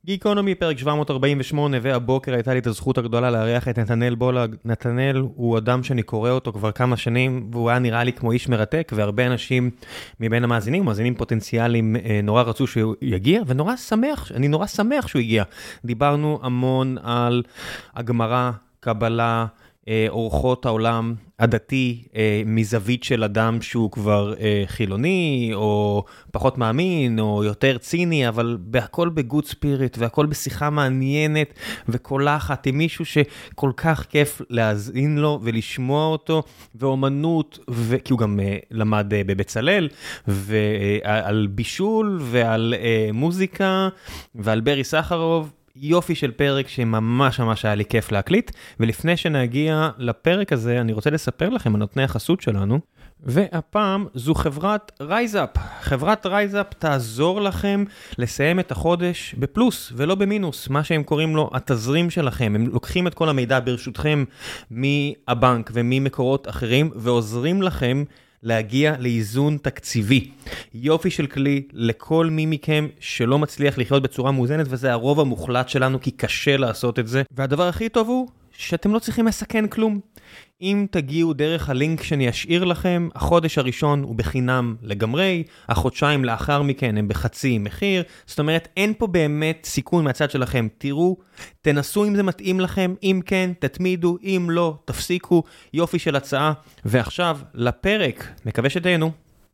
גיקונומי, פרק 748, והבוקר הייתה לי את הזכות הגדולה לארח את נתנאל בולג. נתנאל הוא אדם שאני קורא אותו כבר כמה שנים, והוא היה נראה לי כמו איש מרתק, והרבה אנשים מבין המאזינים, מאזינים פוטנציאליים, נורא רצו שהוא יגיע, ונורא שמח, אני נורא שמח שהוא הגיע. דיברנו המון על הגמרא, קבלה, אורחות העולם הדתי, מזווית של אדם שהוא כבר חילוני, או פחות מאמין, או יותר ציני, אבל הכל בגוד ספיריט, והכל בשיחה מעניינת, וקולחת עם מישהו שכל כך כיף להאזין לו, ולשמוע אותו, ואומנות, כי הוא גם למד בבצלאל, ועל בישול, ועל מוזיקה, ועל ברי סחרוב, יופי של פרק שממש ממש היה לי כיף להקליט, ולפני שנגיע לפרק הזה, אני רוצה לספר לכם על נותני החסות שלנו, והפעם זו חברת רייזאפ. חברת רייזאפ תעזור לכם לסיים את החודש בפלוס ולא במינוס, מה שהם קוראים לו התזרים שלכם. הם לוקחים את כל המידע ברשותכם מהבנק וממקורות אחרים, ועוזרים לכם להגיע לאיזון תקציבי. יופי של כלי לכל מי מכם שלא מצליח לחיות בצורה מאוזנת, וזה הרוב המוחלט שלנו, כי קשה לעשות את זה. והדבר הכי טוב הוא שאתם לא צריכים לסכן כלום. אם תגיעו דרך הלינק שאני אשאיר לכם, החודש הראשון הוא בחינם לגמרי, החודשיים לאחר מכן הם בחצי מחיר, זאת אומרת אין פה באמת סיכון מהצד שלכם. תראו, תנסו אם זה מתאים לכם, אם כן תתמידו, אם לא תפסיקו. יופי של הצעה. ועכשיו לפרק, מקווה שתהנו.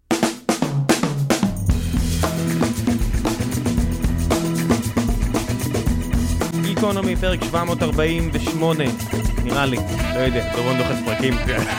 גיקונומי, פרק 748, נראה לי, לא יודע, דורון דוחף פרקים,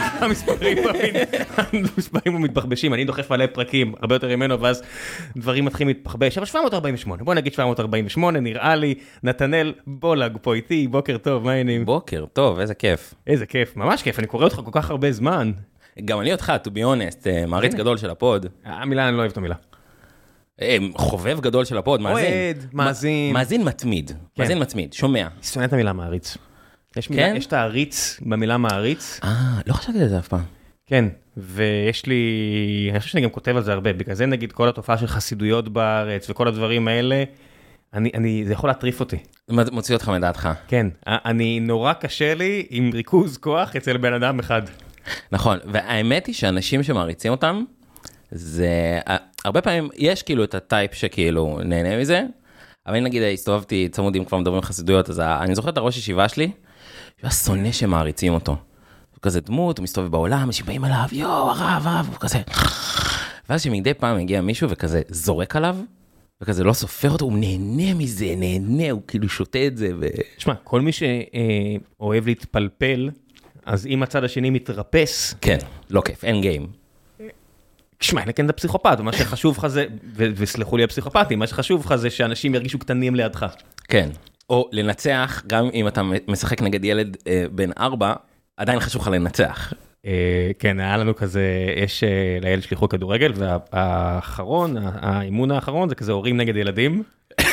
המספרים הוא מתבחבשים, אני דוחף עלי פרקים, הרבה יותר ממנו, ואז דברים מתחילים להתבחבש, אבל 748, בוא נגיד 748, נראה לי, נתנאל בולג פה איתי, בוקר טוב, מה העניינים? בוקר טוב, איזה כיף. איזה כיף, ממש כיף, אני קורא אותך כל כך הרבה זמן. גם אני אותך, to be honest, מעריץ גדול של הפוד. המילה, אני לא אוהב את המילה. חובב גדול של הפוד, מאזין. אוהד, מאזין. מאזין מתמיד, מאזין מתמיד, שומע. שונא את המילה מעריץ. יש את העריץ במילה מעריץ. לא חשבתי על זה אף פעם. כן, ויש לי, אני חושב שאני גם כותב על זה הרבה, בגלל זה נגיד כל התופעה של חסידויות בארץ וכל הדברים האלה, זה יכול להטריף אותי. מוציא אותך מדעתך. כן, אני נורא קשה לי עם ריכוז כוח אצל בן אדם אחד. נכון, והאמת היא שאנשים שמעריצים אותם, זה, הרבה פעמים יש כאילו את הטייפ שכאילו נהנה מזה, אבל אני נגיד הסתובבתי צמודים כבר מדברים חסידויות, אז אני זוכר את הראש ישיבה שלי, שהוא היה שונא שמעריצים אותו. הוא כזה דמות, הוא מסתובב בעולם, אנשים באים עליו, הרב, הוא כזה. ואז שמדי פעם הגיע מישהו וכזה זורק עליו, וכזה לא סופר אותו, הוא נהנה מזה, הוא כאילו שותה את זה. תשמע, כל מי שאוהב להתפלפל, אז אם הצד השני מתרפס. כן, לא כיף, אין גיים. תשמע, לכן אתה פסיכופת, ומה שחשוב לך זה, וסלחו לי הפסיכופטים, מה שחשוב לך זה שאנשים ירגישו קטנים לידך. כן, או לנצח, גם אם אתה משחק נגד ילד בן 4, עדיין חשוב לך לנצח. כן, היה לנו כזה, יש לילד שליחו כדורגל, והאחרון, האימון האחרון, זה כזה הורים נגד ילדים,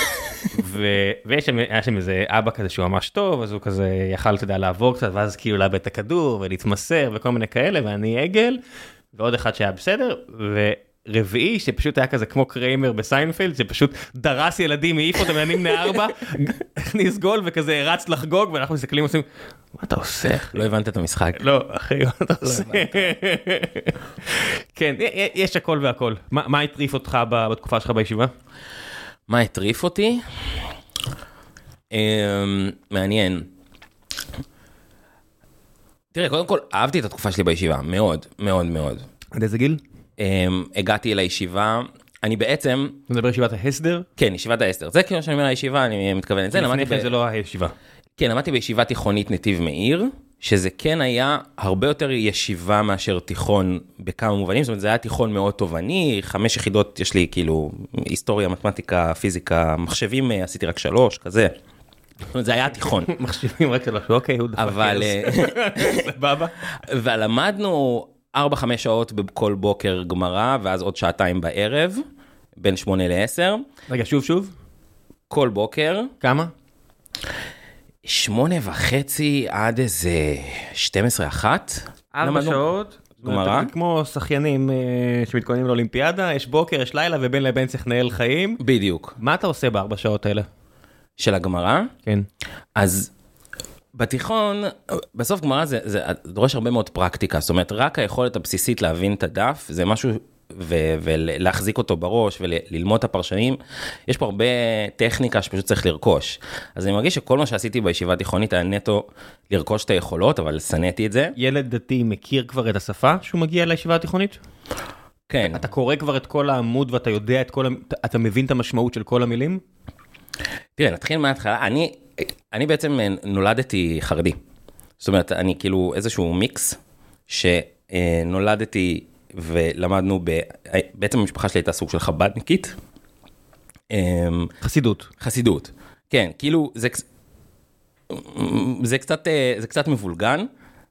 והיה שם איזה אבא כזה שהוא ממש טוב, אז הוא כזה יכל, אתה יודע, לעבור קצת, ואז כאילו לאבד את הכדור, ולהתמסר, וכל מיני כאלה, ואני עגל, ועוד אחד שהיה בסדר, ורביעי שפשוט היה כזה כמו קריימר בסיינפלד, שפשוט דרס ילדים, מעיף אותם ילדים בני 4, הכניס גול וכזה רץ לחגוג, ואנחנו מסתכלים ועושים, מה אתה עושה? לא הבנת את המשחק. לא, אחי, מה אתה עושה? כן, יש הכל והכל. מה הטריף אותך בתקופה שלך בישיבה? מה הטריף אותי? מעניין. תראה, קודם כל, אהבתי את התקופה שלי בישיבה, מאוד, מאוד, מאוד. עד איזה גיל? הגעתי לישיבה, אני בעצם... אתה מדבר ישיבת ההסדר? כן, ישיבת ההסדר. זה כאילו שאני אומר לישיבה, אני מתכוון את זה. לפני כן זה לא הישיבה. כן, למדתי בישיבה תיכונית נתיב מאיר, שזה כן היה הרבה יותר ישיבה מאשר תיכון בכמה מובנים, זאת אומרת, זה היה תיכון מאוד תובעני, 5 יחידות יש לי כאילו היסטוריה, מתמטיקה, פיזיקה, מחשבים עשיתי רק 3, כזה. זאת אומרת, זה היה תיכון. מחשבים רק 3, אוקיי, הוא דפק. אבל... סבבה. ולמדנו 4-5 שעות בכל בוקר גמרא, ואז עוד 2 בערב, בין 8 ל-10. רגע, שוב. כל בוקר. כמה? 8:30 עד איזה 12:01. 4 שעות. גמרא. כמו שחיינים שמתכוננים לאולימפיאדה, יש בוקר, יש לילה, ובין לבין צריך לנהל חיים. בדיוק. מה אתה עושה ב4 שעות האלה? של הגמרא. כן. אז בתיכון, בסוף גמרא זה דורש הרבה מאוד פרקטיקה, זאת אומרת, רק היכולת הבסיסית להבין את הדף, זה משהו, ולהחזיק אותו בראש, וללמוד את הפרשנים, יש פה הרבה טכניקה שפשוט צריך לרכוש. אז אני מרגיש שכל מה שעשיתי בישיבה התיכונית היה נטו לרכוש את היכולות, אבל סניתי את זה. ילד דתי מכיר כבר את השפה שהוא מגיע לישיבה התיכונית? כן. אתה קורא כבר את כל העמוד ואתה יודע אתה מבין את המשמעות של כל המילים? תראה, נתחיל מההתחלה. אני בעצם נולדתי חרדי. זאת אומרת, אני כאילו איזשהו מיקס, שנולדתי ולמדנו, בעצם המשפחה שלי הייתה סוג של חב"דניקית. חסידות. חסידות. כן, כאילו, זה קצת מבולגן.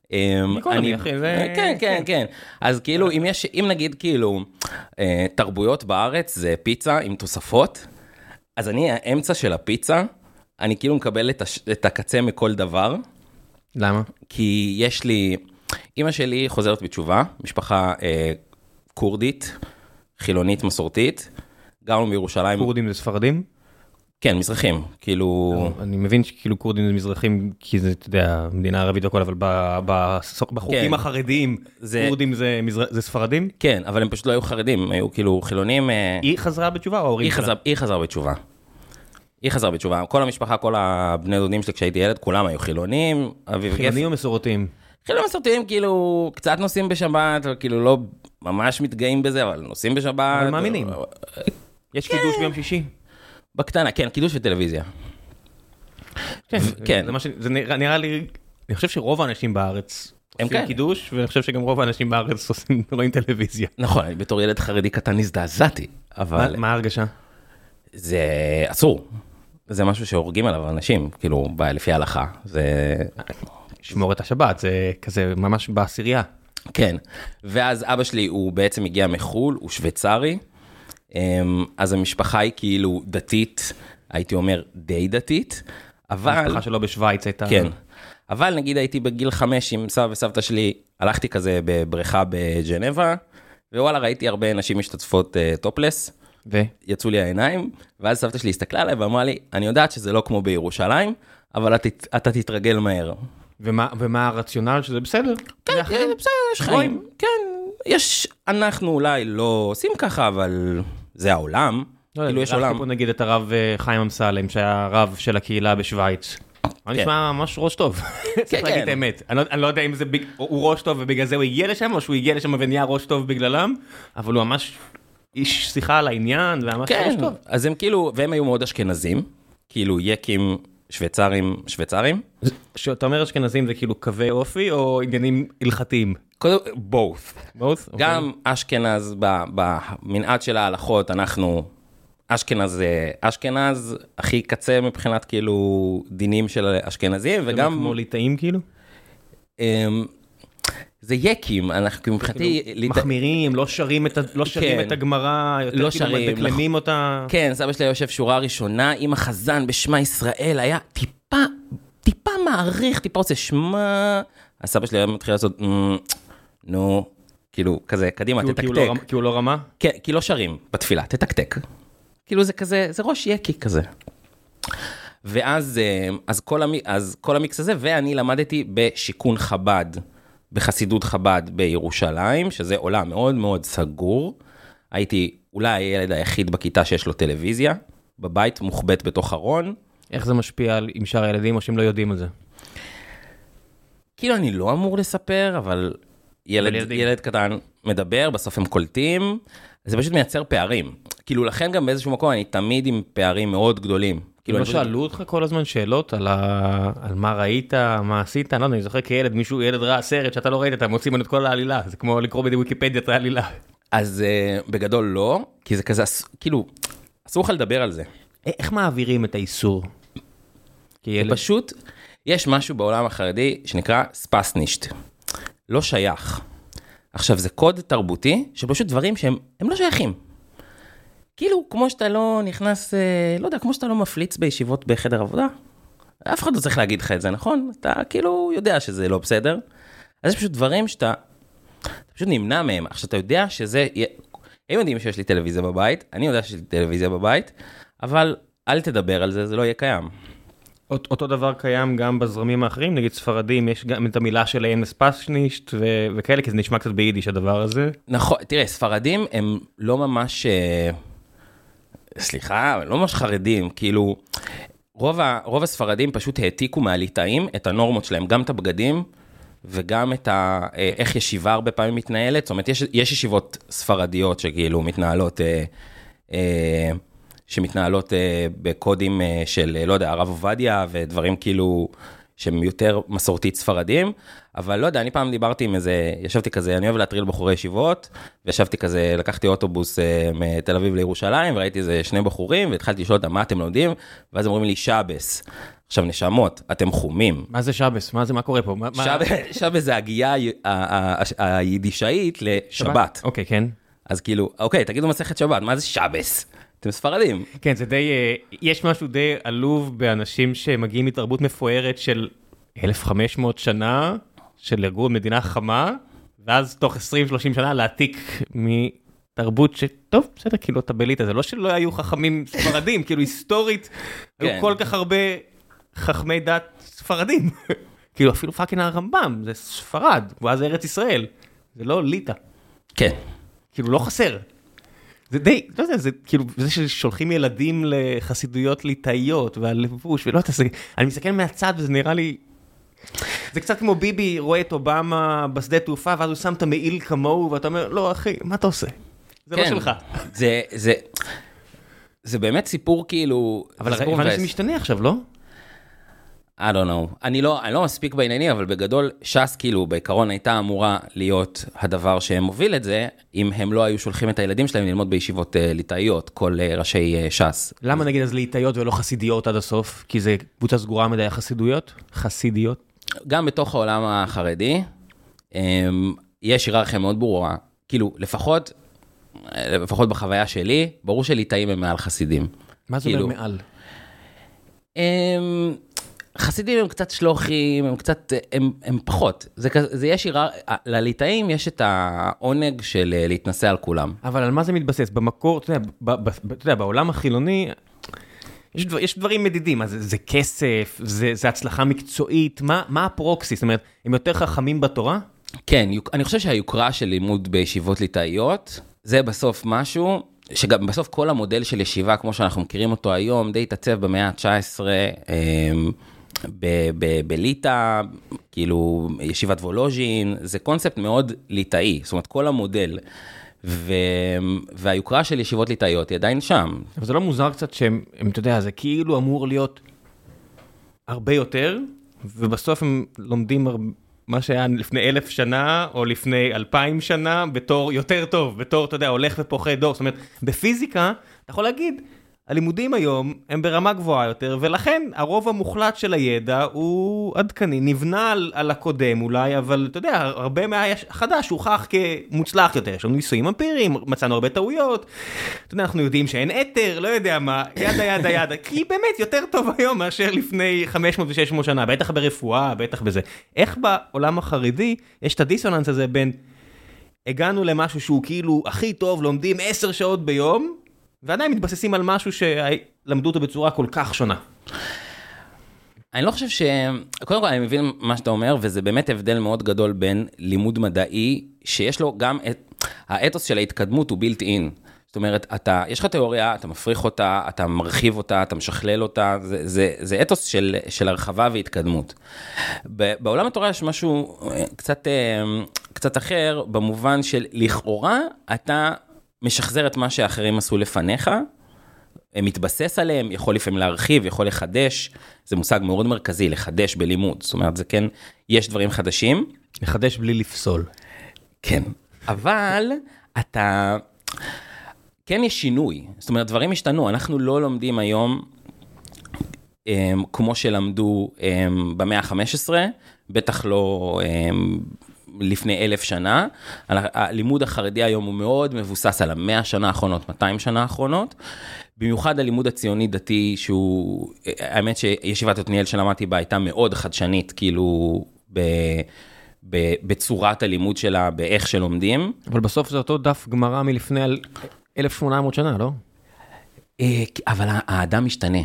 כן. אז כאילו, אם נגיד כאילו, תרבויות בארץ זה פיצה עם תוספות, אז אני האמצע של הפיצה, אני כאילו מקבל את הקצה מכל דבר. למה? כי יש לי, אמא שלי חוזרת בתשובה, משפחה קורדית, חילונית מסורתית, גרנו בירושלים. קורדים זה ספרדים? כן, מזרחים, כאילו... אני מבין שכאילו קורדים זה מזרחים, כי זה, אתה יודע, מדינה ערבית וכל, אבל בחוקים החרדים, קורדים זה ספרדים? כן, אבל הם פשוט לא היו חרדים, היו כאילו חילונים... היא חזרה בתשובה או ההורים שלה? היא חזרה בתשובה. היא חזרה בתשובה. כל המשפחה, כל הבני דודים שלי כשהייתי ילד, כולם היו חילונים. חילונים או מסורתיים? חילונים מסורתיים, כאילו, קצת נוסעים בשבת, כאילו לא ממש מתגאים בזה, אבל נוסעים בשבת. אבל מאמינים. יש קידוש ביום שישי? בקטנה, כן, קידוש וטלוויזיה. כן. זה נראה לי, אני חושב שרוב האנשים בארץ עושים קידוש, ואני חושב שגם רוב האנשים בארץ רואים טלוויזיה. נכון, בתור ילד חרדי קטן הזדעזעתי, אבל... מה ההרגשה? זה אסור. זה משהו שהורגים עליו אנשים, כאילו, לפי ההלכה. זה... שמור את השבת, זה כזה ממש בעשירייה. כן, ואז אבא שלי הוא בעצם הגיע מחול, הוא שוויצרי, אז המשפחה היא כאילו דתית, הייתי אומר די דתית, אבל... המשפחה שלו בשוויץ הייתה... כן, אבל נגיד הייתי בגיל 5 עם סבא וסבתא שלי, הלכתי כזה בבריכה בג'נבה, ווואלה ראיתי הרבה נשים משתתפות טופלס, יצאו לי העיניים, ואז סבתא שלי הסתכלה עליי ואמרה לי, אני יודעת שזה לא כמו בירושלים, אבל אתה תתרגל מהר. ומה הרציונל שזה בסדר? כן, זה בסדר, יש חיים. כן, אנחנו אולי לא עושים ככה, אבל זה העולם. כאילו יש עולם. פה נגיד את הרב חיים אמסלם, שהיה רב של הקהילה בשוויץ. אני נשמע ממש ראש טוב. צריך להגיד את האמת. אני לא יודע אם הוא ראש טוב ובגלל זה הוא הגיע לשם, או שהוא הגיע לשם ונהיה ראש טוב בגללם, אבל הוא ממש איש שיחה על העניין, וממש ראש טוב. אז הם כאילו, והם היו מאוד אשכנזים, כאילו יקים שוויצרים. שאתה אומר אשכנזים זה כאילו קווי אופי, או עניינים הלכתיים? both. גם אשכנז, במנעד של ההלכות, אנחנו, אשכנז הכי קצה מבחינת כאילו דינים של אשכנזים, וגם... כמו ליטאים כאילו? זה יקים, אנחנו מבחינתי... מחמירים, לא שרים את הגמרא, לא שרים, מדקלמים אותה... כן, סבא שלי יושב שורה ראשונה עם החזן בשמה ישראל, היה טיפה מעריך, טיפה עושה שמה, אז סבא שלי היה מתחיל לעשות, נו, כאילו, כזה, קדימה, תתקתק. כי הוא לא רמה? כן, כי לא שרים בתפילה, תתקתק. כאילו זה כזה, זה ראש יקי כזה. ואז כל המיקס הזה, ואני למדתי בשיכון חב"ד, בחסידות חב"ד בירושלים, שזה עולם מאוד מאוד סגור. הייתי אולי הילד היחיד בכיתה שיש לו טלוויזיה, בבית מוחבט בתוך ארון. איך זה משפיע עם שאר הילדים, או שהם לא יודעים על זה? כאילו אני לא אמור לספר, אבל ילד קטן מדבר, בסוף הם קולטים, זה פשוט מייצר פערים. כאילו לכן גם באיזשהו מקום אני תמיד עם פערים מאוד גדולים. לא שאלו אותך כל הזמן שאלות על מה ראית, מה עשית? אני לא יודע, אני זוכר כילד, ילד ראה סרט שאתה לא ראית, אתה מוציא ממנו את כל העלילה, זה כמו לקרוא בוויקיפדיה את העלילה. אז בגדול לא, כי זה כזה, כאילו, אסור לך לדבר על זה. איך מעבירים את האיסור? פשוט, יש משהו בעולם החרדי שנקרא ספסנישט, לא שייך. עכשיו, זה קוד תרבותי, שפשוט דברים שהם לא שייכים. כאילו, כמו שאתה לא נכנס, לא יודע, כמו שאתה לא מפליץ בישיבות בחדר עבודה, אף אחד לא צריך להגיד לך את זה, נכון? אתה כאילו יודע שזה לא בסדר. אז יש פשוט דברים שאתה פשוט נמנע מהם. עכשיו, אתה יודע שזה, הם יודעים שיש לי טלוויזיה בבית, אני יודע שיש לי טלוויזיה בבית, אבל אל תדבר על זה, זה לא יהיה קיים. אותו דבר קיים גם בזרמים האחרים, נגיד ספרדים, יש גם את המילה שלהם ספסנישט וכאלה, כי זה נשמע קצת ביידיש הדבר הזה. נכון, תראה, ספרדים הם לא ממש, סליחה, לא ממש חרדים, כאילו, רוב הספרדים פשוט העתיקו מהליטאים את הנורמות שלהם, גם את הבגדים, וגם את איך ישיבה הרבה פעמים מתנהלת, זאת אומרת, יש ישיבות ספרדיות שכאילו שמתנהלות בקודים של, לא יודע, הרב עובדיה, ודברים כאילו שהם יותר מסורתית ספרדים, אבל לא יודע, אני פעם דיברתי עם איזה, ישבתי כזה, אני אוהב להטריל בחורי ישיבות, וישבתי כזה, לקחתי אוטובוס מתל אביב לירושלים, וראיתי איזה שני בחורים, והתחלתי לשאול אותם מה אתם לומדים, ואז אומרים לי שבס. עכשיו נשמות, אתם חומים. מה זה שבס? מה קורה פה? שבס זה הגייה היידישאית לשבת. אוקיי, כן. אז כאילו, אוקיי, תגידו מסכת שבת, מה זה שבס? אתם ספרדים. כן, זה די, יש משהו די עלוב באנשים שמגיעים מתרבות מפוארת של 1500 שנה, של ארגון מדינה חמה, ואז תוך 20-30 שנה להעתיק מתרבות טוב, בסדר, כאילו טבלית, זה לא שלא היו חכמים ספרדים, כאילו היסטורית, היו כל כך הרבה חכמי דת ספרדים. כאילו אפילו פאקינג הרמב"ם, זה ספרד, ואז ארץ ישראל, זה לא ליטא. כן. כאילו לא חסר. זה די, לא יודע, זה כאילו, זה ששולחים ילדים לחסידויות ליטאיות, והלבוש, ולא יודע, אני מסתכל מהצד, וזה נראה לי, זה קצת כמו ביבי רואה את אובמה בשדה תעופה, ואז הוא שם את המעיל כמוהו, ואתה אומר, לא אחי, מה אתה עושה? זה לא שלך. זה באמת סיפור כאילו, אבל זה משתנה עכשיו, לא? I don't know. אני לא מספיק בעניינים, אבל בגדול, ש"ס כאילו בעיקרון הייתה אמורה להיות הדבר שמוביל את זה, אם הם לא היו שולחים את הילדים שלהם ללמוד בישיבות ליטאיות, כל ראשי ש"ס. למה נגיד אז ליטאיות ולא חסידיות עד הסוף? כי זה קבוצה סגורה מדי חסידויות? חסידיות? גם בתוך העולם החרדי, יש היררכיה מאוד ברורה. כאילו, לפחות בחוויה שלי, ברור שליטאים הם מעל חסידים. מה זה אומר מעל? חסידים הם קצת שלוחים, הם פחות. זה יש לליטאים יש את העונג של להתנסה על כולם. אבל על מה זה מתבסס? במקור, אתה יודע, בעולם החילוני, יש דברים מדידים, אז זה כסף, זה הצלחה מקצועית, מה הפרוקסי? זאת אומרת, הם יותר חכמים בתורה? כן, אני חושב שהיוקרה של לימוד בישיבות ליטאיות, זה בסוף משהו, שגם בסוף כל המודל של ישיבה, כמו שאנחנו מכירים אותו היום, די התעצב במאה ה-19, בליטא, כאילו ישיבת וולוז'ין, זה קונספט מאוד ליטאי, זאת אומרת כל המודל, והיוקרה של ישיבות ליטאיות היא עדיין שם. אבל זה לא מוזר קצת שהם, אתה יודע, זה כאילו אמור להיות הרבה יותר, ובסוף הם לומדים מה שהיה לפני 1000 שנה, או לפני 2000 שנה, בתור יותר טוב, בתור, אתה יודע, הולך ופוחד דור, זאת אומרת, בפיזיקה, אתה יכול להגיד, הלימודים היום הם ברמה גבוהה יותר, ולכן הרוב המוחלט של הידע הוא עדכני, נבנה על הקודם אולי, אבל אתה יודע, הרבה מהחדש הוכח כמוצלח יותר, יש לנו ניסויים אמפיריים, מצאנו הרבה טעויות, אתה יודע, אנחנו יודעים שאין אתר, לא יודע מה, ידה, כי באמת יותר טוב היום מאשר לפני 500 ו-600 שנה, בטח ברפואה, בטח בזה. איך בעולם החרדי יש את הדיסוננס הזה בין, הגענו למשהו שהוא כאילו הכי טוב, לומדים 10 שעות ביום, ועדיין מתבססים על משהו שלמדו אותו בצורה כל כך שונה. אני לא חושב קודם כל אני מבין מה שאתה אומר, וזה באמת הבדל מאוד גדול בין לימוד מדעי, שיש לו גם האתוס של ההתקדמות הוא built in. זאת אומרת, יש לך תיאוריה, אתה מפריך אותה, אתה מרחיב אותה, אתה משכלל אותה, זה אתוס של הרחבה והתקדמות. בעולם התורה יש משהו קצת אחר, במובן של לכאורה, אתה משחזר את מה שאחרים עשו לפניך, מתבסס עליהם, יכול לפעמים להרחיב, יכול לחדש, זה מושג מאוד מרכזי, לחדש בלימוד, זאת אומרת, זה כן, יש דברים חדשים. לחדש בלי לפסול. כן, אבל כן יש שינוי, זאת אומרת, דברים השתנו, אנחנו לא לומדים היום, כמו שלמדו במאה ה-15, בטח לא לפני 1000 שנה, הלימוד החרדי היום הוא מאוד מבוסס על 100 שנה האחרונות, 200 שנה האחרונות, במיוחד הלימוד הציוני דתי, שהוא, האמת שישיבת עתניאל שלמדתי בה הייתה מאוד חדשנית, כאילו בצורת הלימוד שלה, באיך שלומדים. אבל בסוף זה אותו דף גמרא מלפני 1800 שנה, לא? אבל האדם משתנה.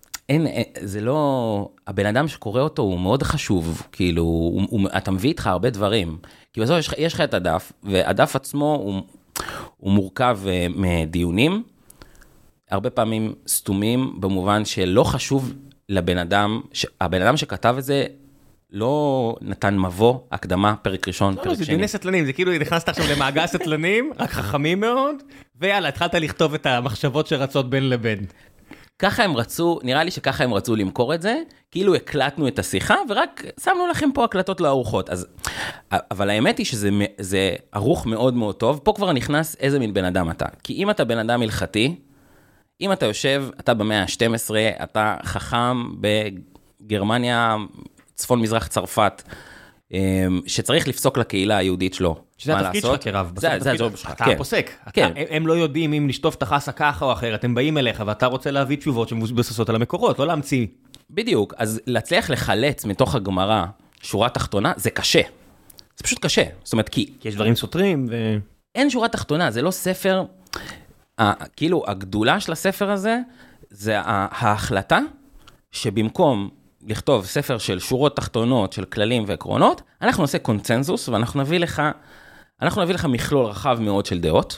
זה לא, הבן אדם שקורא אותו הוא מאוד חשוב, כאילו, אתה מביא איתך הרבה דברים, כי בסוף יש לך את הדף, והדף עצמו הוא מורכב מדיונים, הרבה פעמים סתומים, במובן שלא חשוב לבן אדם, הבן אדם שכתב את זה, לא נתן מבוא, הקדמה, פרק ראשון, פרק שני. זה דיוני סטלנים, זה כאילו נכנסת עכשיו למעגל סטלנים, רק חכמים מאוד, ויאללה, התחלת לכתוב את המחשבות שרצות בין לבין. ככה הם רצו, נראה לי שככה הם רצו למכור את זה, כאילו הקלטנו את השיחה, ורק שמנו לכם פה הקלטות לארוחות. אבל האמת היא שזה ערוך מאוד מאוד טוב, פה כבר נכנס איזה מין בן אדם אתה. כי אם אתה בן אדם הלכתי, אם אתה יושב, אתה במאה ה-12, אתה חכם בגרמניה, צפון מזרח צרפת, שצריך לפסוק לקהילה היהודית שלו. שזה התפקיד שלך כרב. זה הג'וב שלך. אתה פוסק. הם לא יודעים אם לשטוף את החסה ככה או אחרת, הם באים אליך ואתה רוצה להביא תשובות שמבוססות על המקורות, לא להמציא. בדיוק, אז להצליח לחלץ מתוך הגמרא שורה תחתונה, זה קשה. זה פשוט קשה. זאת אומרת, כי יש דברים סותרים ו... אין שורה תחתונה, זה לא ספר, כאילו הגדולה של הספר הזה, זה ההחלטה שבמקום לכתוב ספר של שורות תחתונות, של כללים ועקרונות, אנחנו נעשה קונצנזוס, ואנחנו נביא לך מכלול רחב מאוד של דעות,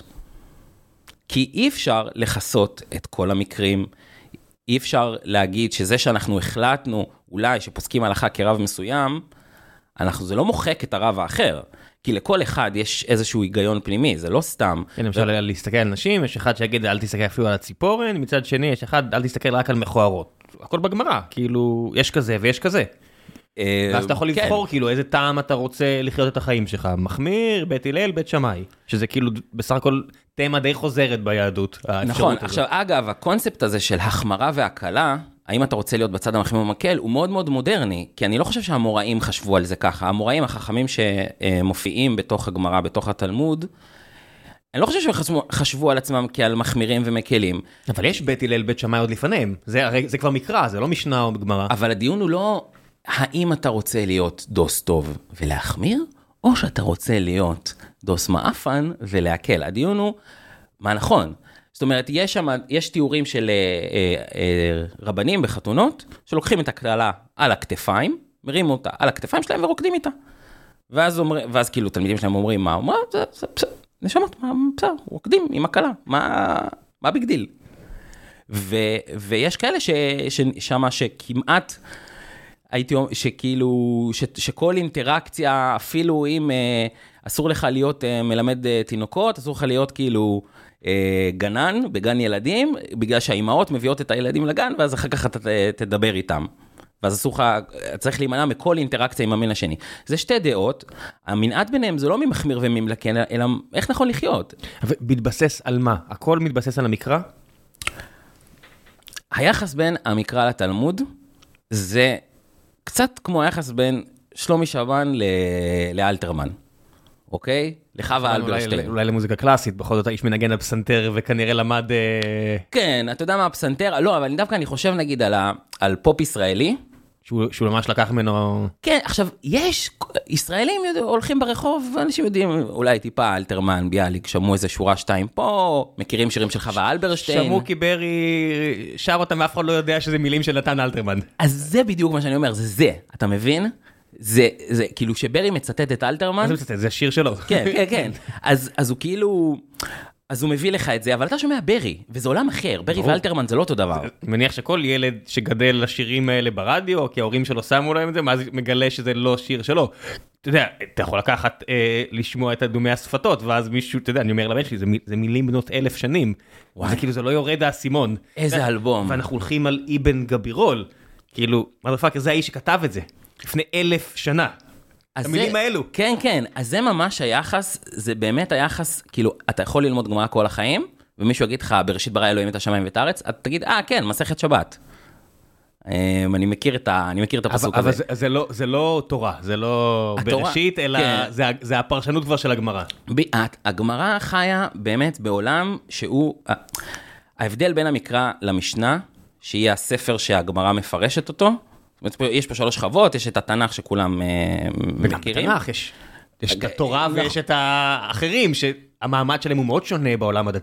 כי אי אפשר לחסות את כל המקרים, אי אפשר להגיד שזה שאנחנו החלטנו, אולי שפוסקים הלכה כרב מסוים, זה לא מוחק את הרב האחר, כי לכל אחד יש איזשהו היגיון פנימי, זה לא סתם. כן, למשל להסתכל על נשים, יש אחד שיגיד אל תסתכל אפילו על הציפורן, מצד שני יש אחד אל תסתכל רק על מכוערות. הכל בגמרא, כאילו יש כזה ויש כזה. ואז אתה יכול לבחור כאילו איזה טעם אתה רוצה לחיות את החיים שלך, מחמיר, בית הלל, בית שמאי, שזה כאילו בסך הכל תמה די חוזרת ביהדות. נכון, עכשיו אגב, הקונספט הזה של החמרה והקלה, האם אתה רוצה להיות בצד המחמיר ומקל, הוא מאוד מאוד מודרני, כי אני לא חושב שהאמוראים חשבו על זה ככה, האמוראים החכמים שמופיעים בתוך הגמרא, בתוך התלמוד, אני לא חושב שהם חשבו על עצמם כעל מחמירים ומקלים. אבל יש בית הלל, בית שמאי עוד לפניהם, זה כבר מקרא, זה לא משנה או בגמרא. אבל הדיון הוא לא, האם אתה רוצה להיות דוס טוב ולהחמיר, או שאתה רוצה להיות דוס מאפן ולהקל. הדיון הוא, מה נכון? זאת אומרת, יש תיאורים של רבנים בחתונות, שלוקחים את הכללה על הכתפיים, מרים אותה על הכתפיים שלהם ורוקדים איתה. ואז כאילו תלמידים שלהם אומרים, מה? זה נשמות, בסדר, רוקדים עם הכלה, מה ביג דיל? ויש כאלה שמה שכמעט, הייתי אומר, שכאילו, שכל אינטראקציה, אפילו אם אסור לך להיות מלמד תינוקות, אסור לך להיות כאילו גנן, בגן ילדים, בגלל שהאימהות מביאות את הילדים לגן, ואז אחר כך אתה תדבר איתם. ואז אסור לך, צריך להימנע מכל אינטראקציה עם המין השני. זה שתי דעות, המנעד ביניהם זה לא ממחמיר וממלכן, אלא איך נכון לחיות. מתבסס על מה? הכל מתבסס על המקרא? היחס בין המקרא לתלמוד, זה קצת כמו היחס בין שלומי שבן לאלתרמן. אוקיי? לחווה אלברשטיין. אולי למוזיקה קלאסית, בכל זאת האיש מנגן על פסנתר וכנראה למד... כן, אתה יודע מה הפסנתר? לא, אבל דווקא אני חושב נגיד על פופ ישראלי. שהוא ממש לקח ממנו... כן, עכשיו, יש ישראלים הולכים ברחוב, ואנשים יודעים, אולי טיפה אלתרמן, ביאליק, שמעו איזה שורה שתיים פה, מכירים שירים של חווה אלברשטיין. שמעו כי ברי שר אותם ואף אחד לא יודע שזה מילים של נתן אלתרמן. אז זה בדיוק מה שאני אומר, זה, אתה מבין? זה כאילו שברי מצטט את אלתרמן. זה השיר שלו. כן, כן, כן. אז הוא כאילו... אז הוא מביא לך את זה, אבל אתה שומע ברי, וזה עולם אחר, ברי ואלתרמן זה לא אותו דבר. אני מניח שכל ילד שגדל לשירים האלה ברדיו, כי ההורים שלו שמו להם את זה, מה זה מגלה שזה לא שיר שלו. אתה יודע, אתה יכול לקחת, לשמוע את דומי השפתות, ואז מישהו, אתה יודע, אני אומר לבן שלי, זה מילים בנות 1000 שנים. זה כאילו, זה לא יורד האסימון. איזה אלבום. ואנחנו הולכים על אבן גבירול. כאילו, מודפאקר, זה האיש שכתב את זה. לפני 1000 שנה. המילים האלו. כן, כן. אז זה ממש היחס, זה באמת היחס, כאילו, אתה יכול ללמוד גמרא כל החיים, ומישהו יגיד לך, בראשית ברא אלוהים את השמיים ואת הארץ, אתה תגיד, כן, מסכת שבת. אני מכיר את הפסוק הזה. אבל זה לא תורה, זה לא בראשית, אלא זה הפרשנות כבר של הגמרא. הגמרא חיה באמת בעולם שהוא, ההבדל בין המקרא למשנה, שהיא הספר שהגמרא מפרשת אותו, יש פה 3 שכבות, יש את התנ"ך שכולם מכירים. וגם בתנ"ך יש את התורה ויש את האחרים, שהמעמד שלהם הוא מאוד שונה בעולם הדתי.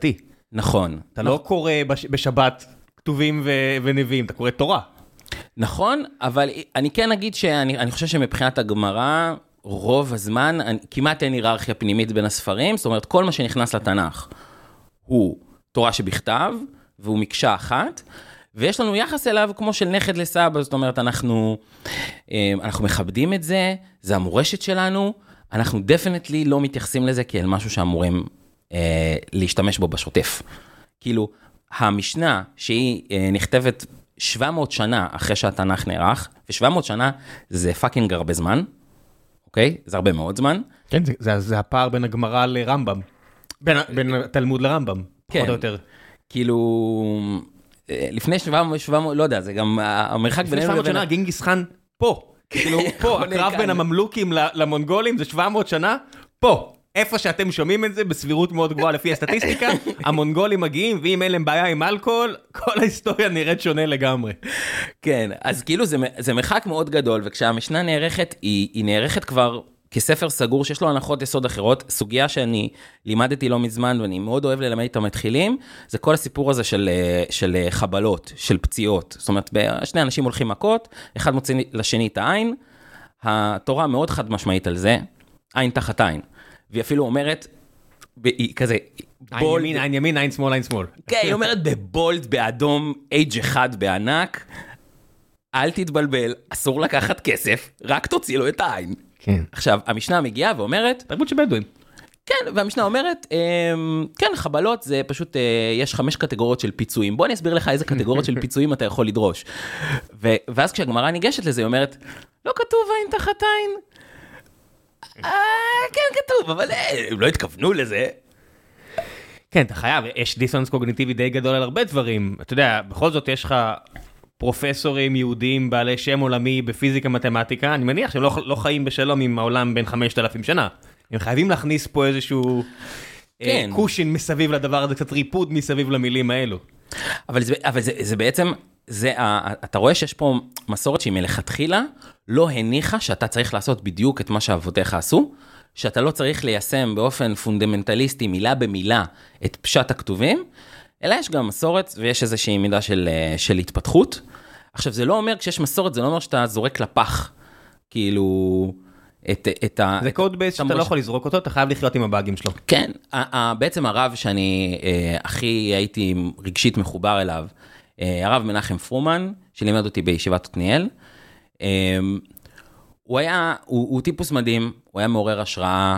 נכון. אתה לא קורא בשבת כתובים ונביאים, אתה קורא תורה. נכון, אבל אני כן אגיד שאני חושב שמבחינת הגמרא, רוב הזמן, כמעט אין היררכיה פנימית בין הספרים, זאת אומרת, כל מה שנכנס לתנ"ך הוא תורה שבכתב, והוא מקשה אחת, ויש לנו יחס אליו כמו של נכד לסבא, זאת אומרת, אנחנו מכבדים את זה, זה המורשת שלנו, אנחנו דפנטלי לא מתייחסים לזה כאל משהו שאמורים להשתמש בו בשוטף. כאילו, המשנה שהיא נכתבת 700 שנה אחרי שהתנ"ך נערך, ו700 שנה זה פאקינג הרבה זמן, אוקיי? זה הרבה מאוד זמן. כן, זה הפער בין הגמרא לרמב"ם. בין התלמוד לרמב"ם, פחות או יותר. כאילו, לפני 700, לא יודע, זה גם המרחק בינינו. לפני 700 שנה, גינגיס חאן פה. כאילו, פה, הקרב בין הממלוכים למונגולים, זה 700 שנה, פה. איפה שאתם שומעים את זה, בסבירות מאוד גבוהה לפי הסטטיסטיקה, המונגולים מגיעים, ואם אין להם בעיה עם אלכוהול, כל ההיסטוריה נראית שונה לגמרי. כן, אז כאילו זה מרחק מאוד גדול, וכשהמשנה נערכת, היא נערכת כבר כספר סגור, שיש לו הנחות יסוד אחרות. סוגיה שאני לימדתי לא מזמן, ואני מאוד אוהב ללמד את המתחילים, זה כל הסיפור הזה של חבלות, של פציעות. זאת אומרת, שני אנשים הולכים מכות, אחד מוציא לשני את העין, התורה מאוד חד משמעית על זה, עין תחת עין. והיא אפילו אומרת, היא כזה, עין ימין, עין שמאל, עין שמאל. כן, היא אומרת בבולד, באדום, אייג' אחד בענק, אל תתבלבל, אסור לקחת כסף, רק תוציא לו את העין. כן. עכשיו, המשנה מגיעה ואומרת, תרבות שבדואים. כן, והמשנה אומרת, כן, חבלות זה פשוט, יש 5 קטגוריות של פיצויים. בוא אני אסביר לך איזה קטגוריות של פיצויים אתה יכול לדרוש. ואז כשהגמרא ניגשת לזה, היא אומרת, לא כתוב עין תחת עין. כן כתוב, אבל הם לא התכוונו לזה. כן, אתה חייב, יש דיסוננס קוגניטיבי די גדול על הרבה דברים. אתה יודע, בכל זאת יש לך פרופסורים יהודים בעלי שם עולמי בפיזיקה מתמטיקה, אני מניח שהם לא חיים בשלום עם העולם בין 5,000 שנה. הם חייבים להכניס פה איזשהו קושין מסביב לדבר הזה, קצת ריפוד מסביב למילים האלו. אבל זה בעצם, אתה רואה שיש פה מסורת שהיא מלכתחילה, לא הניחה שאתה צריך לעשות בדיוק את מה שאבותיך עשו, שאתה לא צריך ליישם באופן פונדמנטליסטי מילה במילה את פשט הכתובים, אלא יש גם מסורת ויש איזושהי מידה של התפתחות. עכשיו זה לא אומר, כשיש מסורת זה לא אומר שאתה זורק לפח, כאילו זה קוד בייס שאתה לא יכול לזרוק אותו, אתה חייב לחיות עם הבאגים שלו. כן, בעצם הרב שאני הכי הייתי רגשית מחובר אליו, הרב מנחם פרומן, שלימד אותי בישיבת עתניאל, הוא טיפוס מדהים, הוא היה מעורר השראה,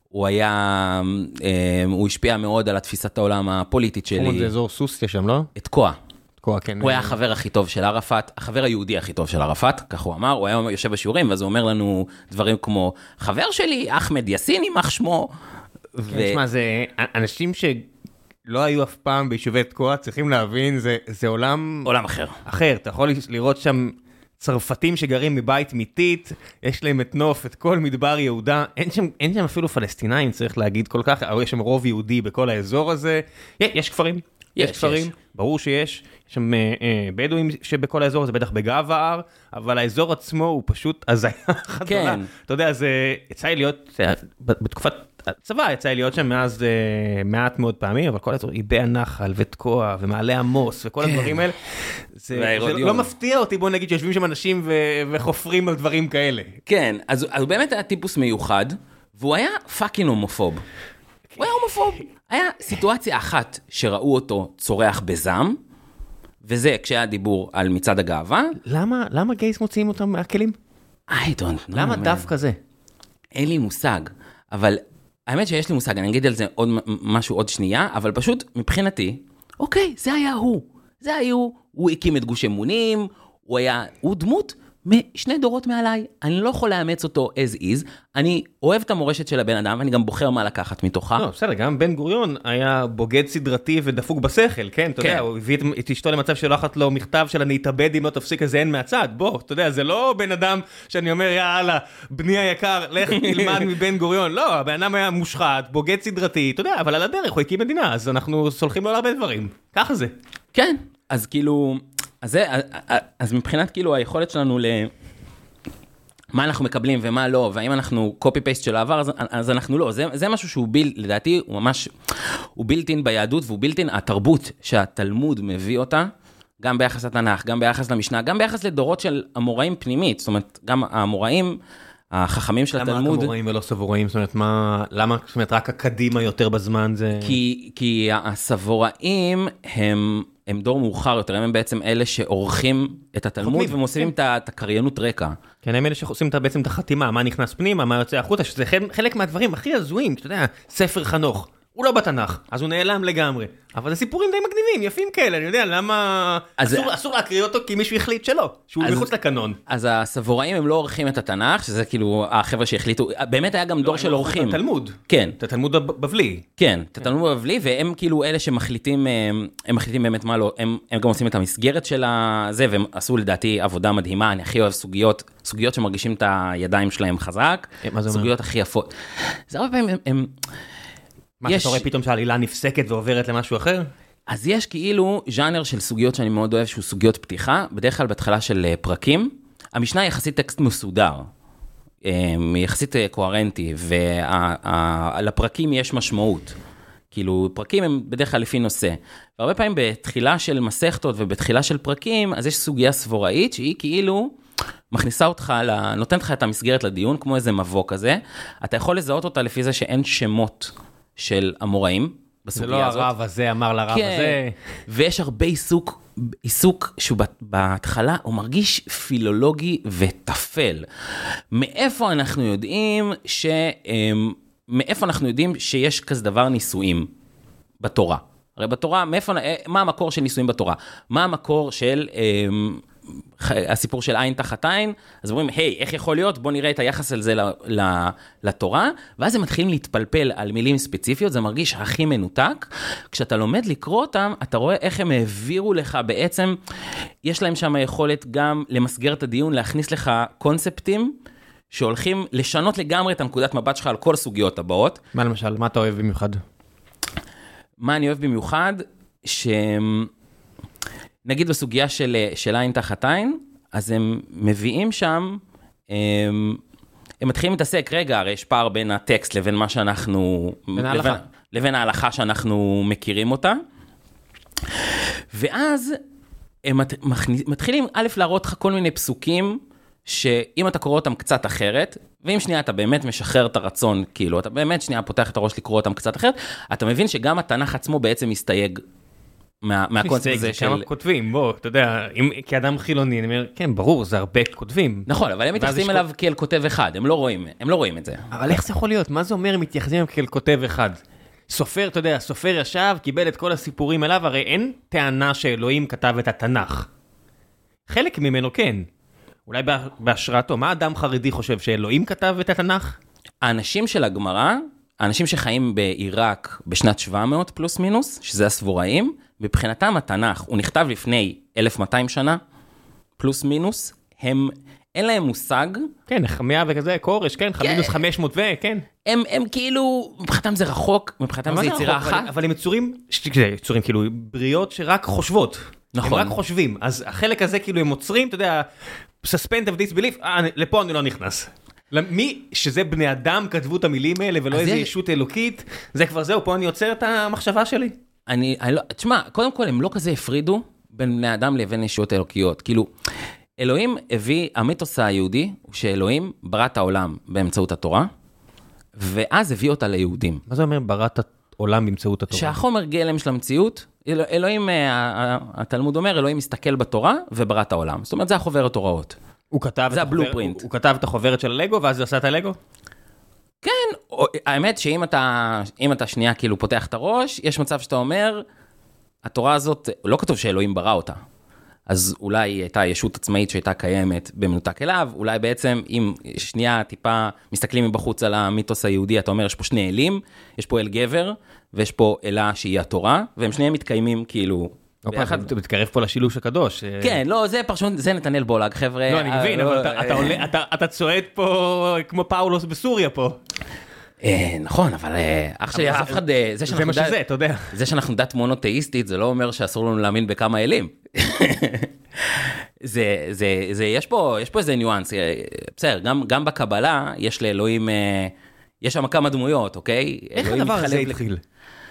הוא השפיע מאוד על התפיסת העולם הפוליטית שלי. פרומן זה אזור סוסיה שם, לא? את קואה. כן. הוא היה החבר הכי טוב של ערפאת, החבר היהודי הכי טוב של ערפאת, כך הוא אמר, הוא היה יושב בשיעורים, ואז הוא אומר לנו דברים כמו, חבר שלי, אחמד יאסין, יימח שמו. תשמע, זה אנשים שלא היו אף פעם ביישובי תקוע, צריכים להבין, זה עולם אחר. אתה יכול לראות שם צרפתים שגרים מבית מיתית, יש להם את נוף, את כל מדבר יהודה, אין שם אפילו פלסטינאים, צריך להגיד כל כך, אבל יש שם רוב יהודי בכל האזור הזה, יש כפרים. יש כפרים, ברור שיש, יש שם בדואים שבכל האזור, זה בטח בגב ההר, אבל האזור עצמו הוא פשוט הזיה חדולה. אתה יודע, זה יצא לי להיות, בתקופת הצבא יצא לי להיות שם מאז מעט מאוד פעמים, אבל כל האזור, איבי הנחל ותקוע ומעלה עמוס וכל הדברים האלה, זה לא מפתיע אותי, בוא נגיד שיושבים שם אנשים וחופרים על דברים כאלה. כן, אז הוא באמת היה טיפוס מיוחד, והוא היה פאקינג הומופוב. הוא היה הומופוב. היה סיטואציה אחת שראו אותו צורח בזעם, וזה כשהיה דיבור על מצעד הגאווה. למה גייס מוציאים אותם מהכלים? I don't know. למה דווקא זה? אין לי מושג, אבל האמת שיש לי מושג, אני אגיד על זה משהו עוד שנייה, אבל פשוט מבחינתי, אוקיי, זה היה הוא. זה היה הוא הקים את גוש אמונים, הוא דמות משני דורות מעליי, אני לא יכול לאמץ אותו as is, אני אוהב את המורשת של הבן אדם, ואני גם בוחר מה לקחת מתוכה. לא, בסדר, גם בן גוריון היה בוגד סדרתי ודפוק בשכל, כן, אתה יודע, הוא הביא את אשתו למצב שלוחת לו מכתב של אני אתאבד אם לא תפסיק איזה אין מהצד, בוא, אתה יודע, זה לא בן אדם שאני אומר, יאללה, בני היקר, לך תלמד מבן גוריון, לא, הבן אדם היה מושחת, בוגד סדרתי, אתה יודע, אבל על הדרך הוא הקים מדינה, אז אנחנו סולחים לו להרבה דברים, ככה זה. כן, אז כאילו, אז מבחינת כאילו היכולת שלנו מה אנחנו מקבלים ומה לא, והאם אנחנו קופי-פייסט של העבר, אז אנחנו לא. זה משהו שהוא לדעתי, הוא ממש, הוא בילטין ביהדות, והוא בילטין התרבות שהתלמוד מביא אותה, גם ביחס לתנ"ך, גם ביחס למשנה, גם ביחס לדורות של אמוראים פנימית, זאת אומרת, גם האמוראים, החכמים של התלמוד. למה אמוראים ולא סבוראים? זאת אומרת, למה, זאת אומרת, רק הקדימה יותר בזמן זה... כי הסבוראים הם דור מאוחר יותר, הם בעצם אלה שעורכים את התלמוד ומוסיפים את הקריינות רקע. כן, הם אלה שעושים בעצם את החתימה, מה נכנס פנימה, מה יוצא החוצה, שזה חלק מהדברים הכי הזויים, אתה יודע, ספר חנוך. הוא לא בתנ"ך, אז הוא נעלם לגמרי. אבל זה סיפורים די מגניבים, יפים כאלה, אני יודע, למה... אסור להקריא אותו כי מישהו החליט שלא, שהוא מחוץ לקנון. אז הסבוראים הם לא עורכים את התנ"ך, שזה כאילו החבר'ה שהחליטו, באמת היה גם דור של עורכים. את התלמוד. כן. את התלמוד הבבלי. כן, את התלמוד הבבלי, והם כאילו אלה שמחליטים, הם מחליטים באמת מה לא, הם גם עושים את המסגרת של זה, והם עשו לדעתי עבודה מדהימה, אני הכי אוהב סוגיות שמרגישים את הידיים שלהם חזק, סוגיות הכי יפות. זה הרבה פעמים הם מה שאתה רואה פתאום שהעלילה נפסקת ועוברת למשהו אחר? אז יש כאילו ז'אנר של סוגיות שאני מאוד אוהב, שהוא סוגיות פתיחה, בדרך כלל בהתחלה של פרקים. המשנה היא יחסית טקסט מסודר, יחסית קוהרנטי, ולפרקים יש משמעות. כאילו, פרקים הם בדרך כלל לפי נושא. והרבה פעמים בתחילה של מסכתות ובתחילה של פרקים, אז יש סוגיה סבוראית שהיא כאילו מכניסה אותך, נותנת לך את המסגרת לדיון, כמו איזה מבוא כזה. אתה יכול לזהות אותה לפי זה שאין שמות של אמוראים בסוגיה הזאת. זה לא הרב הזה אמר לרב הזה. ויש הרבה עיסוק שהוא בהתחלה, הוא מרגיש פילולוגי וטפל. מאיפה אנחנו יודעים שיש כזה דבר ניסויים בתורה? הרי בתורה, מה המקור של ניסויים בתורה? מה המקור של... הסיפור של עין תחת עין, אז אומרים, היי, איך יכול להיות? בוא נראה את היחס על זה לתורה, ואז הם מתחילים להתפלפל על מילים ספציפיות, זה מרגיש הכי מנותק. כשאתה לומד לקרוא אותם, אתה רואה איך הם העבירו לך בעצם, יש להם שם יכולת גם למסגר את הדיון, להכניס לך קונספטים, שהולכים לשנות לגמרי את הנקודת מבט שלך על כל הסוגיות הבאות. מה למשל? מה אתה אוהב במיוחד? מה אני אוהב במיוחד? נגיד בסוגיה של עין תחת עין, אז הם מביאים שם, הם מתחילים להתעסק, רגע, הרי יש פער בין הטקסט לבין מה שאנחנו, לבין ההלכה שאנחנו מכירים אותה, ואז הם מתחילים א' להראות לך כל מיני פסוקים, שאם אתה קורא אותם קצת אחרת, ואם שנייה אתה באמת משחרר את הרצון, כאילו, אתה באמת שנייה פותח את הראש לקרוא אותם קצת אחרת, אתה מבין שגם התנ"ך עצמו בעצם מסתייג, מהקונספט הזה של... כמה כותבים, בוא, אתה יודע, כאדם חילוני, אני אומר, כן, ברור, זה הרבה כותבים. נכון, אבל הם מתייחסים אליו כאל כותב אחד, הם לא רואים את זה. אבל איך זה יכול להיות? מה זה אומר הם מתייחסים כאל כותב אחד? סופר, אתה יודע, סופר ישב, קיבל את כל הסיפורים אליו, הרי אין טענה שאלוהים כתב את התנ"ך. חלק ממנו כן. אולי בהשראתו, מה אדם חרדי חושב שאלוהים כתב את התנ"ך? האנשים של הגמרא, האנשים שחיים בעיראק בשנת 700 פלוס מינוס, שזה הסבוראים, מבחינתם התנ"ך, הוא נכתב לפני 1200 שנה, פלוס מינוס, אין להם מושג. כן, נחמיה וכזה, קורש, כן, מינוס 500 כן. הם כאילו, מבחינתם זה רחוק, מבחינתם זה יצירה אחת. אבל הם יצורים כאילו בריות שרק חושבות. נכון. הם רק חושבים, אז החלק הזה כאילו הם עוצרים, אתה יודע, suspend of disbelief, לפה אני לא נכנס. מי שזה בני אדם כתבו את המילים האלה ולא איזו ישות אלוקית, זה כבר זהו, פה אני עוצר את המחשבה שלי. תשמע, קודם כל הם לא כזה הפרידו בין בני אדם לבין ישויות אלוקיות. כאילו, אלוהים הביא, המיתוס היהודי הוא שאלוהים ברא את העולם באמצעות התורה, ואז הביא אותה ליהודים. מה זה אומר בראת העולם באמצעות התורה? שהחומר גלם של המציאות, אלוהים, התלמוד אומר, אלוהים מסתכל בתורה וברא את העולם. זאת אומרת, זה החוברת הוראות. זה הבלופרינט. הוא כתב את החוברת של הלגו, ואז הוא עשה את הלגו? כן, האמת שאם אתה שנייה כאילו פותח את הראש, יש מצב שאתה אומר, התורה הזאת, לא כתוב שאלוהים ברא אותה. אז אולי הייתה ישות עצמאית שהייתה קיימת במנותק אליו, אולי בעצם אם שנייה טיפה מסתכלים מבחוץ על המיתוס היהודי, אתה אומר, יש פה שני אלים, יש פה אל גבר, ויש פה אלה שהיא התורה, והם שניהם מתקיימים כאילו... אתה מתקרב פה לשילוש הקדוש. כן, לא, זה פרשנות, זה נתנאל בולג, חבר'ה. לא, אני מבין, אבל אתה צועד פה כמו פאולוס בסוריה פה. נכון, אבל אח שלי, אף אחד, זה מה שזה, אתה יודע. זה שאנחנו דת מונותאיסטית, זה לא אומר שאסור לנו להאמין בכמה אלים. יש פה איזה ניואנס, בסדר, גם בקבלה יש לאלוהים, יש שם כמה דמויות, אוקיי? איך הדבר הזה התחיל?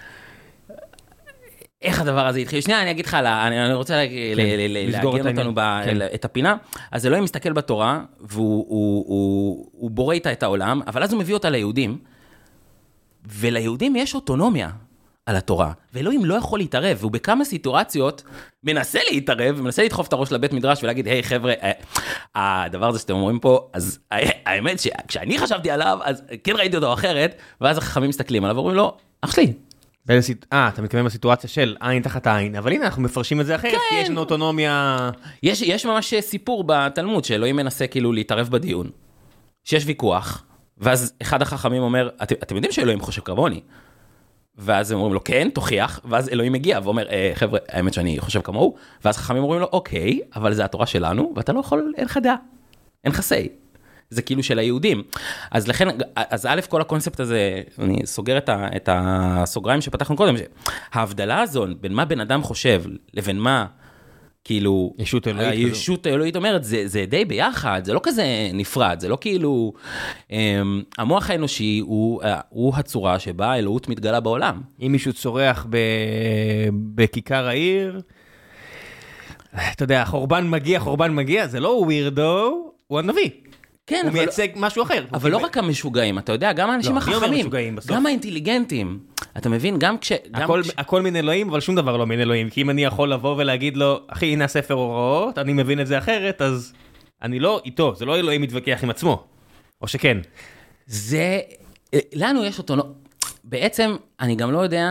איך הדבר הזה התחיל? שנייה, אני אגיד לך, אני רוצה להגן אותנו את הפינה. אז אלוהים מסתכל בתורה, והוא בורא איתה את העולם, אבל אז הוא מביא אותה ליהודים, וליהודים יש אוטונומיה על התורה, ואלוהים לא יכול להתערב, והוא בכמה סיטואציות מנסה להתערב, ומנסה לדחוף את הראש לבית מדרש ולהגיד, היי חבר'ה, הדבר הזה שאתם אומרים פה, אז האמת שכשאני חשבתי עליו, אז כן ראיתי אותו אחרת, ואז החכמים מסתכלים עליו, ואומרים לו, אח שלי, אתה מתכוון בסיטואציה של עין תחת עין, אבל הנה אנחנו מפרשים את זה אחרת, כי יש לנו אוטונומיה... יש ממש סיפור בתלמוד, שאלוהים מנסה כאילו להתערב בדיון, שיש ויכוח, ואז אחד החכמים אומר, אתם יודעים שאלוהים חושב כמוני? ואז הם אומרים לו, כן, תוכיח, ואז אלוהים מגיע ואומר, חבר'ה, האמת שאני חושב כמוהו, ואז החכמים אומרים לו, אוקיי, אבל זה התורה שלנו, ואתה לא יכול, אין לך דעה, אין לך say. זה כאילו של היהודים. אז לכן, אז א', כל הקונספט הזה, אני סוגר את הסוגריים שפתחנו קודם, ההבדלה הזו בין מה בן אדם חושב, לבין מה, כאילו, הישות האלוהית אומרת, זה די ביחד, זה לא כזה נפרד, זה לא כאילו, המוח האנושי הוא הצורה שבה האלוהות מתגלה בעולם. אם מישהו צורח בכיכר העיר, אתה יודע, חורבן מגיע, זה לא ווירדו, הוא הנביא. כן, הוא מייצג משהו אחר. אבל לא רק המשוגעים, אתה יודע, גם האנשים החכמים, גם האינטליגנטים. אתה מבין, גם כש... הכל מן אלוהים, אבל שום דבר לא מן אלוהים. כי אם אני יכול לבוא ולהגיד לו, אחי, הנה הספר הוראות, אני מבין את זה אחרת, אז אני לא איתו, זה לא אלוהים מתווכח עם עצמו. או שכן. זה... לנו יש אותו... בעצם, אני גם לא יודע,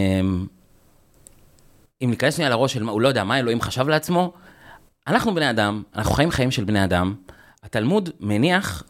אם ניכנס שנייה לראש של מה, הוא לא יודע מה אלוהים חשב לעצמו, אנחנו בני אדם, אנחנו חיים של בני אדם, התלמוד מניח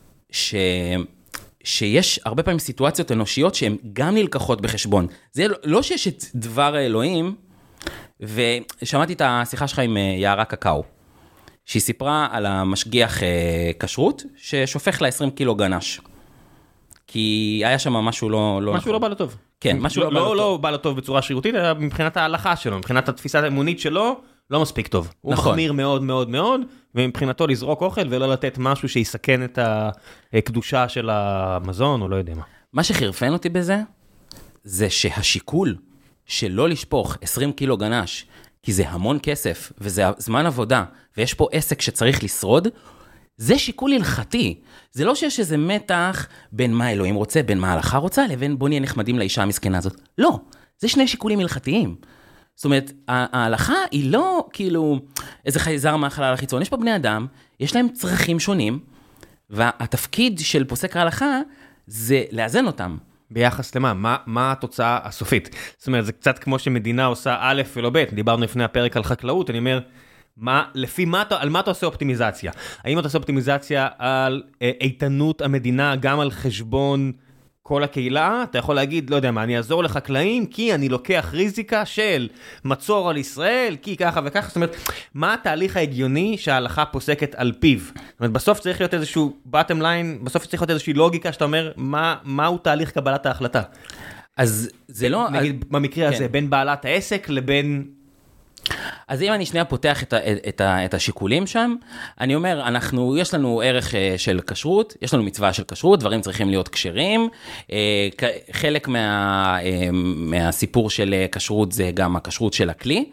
שיש הרבה פעמים סיטואציות אנושיות שהן גם נלקחות בחשבון. זה לא שיש את דבר האלוהים, ושמעתי את השיחה שלך עם יערה קקאו, שהיא סיפרה על המשגיח כשרות, ששופך לה 20 קילו גנש. כי היה שם משהו לא משהו לא בא לו טוב. כן, משהו לא בא לו טוב. לא בא לו טוב בצורה שרירותית, אלא מבחינת ההלכה שלו, מבחינת התפיסה האמונית שלו, לא מספיק טוב. הוא מחמיר מאוד מאוד מאוד, ומבחינתו לזרוק אוכל ולא לתת משהו שיסכן את הקדושה של המזון, או לא יודע מה. מה שחרפן אותי בזה, זה שהשיקול של לא לשפוך 20 קילו גנש, כי זה המון כסף, וזה זמן עבודה, ויש פה עסק שצריך לשרוד, זה שיקול הלכתי. זה לא שיש איזה מתח בין מה אלוהים רוצה, בין מה ההלכה רוצה, לבין בוא נהיה נחמדים לאישה המסכנה הזאת. לא, זה שני שיקולים הלכתיים. זאת אומרת, ההלכה היא לא כאילו איזה חייזר מהחלל החיצון. יש פה בני אדם, יש להם צרכים שונים, והתפקיד של פוסק ההלכה זה לאזן אותם. ביחס למה? מה התוצאה הסופית? זאת אומרת, זה קצת כמו שמדינה עושה א' ולא ב', דיברנו לפני הפרק על חקלאות, אני אומר, על מה אתה עושה אופטימיזציה? האם אתה עושה אופטימיזציה על איתנות המדינה, גם על חשבון כל הקהילה? אתה יכול להגיד, לא יודע מה, אני אעזור לחקלאים, כי אני לוקח ריזיקה של מצור על ישראל, כי ככה וככה. זאת אומרת, מה התהליך ההגיוני שההלכה פוסקת על פיו? זאת אומרת, בסוף צריך להיות איזשהו bottom line, בסוף צריך להיות איזושהי לוגיקה שאתה אומר, מהו תהליך קבלת ההחלטה? אז זה לא... נגיד, במקרה הזה, בין בעלת העסק לבין... אז אם אני שנייה פותח את השיקולים שם, אני אומר, יש לנו ערך של כשרות, יש לנו מצווה של כשרות, דברים צריכים להיות כשרים, חלק מהסיפור של כשרות זה גם הכשרות של הכלי,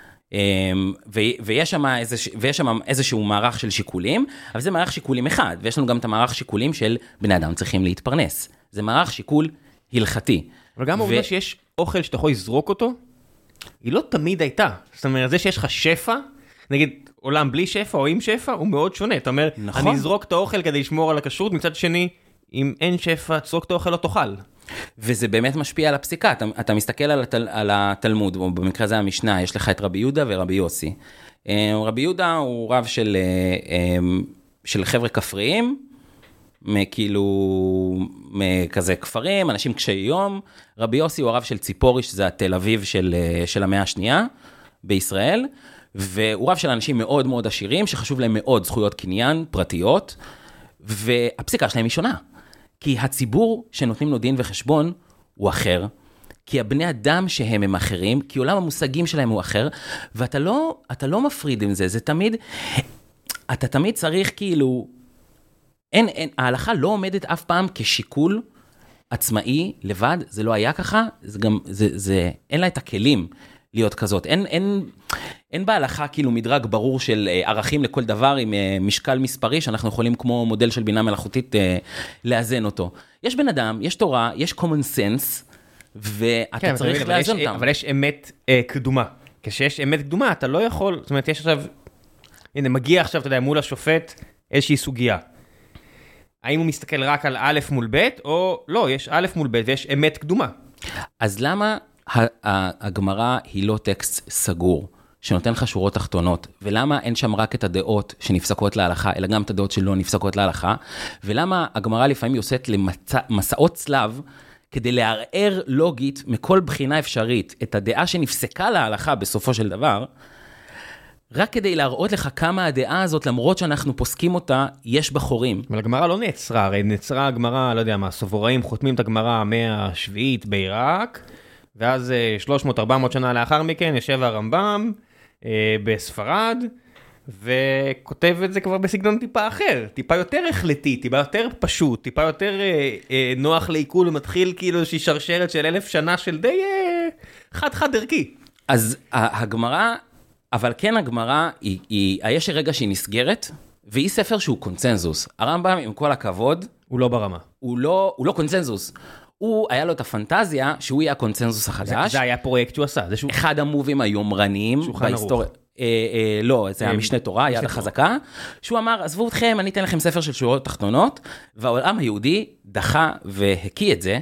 ויש שם איזשהו מערך של שיקולים, אבל זה מערך שיקולים אחד, ויש לנו גם את המערך שיקולים של בני אדם צריכים להתפרנס. זה מערך שיקול הלכתי. אבל גם העובדה שיש אוכל שאתה יכול לזרוק אותו, היא לא תמיד הייתה. זאת אומרת, זה שיש לך שפע, נגיד עולם בלי שפע או עם שפע, הוא מאוד שונה. אתה אומר, נכון. אני אזרוק את האוכל כדי לשמור על הכשרות, מצד שני, אם אין שפע, תזרוק את האוכל לא תאכל. וזה באמת משפיע על הפסיקה. אתה מסתכל על התלמוד, או במקרה הזה המשנה, יש לך את רבי יהודה ורבי יוסי. רבי יהודה הוא רב של חבר'ה כפריים, מכזה כפרים, אנשים קשי יום. רבי יוסי הוא הרב של ציפורי, שזה התל אביב של המאה השנייה בישראל, והוא רב של אנשים מאוד מאוד עשירים, שחשוב להם מאוד זכויות קניין פרטיות, והפסיקה שלהם היא שונה. כי הציבור שנותנים לו דין וחשבון הוא אחר, כי הבני אדם שהם הם אחרים, כי עולם המושגים שלהם הוא אחר, ואתה לא מפריד עם זה, זה תמיד, אתה תמיד צריך כאילו, ההלכה לא עומדת אף פעם כשיקול עצמאי, לבד, זה לא היה ככה, זה גם, אין לה את הכלים להיות כזאת, אין בהלכה כאילו מדרג ברור של ערכים לכל דבר עם משקל מספרי, שאנחנו יכולים כמו מודל של בינה מלאכותית לאזן אותו. יש בן אדם, יש תורה, יש common sense, ואתה צריך לאזן אותם. אבל יש אמת קדומה. כשיש אמת קדומה, אתה לא יכול, זאת אומרת, יש עכשיו, הנה, מגיע עכשיו, אתה יודע, מול השופט, איזושהי סוגיה. האם הוא מסתכל רק על א' מול ב', או לא, יש א' מול ב' ויש אמת קדומה. אז למה הגמרא היא לא טקסט סגור, שנותן לך שורות תחתונות, ולמה אין שם רק את הדעות שנפסקות להלכה, אלא גם את הדעות שלא נפסקות להלכה, ולמה הגמרא לפעמים יוצאת למסעות צלב, כדי לערער לוגית מכל בחינה אפשרית את הדעה שנפסקה להלכה בסופו של דבר, רק כדי להראות לך כמה הדעה הזאת, למרות שאנחנו פוסקים אותה, יש בחורים. אבל הגמרא לא נעצרה, הרי נעצרה הגמרא, לא יודע מה, הסובוראים חותמים את הגמרא המאה השביעית בעיראק, ואז 300-400 שנה לאחר מכן יושב הרמב"ם בספרד, וכותב את זה כבר בסגנון טיפה אחר, טיפה יותר החלטי, טיפה יותר פשוט, טיפה יותר נוח לעיכול, ומתחיל כאילו איזושהי שרשרת של 1000 שנה של די חד ערכי. אז הגמרא, אבל כן הגמרא, יש רגע שהיא נסגרת, והיא ספר שהוא קונצנזוס. הרמב"ם, עם כל הכבוד, הוא לא ברמה. הוא לא קונצנזוס. הוא, היה לו את הפנטזיה שהוא יהיה הקונצנזוס החדש. זה היה פרויקט שהוא עשה. אחד המובים היומרניים בהיסטוריה. לא, זה המשנה תורה, יד החזקה, שהוא אמר, עזבו אתכם, אני אתן לכם ספר של שורות תחתונות, והעולם היהודי דחה והקיא את זה,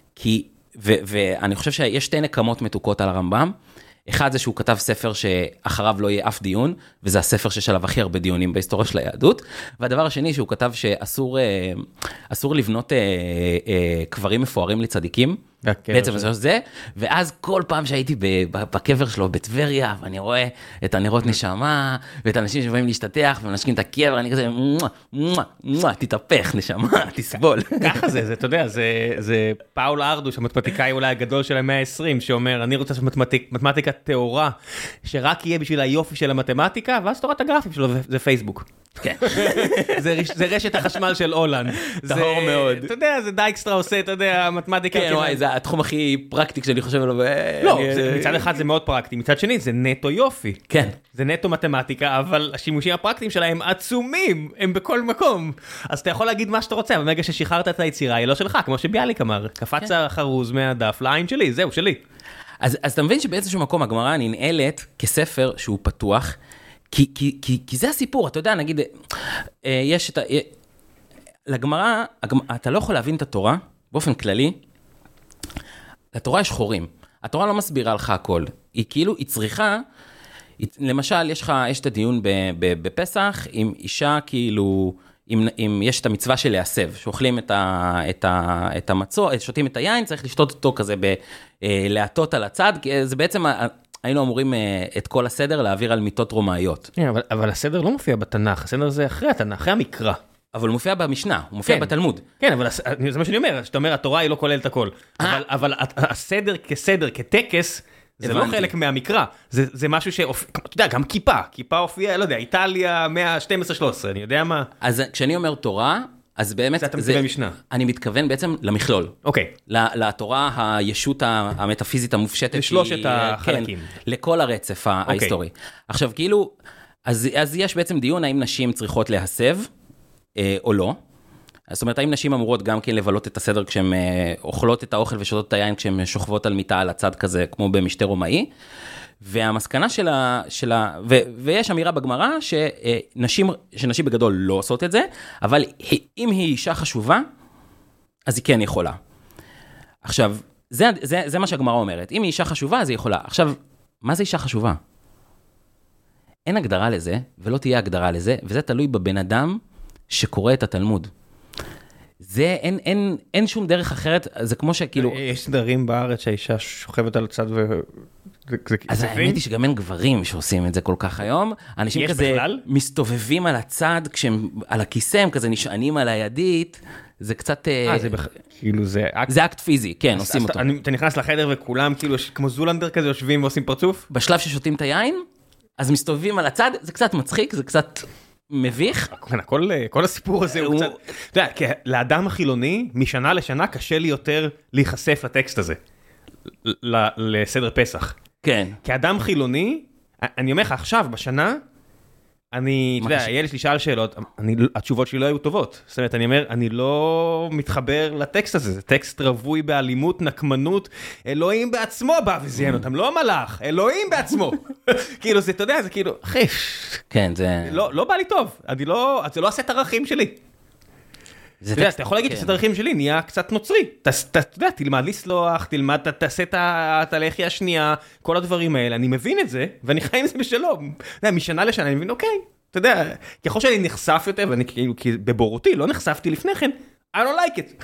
ואני חושב שיש שתי נקמות מתוקות על הרמב"ם, אחד זה שהוא כתב ספר שאחריו לא יהיה אף דיון, וזה הספר שיש עליו הכי הרבה דיונים בהיסטוריה של היהדות, והדבר השני שהוא כתב שאסור לבנות קברים מפוארים לצדיקים, בעצם זה, ואז כל פעם שהייתי בקבר שלו בטבריה, ואני רואה את הנרות נשמה, ואת האנשים שבאים להשתתח, ומנשקים את הקבר, אני כזה, תתהפך נשמה, תסבול. ככה זה, אתה יודע, זה פאול ארדוש, המתמטיקאי אולי הגדול של המאה ה-20, שאומר, אני רוצה מתמטיקה תיאורה, שרק יהיה בשביל היופי של המתמטיקה, ואז תורת הגרפים שלו זה פייסבוק. זה רשת החשמל של הולנד. טהור מאוד. אתה יודע, זה דייקסטרה עושה, אתה יודע, מתמטיקה. כן, וואי, זה התחום הכי פרקטי כשאני חושב עליו. לא, מצד אחד זה מאוד פרקטי, מצד שני זה נטו יופי. כן. זה נטו מתמטיקה, אבל השימושים הפרקטיים שלהם עצומים, הם בכל מקום. אז אתה יכול להגיד מה שאתה רוצה, אבל ברגע ששחררת את היצירה, היא לא שלך, כמו שביאליק אמר. קפץ החרוז מהדף לעין שלי, זהו, שלי. אז אתה מבין שבאיזשהו מקום הגמרא ננעלת כספר שהוא פתוח, כי זה הסיפור, אתה יודע, נגיד, יש את לגמרא, אתה לא יכול להבין את התורה, באופן כללי, לתורה יש חורים. התורה לא מסבירה לך הכל. היא כאילו, היא צריכה, למשל, יש את הדיון בפסח, עם אישה כאילו, אם יש את המצווה של להסב, שאוכלים את המצוא, שותים את היין, צריך לשתות אותו כזה להטות על הצד, כי זה בעצם, היינו אמורים את כל הסדר להעביר על מיטות רומאיות. אבל הסדר לא מופיע בתנ"ך, הסדר זה אחרי התנ"ך, אחרי המקרא. אבל הוא מופיע במשנה, הוא מופיע בתלמוד. כן, אבל זה מה שאני אומר, שאתה אומר, התורה היא לא כוללת הכל. אבל הסדר כסדר, כטקס, זה לא חלק מהמקרא. זה משהו אתה יודע, גם כיפה הופיעה, לא יודע, איטליה, 112-13, אני יודע מה. אז כשאני אומר תורה, אז באמת, אתה מתכוון משנה. אני מתכוון בעצם למכלול. אוקיי. לתורה, הישות המטאפיזית המופשטת. לשלושת החלקים. לכל הרצף ההיסטורי. עכשיו, כאילו, אז יש בעצם דיון האם נשים צריכות להסב, או לא. זאת אומרת, האם נשים אמורות גם כן לבלות את הסדר כשהן אוכלות את האוכל ושותות את היין כשהן שוכבות על מיטה על הצד כזה, כמו במשתה רומאי. והמסקנה ויש אמירה בגמרא שנשים בגדול לא עושות את זה, אבל אם היא אישה חשובה, אז היא כן יכולה. עכשיו, זה מה שהגמרא אומרת. אם היא אישה חשובה, אז היא יכולה. עכשיו, מה זה אישה חשובה? אין הגדרה לזה, ולא תהיה הגדרה לזה, וזה תלוי בבן אדם שקורא את התלמוד. אין שום דרך אחרת, זה כמו שכאילו... יש סדרים בארץ שהאישה שוכבת על הצד אז האמת היא שגם אין גברים שעושים את זה כל כך היום. אנשים כזה מסתובבים על הצד, כשהם על הכיסא, הם כזה נשענים על הידית, זה קצת... כאילו זה אקט... זה אקט פיזי, כן, עושים אותו. אתה נכנס לחדר וכולם כאילו כמו זולנדר כזה יושבים ועושים פרצוף? בשלב ששותים את היין, אז מסתובבים על הצד, זה קצת מצחיק, זה קצת מביך. כל הסיפור הזה הוא קצת... אתה יודע, לאדם החילוני, משנה לשנה קשה לי יותר להיחשף לטקסט הזה, לסדר פסח. כן. כאדם חילוני, אני אומר לך עכשיו, בשנה, אתה יודע, הילד שלי שאל שאלות, התשובות שלי לא היו טובות. זאת אומרת, אני אומר, אני לא מתחבר לטקסט הזה, זה טקסט רווי באלימות, נקמנות, אלוהים בעצמו בא וזיין אותם, לא המלאך, אלוהים בעצמו. כאילו, זה, אתה יודע, זה כאילו, אחי, כן, זה... לא בא לי טוב, זה לא הסט ערכים שלי. אתה יכול להגיד שהסט ערכים שלי נהיה קצת נוצרי. אתה יודע, תלמד לסלוח, תלמד, תעשה את הלחי השנייה, כל הדברים האלה, אני מבין את זה, ואני חי עם זה בשלום. משנה לשנה, אני מבין, אוקיי, אתה יודע, ככל שאני נחשף יותר, ואני כאילו, בבורותי, לא נחשפתי לפני כן, I don't like it.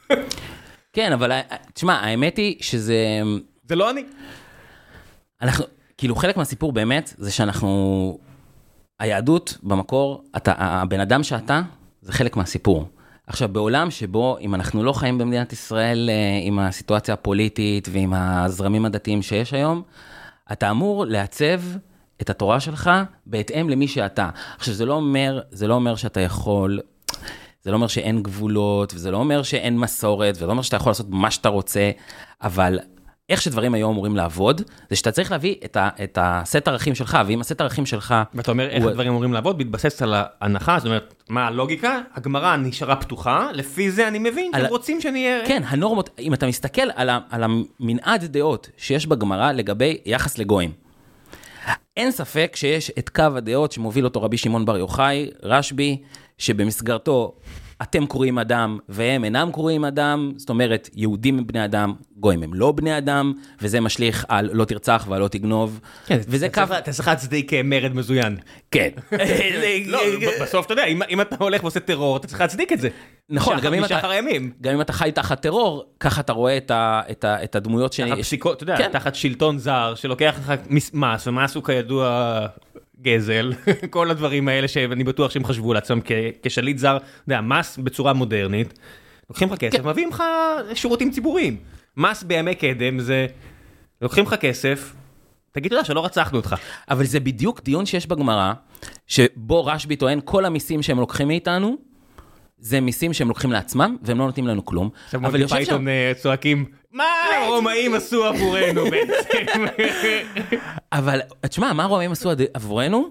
כן, אבל, תשמע, האמת היא שזה... זה לא אני. אנחנו, כאילו, חלק מהסיפור באמת, זה שאנחנו... היהדות, במקור, הבן אדם שאתה, זה חלק מהסיפור. עכשיו, בעולם שבו, אם אנחנו לא חיים במדינת ישראל, עם הסיטואציה הפוליטית ועם הזרמים הדתיים שיש היום, אתה אמור לעצב את התורה שלך בהתאם למי שאתה. עכשיו, זה לא אומר שאתה יכול, זה לא אומר שאין גבולות, וזה לא אומר שאין מסורת, וזה לא אומר שאתה יכול לעשות מה שאתה רוצה, אבל איך שדברים היום אמורים לעבוד, זה שאתה צריך להביא את הסט ערכים שלך, ואם הסט ערכים שלך... ואתה אומר איך הדברים אמורים לעבוד, בהתבסס על ההנחה, זאת אומרת, מה הלוגיקה? הגמרא נשארה פתוחה, לפי זה אני מבין, אתם רוצים שאני אהיה... כן, הנורמות, אם אתה מסתכל על המנעד דעות שיש בגמרא לגבי יחס לגויים, אין ספק שיש את קו הדעות שמוביל אותו רבי שמעון בר יוחאי, רשב"י, שבמסגרתו אתם קוראים אדם והם אינם קוראים אדם, זאת אומרת, יהודים הם בני אדם, גויים הם לא בני אדם, וזה משליך על לא תרצח ועל לא תגנוב. כן, אתה צריך להצדיק מרד מזוין. כן. לא, בסוף אתה יודע, אם אתה הולך ועושה טרור, אתה צריך להצדיק את זה. נכון, גם אם אתה חי תחת טרור, ככה אתה רואה את הדמויות ש... תחת פסיקות, אתה יודע, תחת שלטון זר, שלוקח לך מס, ומס הוא כידוע... גזל, כל הדברים האלה שאני בטוח שהם חשבו לעצמם כשליט זר, אתה יודע, מס בצורה מודרנית, לוקחים לך כסף, מביאים לך שירותים ציבוריים. מס בימי קדם זה, לוקחים לך כסף, תגיד תודה שלא רצחנו אותך. אבל זה בדיוק דיון שיש בגמרא, שבו רשב"י טוען, כל המיסים שהם לוקחים מאיתנו, זה מיסים שהם לוקחים לעצמם, והם לא נותנים לנו כלום. אבל יושב שם... צועקים, מה הרומאים עשו עבורנו בעצם? אבל, תשמע, מה הרומאים עשו עבורנו?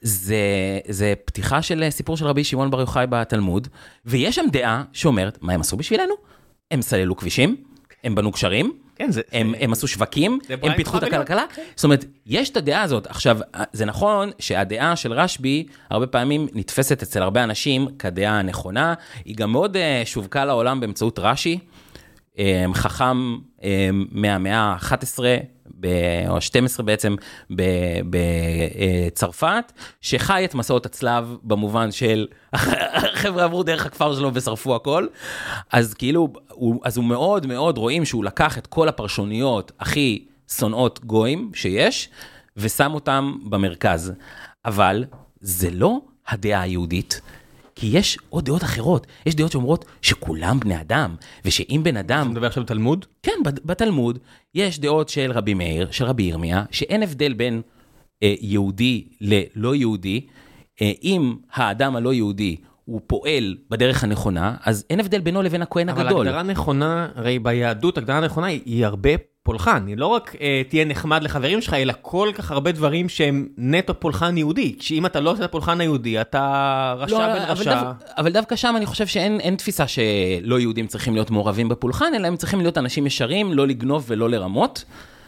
זה פתיחה של סיפור של רבי שמעון בר יוחאי בתלמוד, ויש שם דעה שאומרת, מה הם עשו בשבילנו? הם סללו כבישים, הם בנו גשרים, הם עשו שווקים, הם פיתחו את הכלכלה. זאת אומרת, יש את הדעה הזאת. עכשיו, זה נכון שהדעה של רשב"י, הרבה פעמים נתפסת אצל הרבה אנשים כדעה הנכונה, היא גם מאוד שווקה לעולם באמצעות רש"י, חכם מהמאה ה-11, או ה-12 בעצם, בצרפת, שחי את מסעות הצלב במובן של, החבר'ה עברו דרך הכפר שלו ושרפו הכל, אז כאילו, אז הוא מאוד מאוד רואים שהוא לקח את כל הפרשוניות הכי שונאות גויים שיש, ושם אותם במרכז. אבל זה לא הדעה היהודית, כי יש עוד דעות אחרות. יש דעות שאומרות שכולם בני אדם, ושאם בן אדם... אתה מדבר עכשיו בתלמוד? כן, בתלמוד יש דעות של רבי מאיר, של רבי ירמיה, שאין הבדל בין יהודי ללא יהודי. אם האדם הלא יהודי הוא פועל בדרך הנכונה, אז אין הבדל בינו לבין הכהן הגדול. אבל הגדרה נכונה, הרי ביהדות הגדרה נכונה היא הרבה פולחן. היא לא רק תהיה נחמד לחברים שלך, אלא כל כך הרבה דברים שהם נטו פולחן יהודי. שאם אתה לא עושה את הפולחן היהודי, אתה רשע בן רשע. אבל דווקא שם אני חושב שאין תפיסה שלא יהודים צריכים להיות מעורבים בפולחן, אלא הם צריכים להיות אנשים ישרים, לא לגנוב ולא לרמות.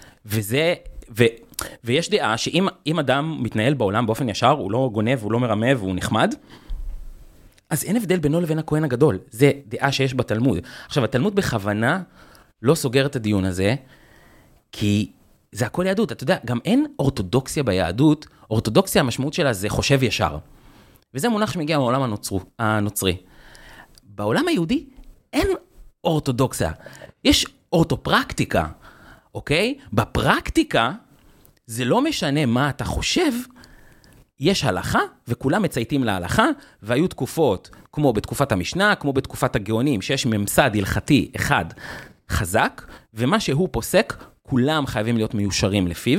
ויש דעה שאם אדם מתנהל בעולם באופן ישר, הוא לא גונב, הוא לא מרמה והוא נחמד, אז אין הבדל בינו לבין הכהן הגדול. זה דעה שיש בתלמוד. עכשיו, התלמוד בכוונה לא סוגר את הדיון הזה, כי זה הכל יהדות. אתה יודע, גם אין אורתודוקסיה ביהדות. אורתודוקסיה, המשמעות שלה זה חושב ישר. וזה מונח שמגיע מהעולם הנוצרי. בעולם היהודי אין אורתודוקסיה. יש אורתופרקטיקה, אוקיי? בפרקטיקה, זה לא משנה מה אתה חושב, יש הלכה, וכולם מצייתים להלכה, והיו תקופות, כמו בתקופת המשנה, כמו בתקופת הגאונים, שיש ממסד הלכתי אחד חזק, ומה שהוא פוסק, כולם חייבים להיות מיושרים לפיו.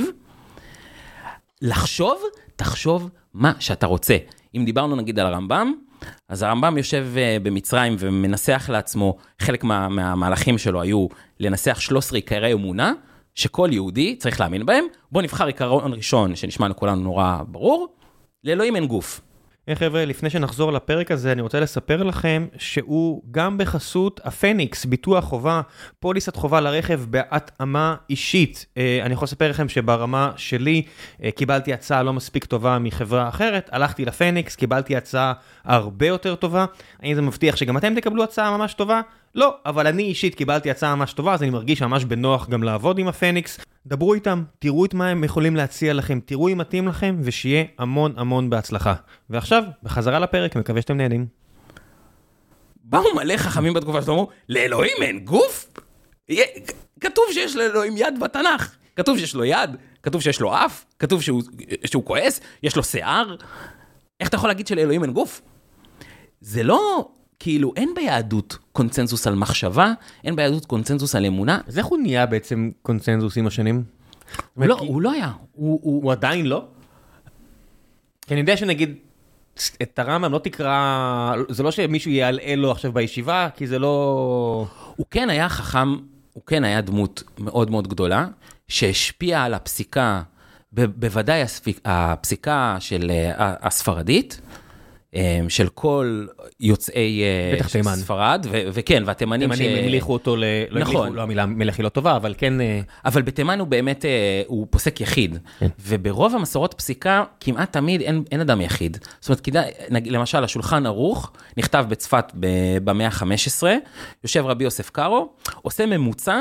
תחשוב מה שאתה רוצה. אם דיברנו נגיד על הרמב"ם, אז הרמב"ם יושב במצרים ומנסח לעצמו, חלק מהמהלכים שלו היו לנסח 13 עיקרי אמונה, שכל יהודי צריך להאמין בהם. בוא נבחר עיקרון ראשון, שנשמע לכולנו נורא ברור, לאלוהים אין גוף. חבר'ה, לפני שנחזור לפרק הזה, אני רוצה לספר לכם שהוא גם בחסות הפניקס, ביטוח חובה, פוליסת חובה לרכב בהתאמה אישית. אני יכול לספר לכם שברמה שלי קיבלתי הצעה לא מספיק טובה מחברה אחרת, הלכתי לפניקס, קיבלתי הצעה הרבה יותר טובה. האם זה מבטיח שגם אתם תקבלו הצעה ממש טובה? לא, אבל אני אישית קיבלתי הצעה ממש טובה, אז אני מרגיש ממש בנוח גם לעבוד עם הפניקס. דברו איתם, תראו את מה הם יכולים להציע לכם, תראו אם מתאים לכם, ושיהיה המון המון בהצלחה. ועכשיו, בחזרה לפרק, מקווה שאתם נהנים. באו מלא חכמים בתקופה שאתה אמרו, לאלוהים אין גוף? כתוב שיש לאלוהים יד בתנ"ך, כתוב שיש לו יד, כתוב שיש לו אף, כתוב שהוא כועס, יש לו שיער. איך אתה יכול להגיד שלאלוהים אין גוף? זה לא... כאילו, אין ביהדות קונצנזוס על מחשבה, אין ביהדות קונצנזוס על אמונה. אז איך הוא נהיה בעצם קונצנזוס עם השנים? הוא לא היה. הוא עדיין לא? כי אני יודע שנגיד, את הרמב"ם לא תקרא, זה לא שמישהו יעלעל לו עכשיו בישיבה, כי זה לא... הוא כן היה חכם, הוא כן היה דמות מאוד מאוד גדולה, שהשפיעה על הפסיקה, בוודאי הפסיקה של הספרדית, של כל יוצאי ספרד, וכן, והתימנים המליכו אותו, לא המילה מלך היא לא טובה, אבל כן... אבל בתימן הוא באמת, הוא פוסק יחיד, וברוב המסורות פסיקה, כמעט תמיד אין אדם יחיד. זאת אומרת, למשל, השולחן ערוך, נכתב בצפת במאה ה-15, יושב רבי יוסף קארו, עושה ממוצע,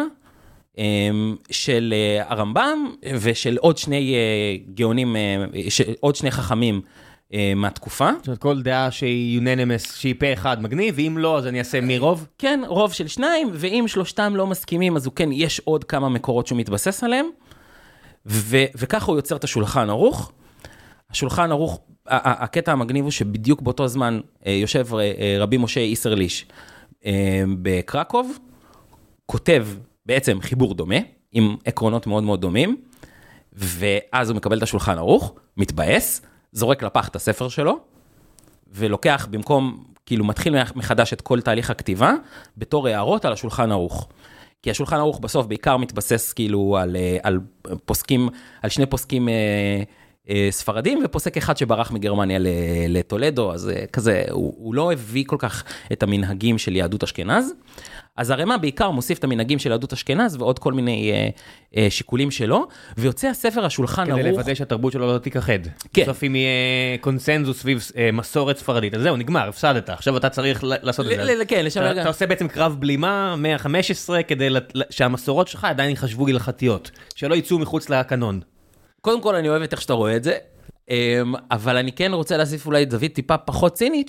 של הרמב"ם, ושל עוד שני גאונים, עוד שני חכמים, מהתקופה. זאת אומרת, כל דעה שהיא יוננימס, שהיא פה אחד מגניב, ואם לא, אז אני אעשה מרוב? כן, רוב של 2, ואם שלושתם לא מסכימים, אז הוא כן, יש עוד כמה מקורות שהוא מתבסס עליהם, וככה הוא יוצר את השולחן ערוך. השולחן ערוך, הקטע המגניב הוא שבדיוק באותו זמן יושב רבי משה איסרליש בקרקוב, כותב בעצם חיבור דומה, עם עקרונות מאוד מאוד דומים, ואז הוא מקבל את השולחן ערוך, מתבאס, זורק לפח את הספר שלו, ולוקח במקום, כאילו מתחיל מחדש את כל תהליך הכתיבה, בתור הערות על השולחן ערוך. כי השולחן ערוך בסוף בעיקר מתבסס כאילו על פוסקים, על שני פוסקים ספרדים, ופוסק אחד שברח מגרמניה לטולדו, אז כזה, הוא לא הביא כל כך את המנהגים של יהדות אשכנז, אז הרמ"א בעיקר מוסיף את המנהגים של יהדות אשכנז, ועוד כל מיני שיקולים שלו, ויוצא הספר השולחן ערוך. כדי לוודא שהתרבות שלו לא תיכחד. כן. בסוף אם יהיה קונצנזוס סביב מסורת ספרדית, אז זהו, נגמר, הפסדת. עכשיו אתה צריך לעשות את זה. כן, אתה עושה בעצם קרב בלימה, 115, כדי שהמסורות שלך עדיין יחשבו הלכתיות, שלא יצאו מחוץ לקנון. קודם כל אני אוהב את איך שאתה רואה את זה, אבל אני כן רוצה להוסיף אולי דוד טיפה פחות צינית,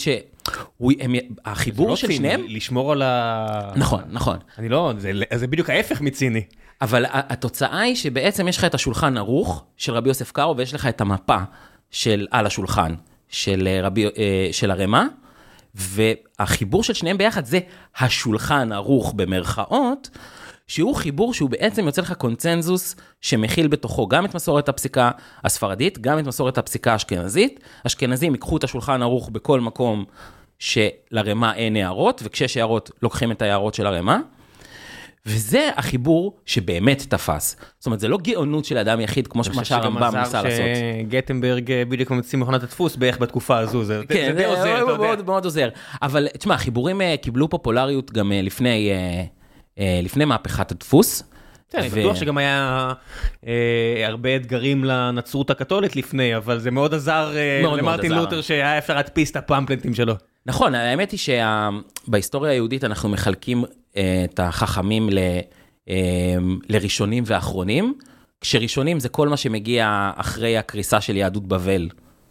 שהחיבור של שניהם... לשמור על ה... נכון, נכון. אני לא, זה בדיוק ההפך מציני. אבל התוצאה היא שבעצם יש לך את השולחן ערוך של רבי יוסף קארו, ויש לך את המפה על השולחן של הרמ"א, והחיבור של שניהם ביחד זה השולחן ערוך במרכאות, שהוא חיבור שהוא בעצם יוצא לך קונצנזוס שמכיל בתוכו גם את מסורת הפסיקה הספרדית, גם את מסורת הפסיקה האשכנזית. אשכנזים ייקחו את השולחן ערוך בכל מקום שלרמ"א אין הערות, וכשיש הערות לוקחים את ההערות של הרמ"א, וזה החיבור שבאמת תפס. זאת אומרת, זה לא גאונות של אדם יחיד, כמו מה שהרמב"ם ניסה לעשות. שגטנברג בדיוק ממציא מכונת הדפוס בערך בתקופה הזו, זה די עוזר, אתה יודע. מאוד עוזר. אבל תשמע, החיבורים קיבלו פופולריות גם לפני מהפכת הדפוס. אני בטוח שגם היה הרבה אתגרים לנצרות הקתולית לפני, אבל זה מאוד עזר למרטין לותר שהיה אפשר להדפיס את הפמפלטים שלו. נכון, האמת היא שבהיסטוריה היהודית אנחנו מחלקים את החכמים לראשונים ואחרונים, כשראשונים זה כל מה שמגיע אחרי הקריסה של יהדות בבל,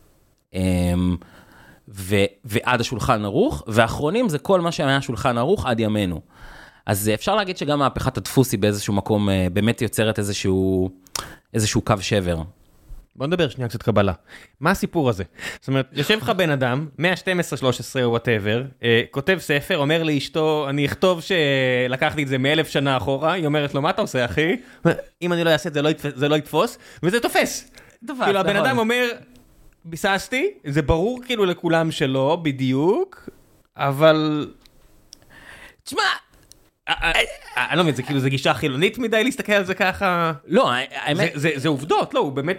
ועד השולחן ערוך, ואחרונים זה כל מה שהיה השולחן ערוך עד ימינו. אז אפשר להגיד שגם מהפכת הדפוס היא באיזשהו מקום באמת יוצרת איזשהו קו שבר. בוא נדבר שנייה קצת קבלה. מה הסיפור הזה? זאת אומרת, יושב לך בן אדם, 112, 13 או whatever, כותב ספר, אומר לאשתו, אני אכתוב שלקחתי את זה מ1000 שנה אחורה, היא אומרת לו, מה אתה עושה, אחי? אם אני לא אעשה את זה, זה לא יתפוס, וזה תופס. כאילו, הבן אדם אומר, ביססתי, זה ברור כאילו לכולם שלא, בדיוק, אבל... תשמע, אני לא מבין, זה כאילו, זה גישה חילונית מדי להסתכל על זה ככה? לא, האמת... זה עובדות, לא, הוא באמת...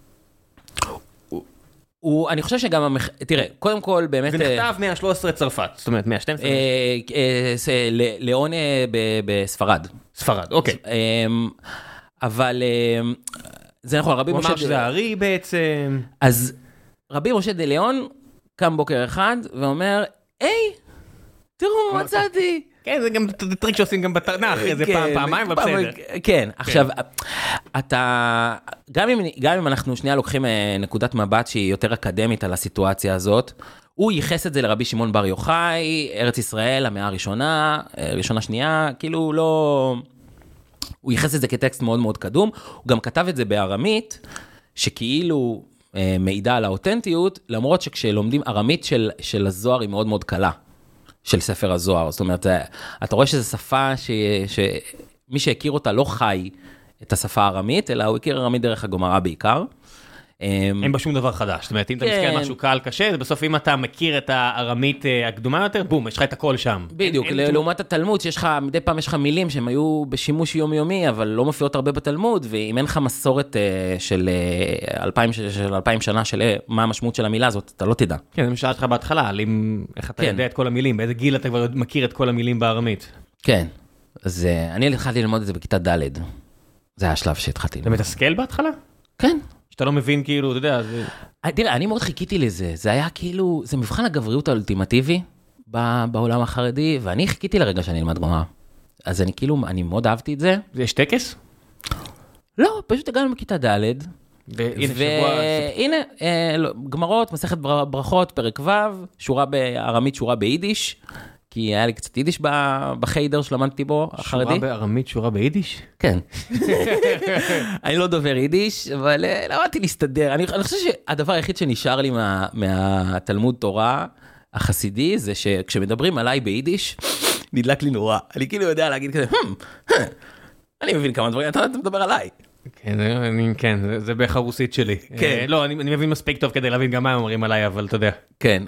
אני חושב שגם, תראה, קודם כל באמת... זה נכתב 113 צרפת, זאת אומרת 112. ליאון בספרד. ספרד, אוקיי. אבל זה נכון, רבי משה... הוא אמר שזה הארי בעצם. אז רבי משה דה ליאון קם בוקר אחד ואומר, היי, תראו מה מצאתי. כן, זה גם טריק שעושים גם בתנ"ך, איזה פעמיים, אבל בסדר. כן, עכשיו, אתה, גם אם אנחנו שנייה לוקחים נקודת מבט שהיא יותר אקדמית על הסיטואציה הזאת, הוא ייחס את זה לרבי שמעון בר יוחאי, ארץ ישראל, המאה הראשונה, ראשונה שנייה, כאילו לא... הוא ייחס את זה כטקסט מאוד מאוד קדום, הוא גם כתב את זה בארמית, שכאילו מעידה על האותנטיות, למרות שכשלומדים ארמית של הזוהר היא מאוד מאוד קלה. של ספר הזוהר, זאת אומרת, אתה רואה שזו שפה שמי שהכיר אותה לא חי את השפה הארמית, אלא הוא הכיר ארמית דרך הגמרא בעיקר. אין בה שום דבר חדש, זאת אומרת, אם אתה מסתכל על משהו קל קשה, בסוף אם אתה מכיר את הארמית הקדומה יותר, בום, יש לך את הכל שם. בדיוק, לעומת התלמוד, שיש לך, מדי פעם יש לך מילים שהם היו בשימוש יומיומי, אבל לא מופיעות הרבה בתלמוד, ואם אין לך מסורת של 2000 שנה של מה המשמעות של המילה הזאת, אתה לא תדע. כן, זה משאלת לך בהתחלה, על איך אתה יודע את כל המילים, באיזה גיל אתה כבר מכיר את כל המילים בארמית. כן, אז אני התחלתי ללמוד את זה בכיתה ד'. זה היה השלב שהתחלתי ללמוד. אתה מתסכל בהתחלה? כן. שאתה לא מבין כאילו, אתה יודע, זה... תראה, אני מאוד חיכיתי לזה, זה היה כאילו, זה מבחן הגבריות האולטימטיבי בעולם החרדי, ואני חיכיתי לרגע שאני אלמד גמרא. אז אני כאילו, אני מאוד אהבתי את זה. יש טקס? לא, פשוט הגענו בכיתה ד' והנה, גמרות, מסכת ברכות, פרק ו', שורה בארמית, שורה ביידיש, כי היה לי קצת יידיש בחיידר שלמדתי בו, החרדי. שורה בארמית, שורה ביידיש? כן. אני לא דובר יידיש, אבל למדתי להסתדר. אני חושב שהדבר היחיד שנשאר לי מהתלמוד תורה החסידי, זה שכשמדברים עליי ביידיש, נדלק לי נורא. אני כאילו יודע להגיד כזה, אני מבין כמה דברים, אתה מדבר עליי. כן, זה בערך הרוסית שלי. לא, אני מבין מספיק טוב כדי להבין גם מה הם אומרים עליי, אבל אתה יודע. כן,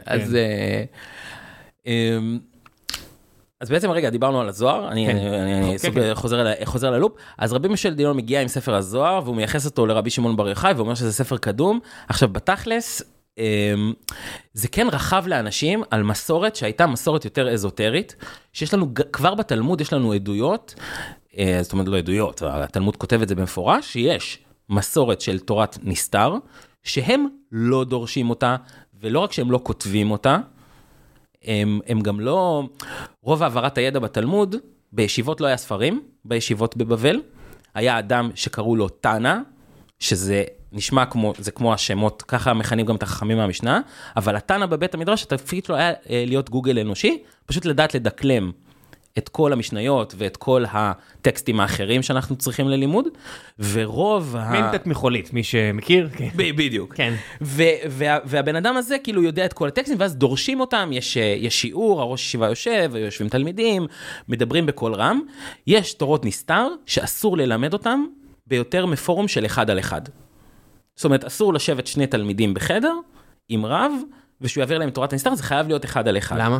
אז בעצם רגע, דיברנו על הזוהר, אני חוזר ללופ, אז רבי משה דה ליאון מגיע עם ספר הזוהר, והוא מייחס אותו לרבי שמעון בר יוחאי, ואומר שזה ספר קדום. עכשיו, בתכלס, זה כן רחב לאנשים על מסורת שהייתה מסורת יותר אזוטרית, שיש לנו, כבר בתלמוד יש לנו עדויות, זאת אומרת לא עדויות, התלמוד כותב את זה במפורש, שיש מסורת של תורת נסתר, שהם לא דורשים אותה, ולא רק שהם לא כותבים אותה, הם גם לא, רוב העברת הידע בתלמוד, בישיבות לא היה ספרים, בישיבות בבבל, היה אדם שקראו לו תנא, שזה נשמע כמו, זה כמו השמות, ככה מכנים גם את החכמים מהמשנה, אבל התנא בבית המדרש, התפקיד שלו היה להיות גוגל אנושי, פשוט לדעת לדקלם את כל המשניות ואת כל הטקסטים האחרים שאנחנו צריכים ללימוד, ורוב מינטת מחולית, מי שמכיר. בדיוק. כן. והבן אדם הזה כאילו יודע את כל הטקסטים, ואז דורשים אותם, יש שיעור, הראש ישיבה יושב, ויושבים תלמידים, מדברים בקול רם, יש תורות נסתר, שאסור ללמד אותם, ביותר מפורום של 1 על 1. זאת אומרת, אסור לשבת 2 תלמידים בחדר, עם רב, ושהוא יעביר להם תורת הנסתר, זה חייב להיות 1 על 1. למה?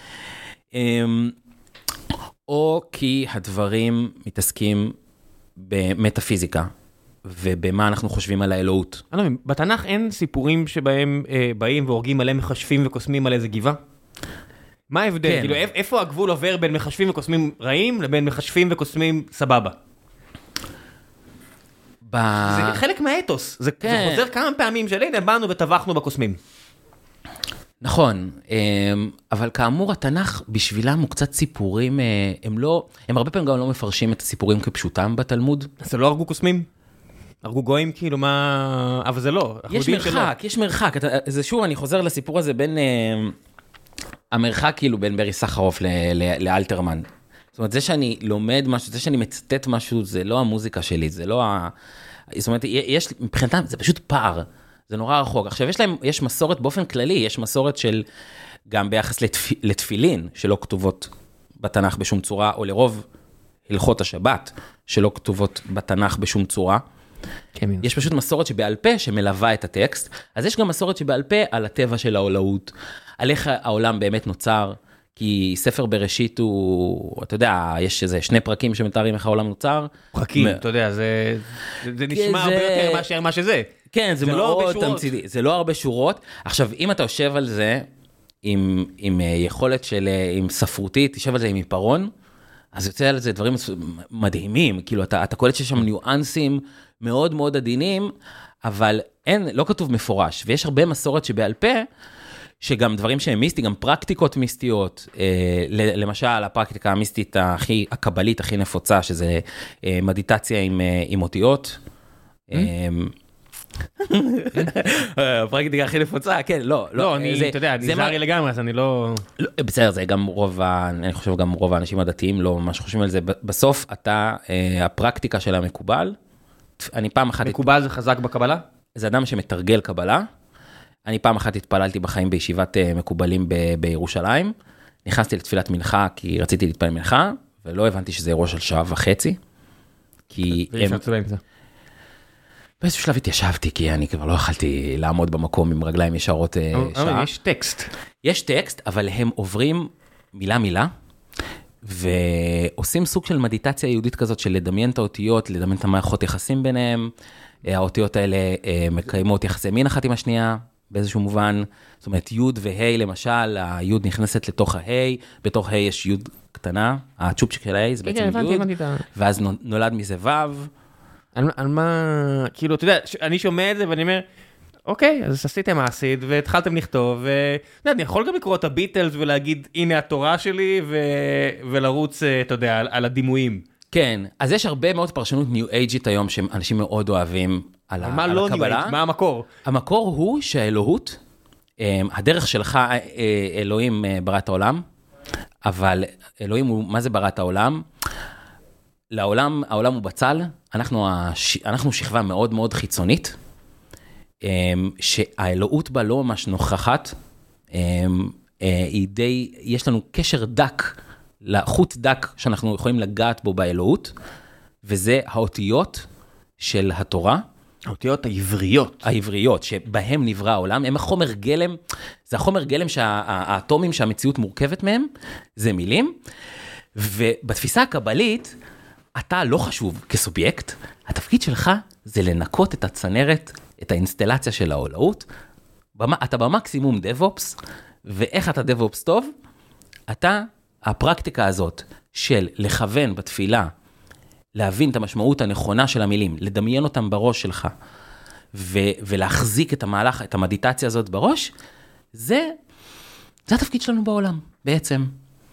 או כי הדברים מתעסקים במטאפיזיקה, ובמה אנחנו חושבים על האלוהות. אני לא מבין, בתנ"ך אין סיפורים שבהם באים והורגים מלא מחשבים וקוסמים על איזה גבעה? מה ההבדל? כן. כאילו, איפה הגבול עובר בין מחשבים וקוסמים רעים, לבין מחשבים וקוסמים סבבה? זה חלק מהאתוס, זה חוזר כמה פעמים של הנה, באנו וטבחנו בקוסמים. נכון, אבל כאמור התנ"ך בשבילם הוא קצת סיפורים, הם הרבה פעמים גם לא מפרשים את הסיפורים כפשוטם בתלמוד. זה לא הרגו קוסמים? הרגו גויים כאילו מה... אבל זה לא. יש מרחק, זה שוב אני חוזר לסיפור הזה בין המרחק כאילו בין ברי סחרוף לאלתרמן. זאת אומרת, זה שאני לומד משהו, זה שאני מצטט משהו, זה לא המוזיקה שלי, זה לא זאת אומרת, מבחינתם זה פשוט פער, זה נורא רחוק. עכשיו, יש מסורת באופן כללי, יש מסורת של, גם ביחס לתפילין, שלא כתובות בתנ"ך בשום צורה, או לרוב הלכות השבת, שלא כתובות בתנ"ך בשום צורה. יש פשוט מסורת שבעל פה שמלווה את הטקסט, אז יש גם מסורת שבעל פה על הטבע של העולאות, על איך העולם באמת נוצר, כי ספר בראשית הוא, אתה יודע, יש איזה 2 פרקים שמתארים איך העולם נוצר. פרקים, אתה יודע, זה נשמע הרבה יותר מאשר מה שזה. כן, זה מאוד תמציתי, זה לא הרבה שורות. עכשיו, אם אתה יושב על זה, עם יכולת של, עם ספרותית, תשב על זה עם עיפרון, אז יוצא על זה דברים מדהימים, כאילו אתה קולט שיש שם ניואנסים מאוד מאוד עדינים, אבל לא כתוב מפורש, ויש הרבה מסורת שבעל פה, שגם דברים שהם מיסטיים, גם פרקטיקות מיסטיות, למשל הפרקטיקה המיסטית הקבלית הכי נפוצה, שזה מדיטציה עם אותיות, הפרקטיקה הכי נפוצה, כן, לא. לא, אתה יודע, אני זהרי לגמרי, אז אני לא... בסדר, זה גם אני חושב גם רוב האנשים הדתיים לא ממש חושבים על זה. בסוף, הפרקטיקה של המקובל, אני פעם אחת... מקובל זה חזק בקבלה? זה אדם שמתרגל קבלה. אני פעם אחת התפללתי בחיים בישיבת מקובלים בירושלים. נכנסתי לתפילת מנחה, כי רציתי להתפלל מנחה, ולא הבנתי שזה אירוע של 1.5 שעות. כי הם... באיזשהו שלב התיישבתי, כי אני כבר לא יכלתי לעמוד במקום עם רגליים ישרות שעה. יש טקסט. יש טקסט, אבל הם עוברים מילה, ועושים סוג של מדיטציה יהודית כזאת, של לדמיין את האותיות, לדמיין את המערכות יחסים ביניהם. האותיות האלה מקיימות יחסי מין אחת עם השנייה, באיזשהו מובן. זאת אומרת, י' וה' למשל, הי' נכנסת לתוך ה', בתוך ה' יש י' קטנה, הצ'ופצ'יק של ה' זה בעצם י', ואז נולד מזה ו'. על מה, כאילו, אתה יודע, אני שומע את זה ואני אומר, אוקיי, אז עשיתם מעשית והתחלתם לכתוב, ואני יכול גם לקרוא את הביטלס ולהגיד, הנה התורה שלי, ולרוץ, אתה יודע, על הדימויים. כן, אז יש הרבה מאוד פרשנות ניו-אייג'ית היום, שאנשים מאוד אוהבים על הקבלה. מה לא ניו-אייג'? מה המקור? המקור הוא שהאלוהות, הדרך שלך, אלוהים ברא את העולם, אבל אלוהים הוא, מה זה ברא את העולם? העולם הוא בצל, אנחנו שכבה מאוד מאוד חיצונית, שהאלוהות בה לא ממש נוכחת, יש לנו קשר דק, חוט דק שאנחנו יכולים לגעת בו באלוהות, וזה האותיות של התורה. האותיות העבריות. העבריות, שבהם נברא העולם, הם החומר גלם, זה החומר גלם שהאטומים שהמציאות מורכבת מהם, זה מילים, ובתפיסה הקבלית, אתה לא חשוב כסובייקט, התפקיד שלך זה לנקות את הצנרת, את האינסטלציה של העולאות, אתה במקסימום דב-אופס, ואיך אתה דב-אופס טוב? הפרקטיקה הזאת של לכוון בתפילה, להבין את המשמעות הנכונה של המילים, לדמיין אותם בראש שלך, ולהחזיק את המהלך, את המדיטציה הזאת בראש, זה התפקיד שלנו בעולם, בעצם.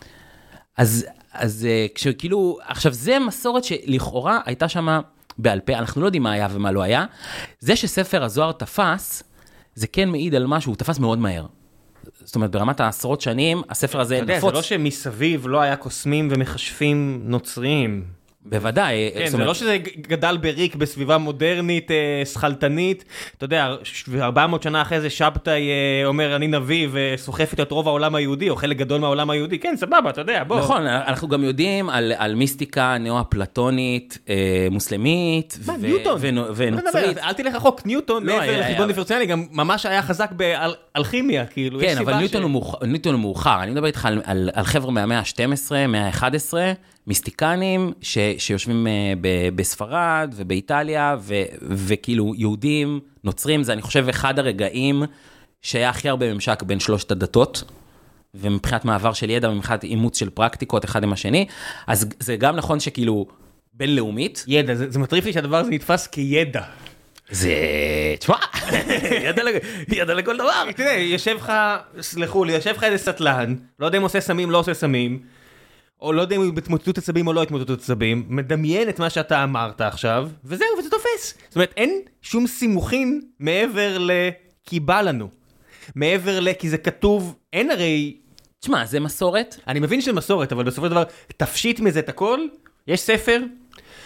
אז כשכאילו, עכשיו זה מסורת שלכאורה הייתה שם בעל פה, אנחנו לא יודעים מה היה ומה לא היה, זה שספר הזוהר תפס, זה כן מעיד על משהו, הוא תפס מאוד מהר. זאת אומרת, ברמת העשרות שנים, הספר הזה נפוץ. זה לא שמסביב לא היה קוסמים ומחשבים נוצריים. בוודאי. כן, זה לא שזה גדל בריק בסביבה מודרנית, שכלתנית. אתה יודע, 400 שנה אחרי זה שבתאי אומר, אני נביא וסוחף את רוב העולם היהודי, או חלק גדול מהעולם היהודי. כן, סבבה, אתה יודע, בוא. נכון, אנחנו גם יודעים על מיסטיקה נאו-אפלטונית, מוסלמית ונוצרית. אל תלך רחוק, ניוטון, מעבר לחשבון דיפרנציאלי, גם ממש היה חזק באלכימיה, כאילו. כן, אבל ניוטון הוא מאוחר. אני מדבר איתך על חבר'ה מהמאה ה-12, מהמאה ה-11, מיסטיקנים שיושבים בספרד ובאיטליה, וכאילו יהודים, נוצרים, זה אני חושב אחד הרגעים שהיה הכי הרבה ממשק בין שלושת הדתות, ומבחינת מעבר של ידע, ומבחינת אימוץ של פרקטיקות אחד עם השני, אז זה גם נכון שכאילו בינלאומית. ידע, זה מטריף לי שהדבר הזה נתפס כידע. זה, תשמע, ידע לכל דבר. תראה, יושב לך, סלחו לי, יושב לך איזה סטלן, לא יודע אם עושה סמים, לא עושה סמים, או לא יודע אם הוא בהתמוטטות עצבים או לא התמוטטות עצבים, מדמיין את מה שאתה אמרת עכשיו, וזהו, וזה תופס. זאת אומרת, אין שום סימוכין מעבר כי בא לנו. מעבר כי זה כתוב, אין הרי... תשמע, זה מסורת. אני מבין שזה מסורת, אבל בסופו של דבר, תפשיט מזה את הכל, יש ספר,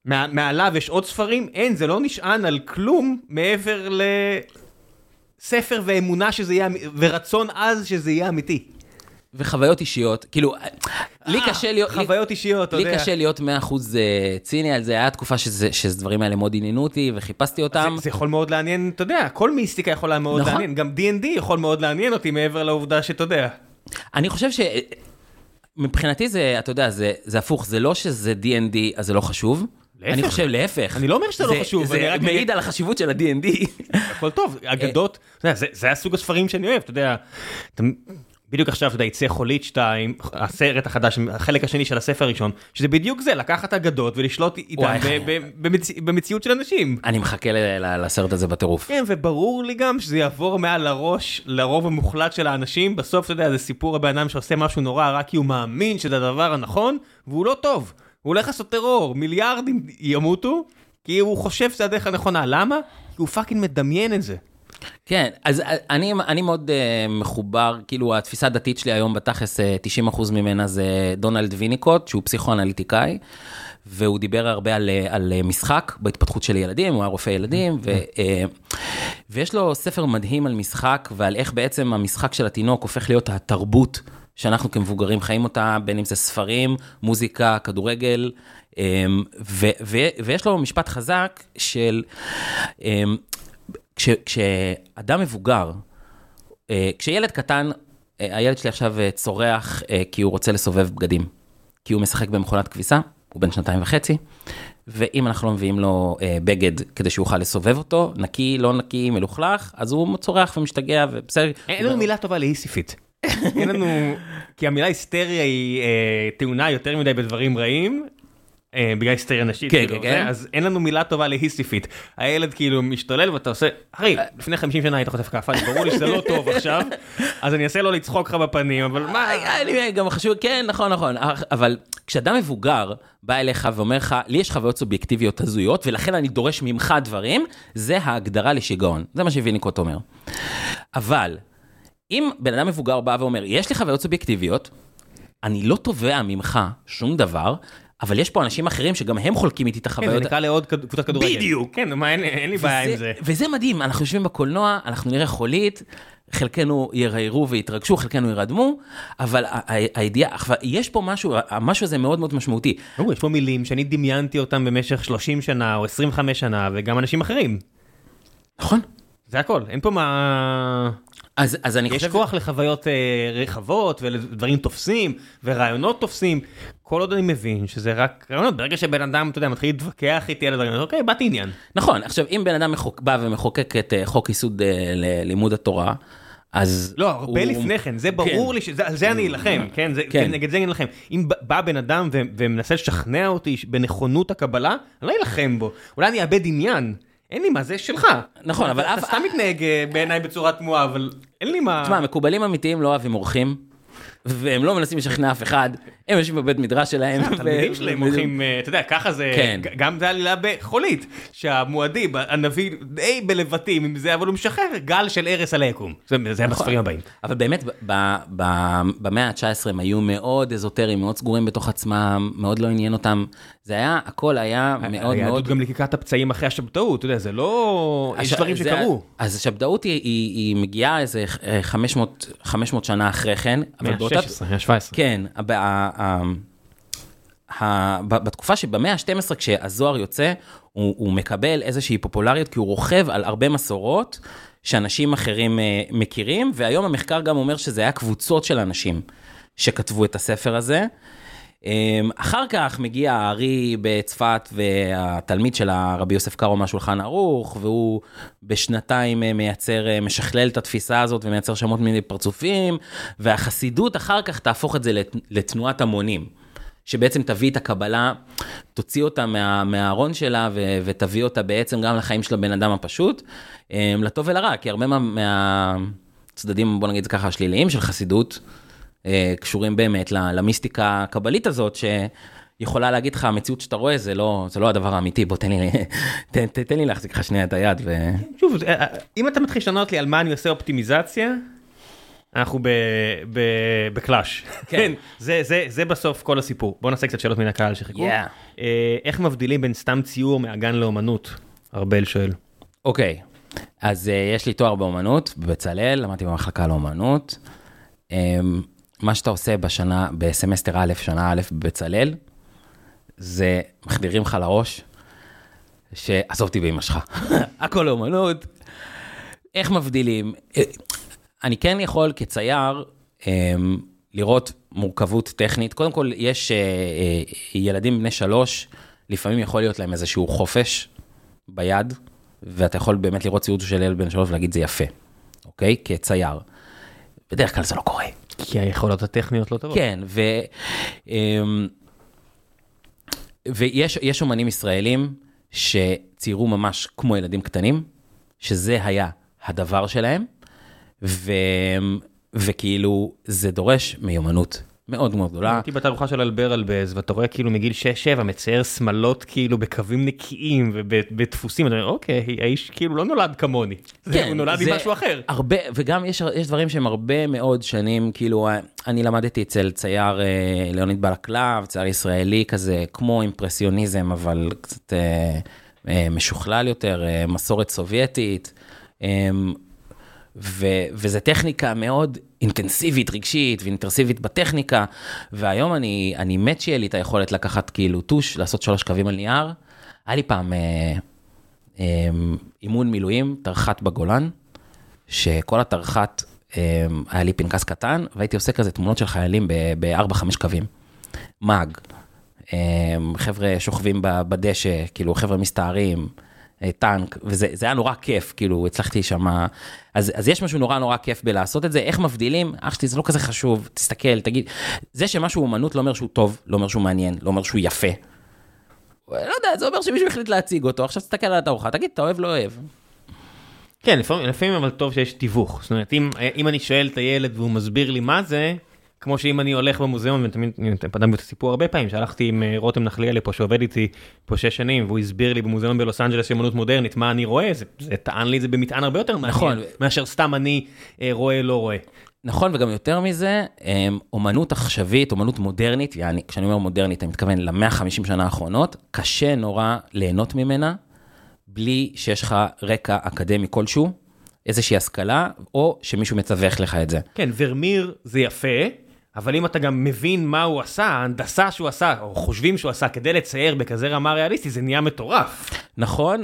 מעליו יש עוד ספרים, אין, זה לא נשען על כלום מעבר לספר ואמונה שזה יהיה, ורצון אז שזה יהיה אמיתי. וחוויות אישיות, כאילו, לי קשה להיות... חוויות אישיות, אתה יודע. לי קשה להיות 100% ציני על זה, היה תקופה שזה דברים האלה מאוד עניינו אותי, וחיפשתי אותם. זה יכול מאוד לעניין, אתה יודע, כל מיסטיקה יכולה מאוד לעניין, גם D&D יכול מאוד לעניין אותי מעבר לעובדה שאתה יודע. אני חושב מבחינתי זה, אתה יודע, זה הפוך, זה לא שזה D&D, אז זה לא חשוב. אני חושב להפך. אני לא אומר שזה לא חשוב. זה מעיד על החשיבות של ה-D&D. הכל טוב, אגדות, זה הסוג הספרים שאני אוהב, אתה יודע, בדיוק עכשיו, אתה יודע, יצא חולית 2, הסרט החדש, החלק השני של הספר הראשון, שזה בדיוק זה, לקחת אגדות ולשלוט איתן במציאות של אנשים. אני מחכה לסרט הזה בטירוף. כן, וברור לי גם שזה יעבור מעל הראש, לרוב המוחלט של האנשים, בסוף, אתה יודע, זה סיפור הבן אדם שעושה משהו נורא, רק כי הוא מאמין שזה הדבר הנכון, והוא לא טוב. הוא הולך לעשות טרור, מיליארדים ימותו, כי הוא חושב שזה הדרך הנכונה. למה? כי הוא פאקינג מדמיין את זה. כן, אז אני מאוד מחובר, כאילו התפיסה הדתית שלי היום בתכלס 90% ממנה זה דונלד ויניקוט, שהוא פסיכואנליטיקאי, והוא דיבר הרבה על משחק בהתפתחות של ילדים, הוא היה רופא ילדים, ויש לו ספר מדהים על משחק, ועל איך בעצם המשחק של התינוק הופך להיות התרבות שאנחנו כמבוגרים חיים אותה, בין אם זה ספרים, מוזיקה, כדורגל, ויש לו משפט חזק של... כשאדם מבוגר, כשילד קטן, הילד שלי עכשיו צורח כי הוא רוצה לסובב בגדים, כי הוא משחק במכונת כביסה, הוא בן 2.5, ואם אנחנו לא מביאים לו בגד כדי שהוא יוכל לסובב אותו, נקי, לא נקי, מלוכלך, אז הוא צורח ומשתגע ובסדר. אין לנו מילה טובה להיסיפית. אין לנו, כי המילה היסטריה היא טעונה יותר מדי בדברים רעים, בגלל היסטריה נשית, אז אין לנו מילה טובה להיסטיפית. הילד כאילו משתולל ואתה עושה, אחי, לפני 50 שנה היית חוטף כאפה, ברור לי שזה לא טוב עכשיו, אז אני אעשה לו לצחוק לך בפנים, אבל מה? גם חשוב, כן, נכון, אבל כשאדם מבוגר בא אליך ואומר לך, לי יש חוויות סובייקטיביות הזויות, ולכן אני דורש ממך דברים, זה ההגדרה לשיגעון. זה מה שוויניקוט אומר. אבל, אם בן אדם מבוגר בא ואומר, יש לי חוויות סובייקטיביות, אני לא תובע ממך שום דבר, אבל יש פה אנשים אחרים שגם הם חולקים איתי את החוויות. כן, זה נקרא לעוד קבוצת כדורגל. בדיוק. כן, אין לי בעיה עם זה. וזה מדהים, אנחנו יושבים בקולנוע, אנחנו נראה חולית, חלקנו ירעירו ויתרגשו, חלקנו ירדמו, אבל הידיעה, יש פה משהו הזה מאוד מאוד משמעותי. יש פה מילים שאני דמיינתי אותם במשך 30 שנה או 25 שנה, וגם אנשים אחרים. נכון. זה הכל, אין פה מה... אז אני חושב... יש כוח לחוויות רחבות, ולדברים תופסים, ורעיונות תופסים. כל עוד אני מבין שזה רק רעיונות, ברגע שבן אדם, אתה יודע, מתחיל להתווכח איתי על הדברים, אוקיי, באתי עניין. נכון, עכשיו, אם בן אדם בא ומחוקק את חוק ייסוד לימוד התורה, אז... לא, הרבה לפני כן, זה ברור לי, על זה אני אלחם, כן? נגד זה אני אלחם. אם בא בן אדם ומנסה לשכנע אותי בנכונות הקבלה, אני לא אלחם בו. אולי אני אאבד עניין. אין לי מה, זה שלך. נכון, אבל אתה סתם מתנהג בעיניי בצורה תמוהה, אבל אין לי מה... תשמע, מקובלים אמיתיים לא אוהבים אורחים, והם לא מנסים לשכנע אף אחד, הם יושבים בבית מדרש שלהם. התלמידים שלהם הולכים, אתה יודע, ככה זה, גם זה עלילה בחולית, שהמועדי, הנביא די בלבטים עם זה, אבל הוא משחרר גל של ערס על היקום. זה בספרים הבאים. אבל באמת, במאה ה-19 הם היו מאוד אזוטריים, מאוד סגורים בתוך עצמם, מאוד לא עניין אותם. זה היה, הכל היה מאוד מאוד... היהדות גם לקיקת הפצעים אחרי השבתאות, אתה יודע, זה לא... יש דברים שקרו. אז השבתאות היא מגיעה איזה 500 שנה אחרי כן, אבל באותה... 17. כן, בתקופה שבמאה ה-12 כשהזוהר יוצא, הוא מקבל איזושהי פופולריות, כי הוא רוכב על הרבה מסורות שאנשים אחרים מכירים, והיום המחקר גם אומר שזה היה קבוצות של אנשים שכתבו את הספר הזה. אחר כך מגיע הארי בצפת, והתלמיד של הרבי יוסף קארו מהשולחן ערוך, והוא בשנתיים משכלל את התפיסה הזאת, ומייצר שמות מיני פרצופים, והחסידות אחר כך תהפוך את זה לתנועת המונים, שבעצם תביא את הקבלה, תוציא אותה מהארון שלה, ותביא אותה בעצם גם לחיים של הבן אדם הפשוט, לטוב ולרע, כי הרבה מהצדדים, בוא נגיד זה ככה, השליליים של חסידות, קשורים באמת למיסטיקה הקבלית הזאת, שיכולה להגיד לך, המציאות שאתה רואה, זה לא הדבר האמיתי, בוא תן לי להחזיק לך שנייה את היד. שוב, אם אתה מתחיל לשנות לי על מה אני עושה אופטימיזציה, אנחנו בקלאש. כן, זה בסוף כל הסיפור. בואו נעשה קצת שאלות מן הקהל שחיכו. איך מבדילים בין סתם ציור מהגן לאומנות? ארבל שואל. אוקיי, אז יש לי תואר באומנות, בבצלאל, למדתי במחלקה לאומנות. מה שאתה עושה בסמסטר א', שנה א' בבצלאל, זה מחדירים לך לראש, שעזובתי באמא שלך. הכל אומנות. איך מבדילים? אני כן יכול כצייר לראות מורכבות טכנית. קודם כל, יש ילדים בני 3, לפעמים יכול להיות להם איזשהו חופש ביד, ואתה יכול באמת לראות ציור של ילד בן 3 ולהגיד זה יפה, אוקיי? כצייר. בדרך כלל זה לא קורה. כי היכולות הטכניות לא טובות. כן, ויש אומנים ישראלים שציירו ממש כמו ילדים קטנים, שזה היה הדבר שלהם, וכאילו זה דורש מיומנות מאוד מאוד גדולה. הייתי בתערוכה של אלבר אלבז, ואתה רואה כאילו מגיל 6-7, מצייר שמלות כאילו בקווים נקיים ובדפוסים, אתה אומר, אוקיי, האיש כאילו לא נולד כמוני, הוא נולד עם משהו אחר. הרבה, וגם יש דברים שהם הרבה מאוד שנים, כאילו, אני למדתי אצל צייר ליאוניד בלקלב, צייר ישראלי כזה, כמו אימפרסיוניזם, אבל קצת משוכלל יותר, מסורת סובייטית, וזה טכניקה מאוד אינטנסיבית, רגשית ואינטרסיבית בטכניקה, והיום אני מת שיהיה לי את היכולת לקחת כאילו טוש, לעשות 3 קווים על נייר. היה לי פעם אימון מילואים, תרחת בגולן, שכל התרחת היה לי פנקס קטן, והייתי עושה כזה תמונות של חיילים ב4-5 קווים. מאג, חבר'ה שוכבים בדשא, כאילו חבר'ה מסתערים, טנק, וזה היה נורא כיף, כאילו, הצלחתי שמה, אז יש משהו נורא כיף בלעשות את זה, איך מבדילים? אח שלי, זה לא כזה חשוב, תסתכל, תגיד, זה שמשהו אומנות לא אומר שהוא טוב, לא אומר שהוא מעניין, לא אומר שהוא יפה, לא יודע, זה אומר שמישהו החליט להציג אותו, עכשיו תסתכל על התערוכה, תגיד, אתה אוהב, לא אוהב. כן, לפעמים אבל טוב שיש תיווך, זאת אומרת, אם אני שואל את הילד והוא מסביר לי מה זה, כמו שאם אני הולך במוזיאון, ותמיד פדמתי את הסיפור הרבה פעמים, שהלכתי עם רותם נחליה לפה, שעובד איתי פה 6 שנים, והוא הסביר לי במוזיאון בלוס אנג'לס של אמנות מודרנית, מה אני רואה, זה טען לי את זה במטען הרבה יותר מעניין, מאשר סתם אני רואה, לא רואה. נכון, וגם יותר מזה, אומנות עכשווית, אומנות מודרנית, כשאני אומר מודרנית, אני מתכוון ל-150 שנה האחרונות, קשה נורא ליהנות ממנה, בלי שיש לך רקע אקדמי כלשהו, איזושהי השכלה, או שמישהו מצווך לך את זה. כן, ורמיר זה יפה, אבל אם אתה גם מבין מה הוא עשה, ההנדסה שהוא עשה, או חושבים שהוא עשה, כדי לצייר בכזה רמה ריאליסטי, זה נהיה מטורף. נכון,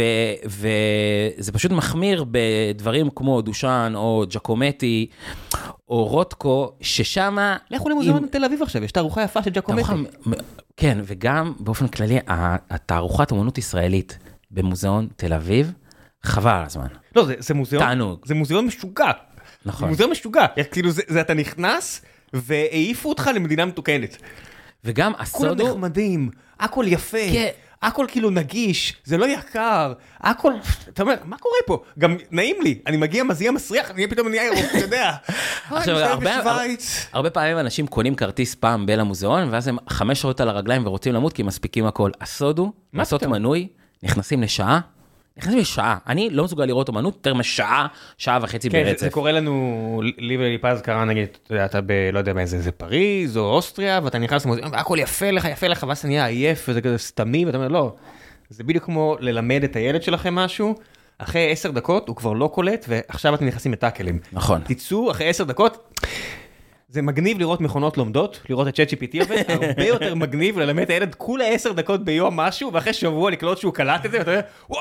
וזה פשוט מחמיר בדברים כמו דושן, או ג'קומטי, או רוטקו, ששמה... לכו למוזיאון תל אביב עכשיו, יש תערוכה יפה של ג'קומטי. כן, וגם באופן כללי, התערוכת אומנות ישראלית במוזיאון תל אביב, חבל על הזמן. לא, זה מוזיאון... תענוג. זה מוזיאון משוגע. נכון. זה מוזיאון משוגע. כאילו, אתה נכנס... והעיפו אותך למדינה מתוקנת. וגם הסודו... כולם נחמדים, הכל יפה, הכל כאילו נגיש, זה לא יקר, הכל... אתה אומר, מה קורה פה? גם נעים לי, אני מגיע מזיע מסריח, אני פתאום נהיה אירופ, אתה יודע. עכשיו, הרבה פעמים אנשים קונים כרטיס פעם בין המוזיאון, ואז הם 5 שעות על הרגליים ורוצים למות, כי הם מספיקים הכל. הסודו, לעשות מנוי, נכנסים לשעה, אני לא מסוגל לראות אומנות יותר משעה, 1.5 שעה ברצף. זה קורה לנו, לי וליפז קרה נגיד, אתה לא יודע באיזה, זה פריז או אוסטריה, ואתה נכנס למוזיאון, והכל יפה לך, ואז אתה נהיה עייף, וזה כזה סתמי, ואתה אומר, לא, זה בדיוק כמו ללמד את הילד שלכם משהו, אחרי 10 דקות הוא כבר לא קולט, ועכשיו אתם נכנסים לטאקלים. נכון. תצאו אחרי 10 דקות, זה מגניב לראות מכונות לומדות, לראות את ChatGPT עובד, הרבה יותר מגניב ללמד את הילד כולה 10 דקות ביום משהו, ואחרי שבוע לקלוט שהוא קלט את זה, ואתה אומר,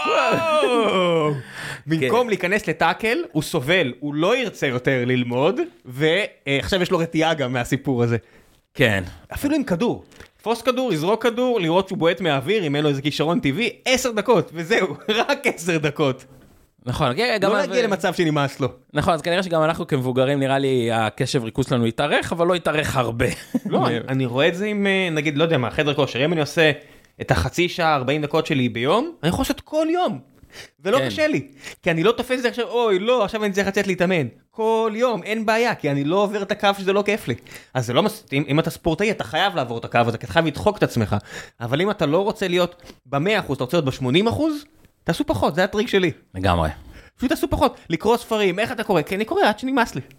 וואו! במקום להיכנס לטאקל, הוא סובל, הוא לא ירצה יותר ללמוד, ועכשיו יש לו רתיעה גם מהסיפור הזה. כן. אפילו עם כדור. תפוס כדור, יזרוק כדור, לראות שהוא בועט מהאוויר, אם אין לו איזה כישרון טבעי, 10 דקות, וזהו, רק 10 דקות. נכון, לא להגיע למצב שנמאס לו. נכון, אז כנראה שגם אנחנו כמבוגרים, נראה לי, הקשב ריכוז שלנו יתארך, אבל לא יתארך הרבה. לא, אני רואה את זה עם, נגיד, לא יודע מה, חדר כושר, אם אני עושה את החצי שעה, 40 דקות שלי ביום, אני יכול לעשות כל יום, ולא קשה לי, כי אני לא תופס את זה עכשיו, אוי, לא, עכשיו אני צריך לצאת להתאמן, כל יום, אין בעיה, כי אני לא עובר את הקו שזה לא כיף לי. אז זה לא, אם אתה ספורטאי, אתה חייב לעבור את הקו הזה, אתה חייב לדחוק את עצמך, אבל אם אתה לא רוצה להיות ב100%, אתה רוצה להיות ב80%, תעשו פחות, זה הטריק שלי. לגמרי. פשוט תעשו פחות, לקרוא ספרים, איך אתה קורא? כי אני קורא עד שנמאס לי.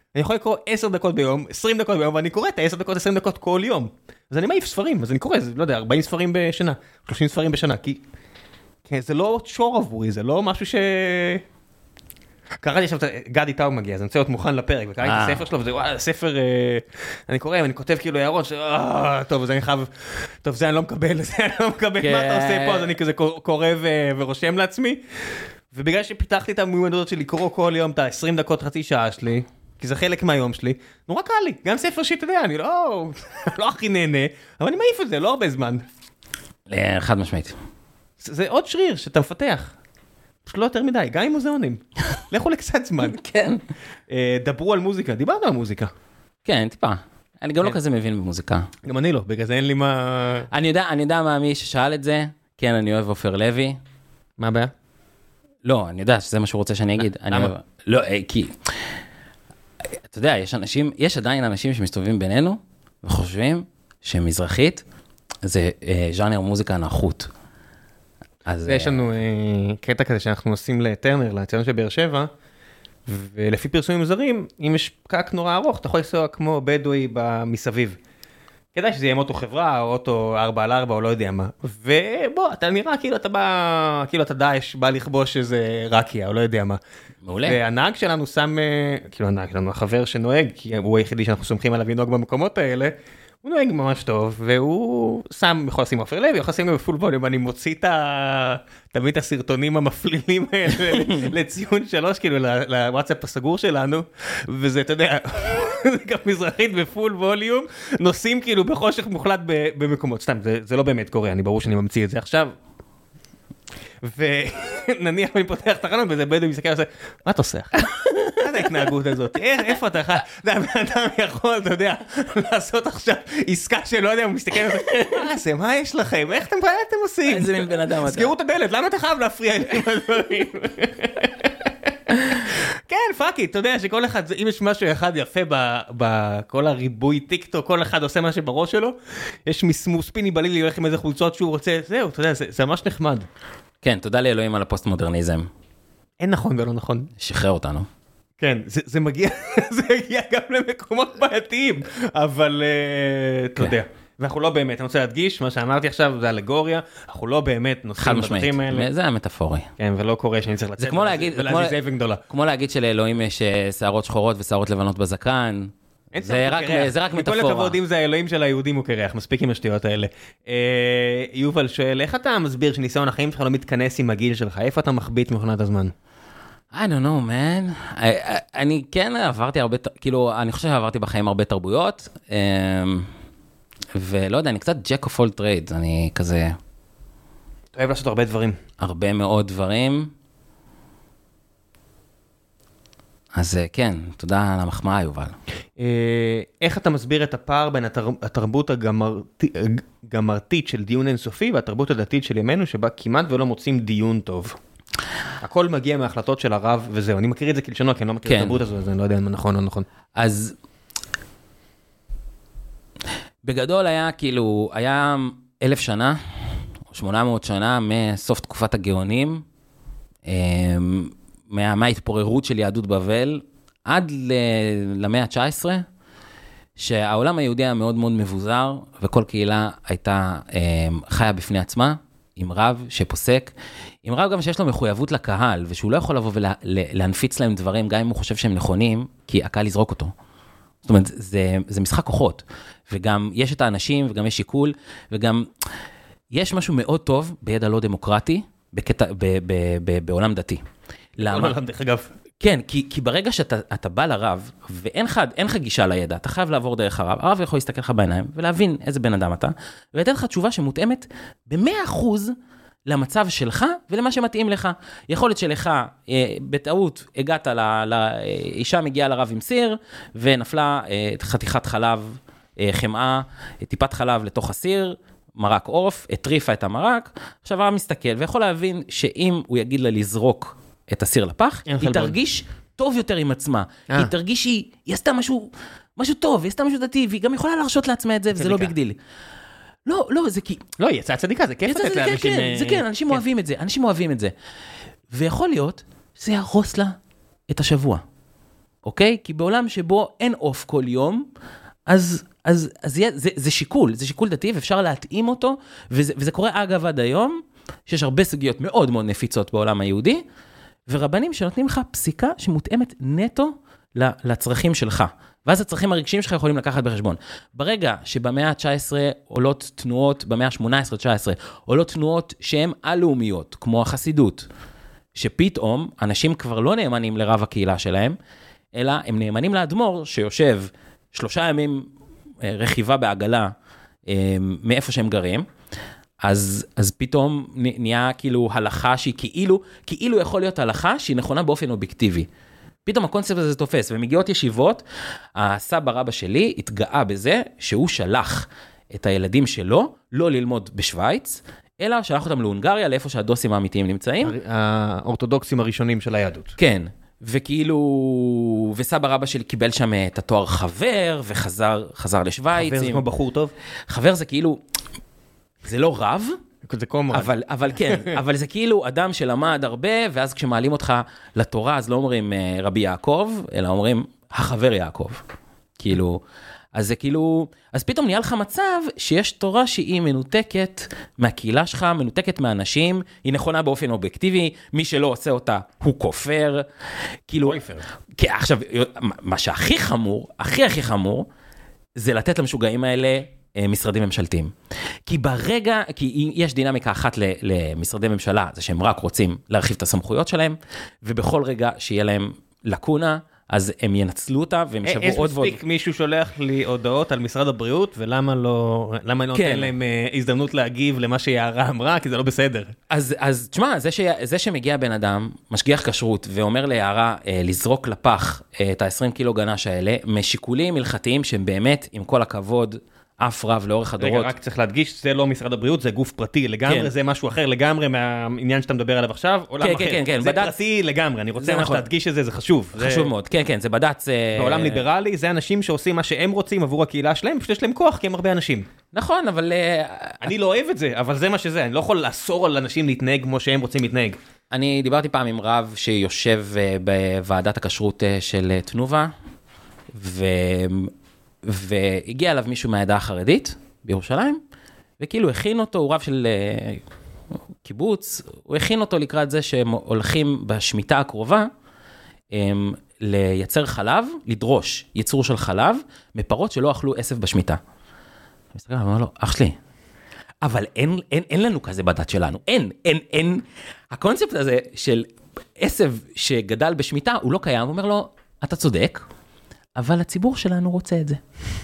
אני יכול לקרוא 10 דקות ביום, 20 דקות ביום, ואני קורא את 10 דקות, 20 דקות כל יום. אז אני מעיף ספרים, אז אני קורא, לא יודע, 40 ספרים בשנה, 30 ספרים בשנה, כי זה לא שור עבורי, זה לא משהו ש... קראתי עכשיו, גדי טאו מגיע, אז אני רוצה להיות מוכן לפרק, וקראתי את הספר שלו, וזה ספר, אני קורא, ואני כותב כאילו הערות, טוב, אז אני חייב, טוב, זה אני לא מקבל, זה אני לא מקבל, מה אתה עושה פה, אז אני כזה קורא ורושם לעצמי, ובגלל שפיתחתי את המיומנות שלי לקרוא כל יום את ה-20 דקות, חצי שעה שלי, כי זה חלק מהיום שלי, נורא קל לי, גם ספר שאתה יודע, אני לא הכי נהנה, אבל אני מעיף את זה, לא הרבה זמן. חד משמעית. זה עוד שריר שאתה מפתח. פשוט לא יותר מדי, גם עם מוזיאונים. לכו לקצת זמן. כן. דברו על מוזיקה, דיברנו על מוזיקה. כן, טיפה. אני גם לא כזה מבין במוזיקה. גם אני לא, בגלל זה אין לי מה... אני יודע מה מי ששאל את זה, כן, אני אוהב עופר לוי. מה הבעיה? לא, אני יודע שזה מה שהוא רוצה שאני אגיד. למה? לא, כי... אתה יודע, יש עדיין אנשים שמסתובבים בינינו, וחושבים שמזרחית זה ז'אנר מוזיקה נחות. יש לנו קטע כזה שאנחנו עושים לטרנר, לאציון של באר שבע, ולפי פרסומים זרים, אם יש פקק נורא ארוך, אתה יכול לנסוע כמו בדואי מסביב. כדאי שזה יהיה אוטו חברה, או אוטו 4x4, או לא יודע מה. ובוא, אתה נראה כאילו אתה בא, כאילו אתה דאעש, בא לכבוש איזה רקיה, או לא יודע מה. מעולה. והנהג שלנו שם, כאילו הנהג שלנו, החבר שנוהג, כי הוא היחידי שאנחנו סומכים עליו לנהוג במקומות האלה, הוא נוהג ממש טוב, והוא יכול לשים עופר לוי, יכול לשים לו בפול ווליום, אני מוציא תמיד את הסרטונים המפלילים האלה לציון 3, כאילו לוואטסאפ הסגור שלנו, וזה, אתה יודע, זה גם מזרחית בפול ווליום, נוסעים כאילו בחושך מוחלט במקומות, סתם, זה לא באמת קורה, אני ברור שאני ממציא את זה עכשיו, ונניח אני פותח את החנות, וזה בדואי מסתכל ועושה, מה אתה עושה? מה זה ההתנהגות הזאת? איפה אתה? אדם יכול, אתה יודע, לעשות עכשיו עסקה שלא יודע, הוא מסתכל ועושה, מה זה? מה יש לכם? איך אתם עושים? איזה מין בן אדם אתה. סגרו את הדלת, למה אתה חייב להפריע לי עם הדברים? כן, פאקי, אתה יודע שכל אחד, אם יש משהו אחד יפה בכל הריבוי טיקטוק, כל אחד עושה משהו בראש שלו, יש ספיני בלילי, הולך עם איזה חולצות שהוא רוצה, זהו, אתה יודע, זה ממש נחמד. כן, תודה לאלוהים על הפוסט-מודרניזם. אין נכון ולא נכון. שחרר אותנו. כן, זה מגיע גם למקומות בעייתיים, אבל אתה יודע. ואנחנו לא באמת, אני רוצה להדגיש, מה שאמרתי עכשיו זה אלגוריה, אנחנו לא באמת נוסעים בדרכים האלה. זה המטאפורי. כן, ולא קורה שאני צריך לצאת ולהזיז אבן גדולה. כמו להגיד שלאלוהים יש שערות שחורות ושערות לבנות בזקן. זה רק מטאפורה. מכל הכבוד, אם זה האלוהים של היהודים הוא קרח, מספיק עם השטויות האלה. יובל שואל, איך אתה מסביר שניסיון החיים שלך לא מתכנס עם הגיל שלך? איפה אתה מחביט מכונת הזמן? I don't know, man. אני כן עברתי הרבה, כאילו, אני חושב שעברתי בחיים הרבה תרבויות, ולא יודע, אני קצת jack of all trades, אני כזה... אתה אוהב לעשות הרבה דברים. הרבה מאוד דברים. אז כן, תודה על המחמאה, יובל. איך אתה מסביר את הפער בין התרבות הגמרתית של דיון אינסופי, והתרבות הדתית של ימינו, שבה כמעט ולא מוצאים דיון טוב? הכל מגיע מההחלטות של הרב, וזהו. אני מכיר את זה כלשונו, כי אני לא מכיר את התרבות הזו, אז אני לא יודע אם נכון או נכון. אז... בגדול היה כאילו, היה 1,000 שנה, או 800 שנה, מסוף תקופת הגאונים, מההתפוררות של יהדות בבל, עד למאה ה-19, שהעולם היהודי היה מאוד מאוד מבוזר, וכל קהילה הייתה חיה בפני עצמה, עם רב שפוסק, עם רב גם שיש לו מחויבות לקהל, ושהוא לא יכול לבוא ולהנפיץ להם דברים, גם אם הוא חושב שהם נכונים, כי הקהל יזרוק אותו. זאת אומרת, זה משחק כוחות, וגם יש את האנשים, וגם יש שיקול, וגם יש משהו מאוד טוב בידע לא דמוקרטי, בעולם דתי. למה? דרך אגב. כן, כי ברגע שאתה בא לרב, ואין לך גישה לידע, אתה חייב לעבור דרך הרב, הרב יכול להסתכל לך בעיניים, ולהבין איזה בן אדם אתה, ולתת לך תשובה שמותאמת ב100% למצב שלך, ולמה שמתאים לך. יכולת שלך, בטעות, הגעת אישה מגיעה לרב עם סיר, ונפלה חתיכת חלב, חמאה, טיפת חלב לתוך הסיר, מרק עורף, הטריפה את המרק, עכשיו הרב מסתכל, ויכול להבין שאם הוא יגיד לה לזרוק את הסיר לפח, היא תרגיש טוב יותר עם עצמה. היא תרגיש שהיא עשתה משהו טוב, היא עשתה משהו דתי, והיא גם יכולה להרשות לעצמה את זה, וזה לא ביג דיל. לא, זה כי... לא, היא יצאה צדיקה, זה כיף לתת לאנשים... זה כן, אנשים אוהבים את זה, ויכול להיות, זה יהרוס לה את השבוע. אוקיי? כי בעולם שבו אין אוף כל יום, אז זה שיקול, זה שיקול דתי, ואפשר להתאים אותו, וזה קורה אגב עד היום, שיש הרבה סוגיות מאוד מאוד נפיצות בעולם היהודי, ורבנים שנותנים לך פסיקה שמותאמת נטו לצרכים שלך, ואז הצרכים הרגשיים שלך יכולים לקחת בחשבון. ברגע שבמאה ה-19 עולות תנועות, במאה ה-18-19, עולות תנועות שהן על-לאומיות, כמו החסידות, שפתאום אנשים כבר לא נאמנים לרב הקהילה שלהם, אלא הם נאמנים לאדמו"ר שיושב 3 ימים רכיבה בעגלה מאיפה שהם גרים, אז פתאום נהיה כאילו הלכה שהיא כאילו יכול להיות הלכה שהיא נכונה באופן אובייקטיבי. פתאום הקונספט הזה תופס, ומגיעות ישיבות, הסבא רבא שלי התגאה בזה שהוא שלח את הילדים שלו לא ללמוד בשוויץ, אלא שלח אותם להונגריה, לאיפה שהדוסים האמיתיים נמצאים. האורתודוקסים הראשונים של היהדות. כן, וכאילו, וסבא רבא שלי קיבל שם את התואר חבר, וחזר לשוויץ. חבר זה כמו בחור טוב? חבר זה כאילו, זה לא רב, זה קומרד. אבל כן, אבל זה כאילו אדם שלמד הרבה, ואז כשמעלים אותך לתורה, אז לא אומרים רבי יעקב, אלא אומרים החבר יעקב. כאילו, אז זה כאילו, אז פתאום נהיה לך מצב שיש תורה שהיא מנותקת מהקהילה שלך, מנותקת מהאנשים, היא נכונה באופן אובייקטיבי, מי שלא עושה אותה הוא כופר. כאילו, עכשיו, מה שהכי חמור, הכי חמור, זה לתת למשוגעים האלה משרדים ממשלתיים. כי יש דינמיקה אחת למשרדי ממשלה, זה שהם רק רוצים להרחיב את הסמכויות שלהם, ובכל רגע שיהיה להם לקונה, אז הם ינצלו אותה, והם ישבו עוד ועוד. מספיק מישהו שולח לי הודעות על משרד הבריאות, ולמה אני נותן להם הזדמנות להגיב למה שיערה אמרה, כי זה לא בסדר. אז תשמע, זה שמגיע בן אדם, משגיח כשרות, ואומר ליערה לזרוק לפח את ה-20 קילו גנש האלה, משיקולים הלכתיים שהם באמת, עם כל הכבוד, אף רב לאורך הדורות. רגע, רק צריך להדגיש, זה לא משרד הבריאות, זה גוף פרטי לגמרי, זה משהו אחר לגמרי מהעניין שאתה מדבר עליו עכשיו, עולם אחר. זה פרטי לגמרי, אני רוצה ממש להדגיש את זה, זה חשוב. חשוב מאוד, כן, זה בד"ץ. בעולם ליברלי, זה אנשים שעושים מה שהם רוצים עבור הקהילה שלהם, פשוט יש להם כוח, כי הם הרבה אנשים. נכון, אבל אני לא אוהב את זה, אבל זה מה שזה, אני לא יכול לאסור על אנשים להתנהג כמו שהם רוצים להתנהג. אני דיברתי פעם עם רב שיושב בוועדת הכשרות של תנובה, והגיע אליו מישהו מהעדה החרדית בירושלים, וכאילו הכין אותו, הוא רב של קיבוץ, הוא הכין אותו לקראת זה שהם הולכים בשמיטה הקרובה, לייצר חלב, לדרוש ייצור של חלב, מפרות שלא אכלו עשב בשמיטה. אני מסתכל, אני אומר לו, אח שלי, אבל אין לנו כזה בדת שלנו, אין. הקונספט הזה של עשב שגדל בשמיטה, הוא לא קיים, הוא אומר לו, אתה צודק, אבל הציבור שלנו רוצה את זה.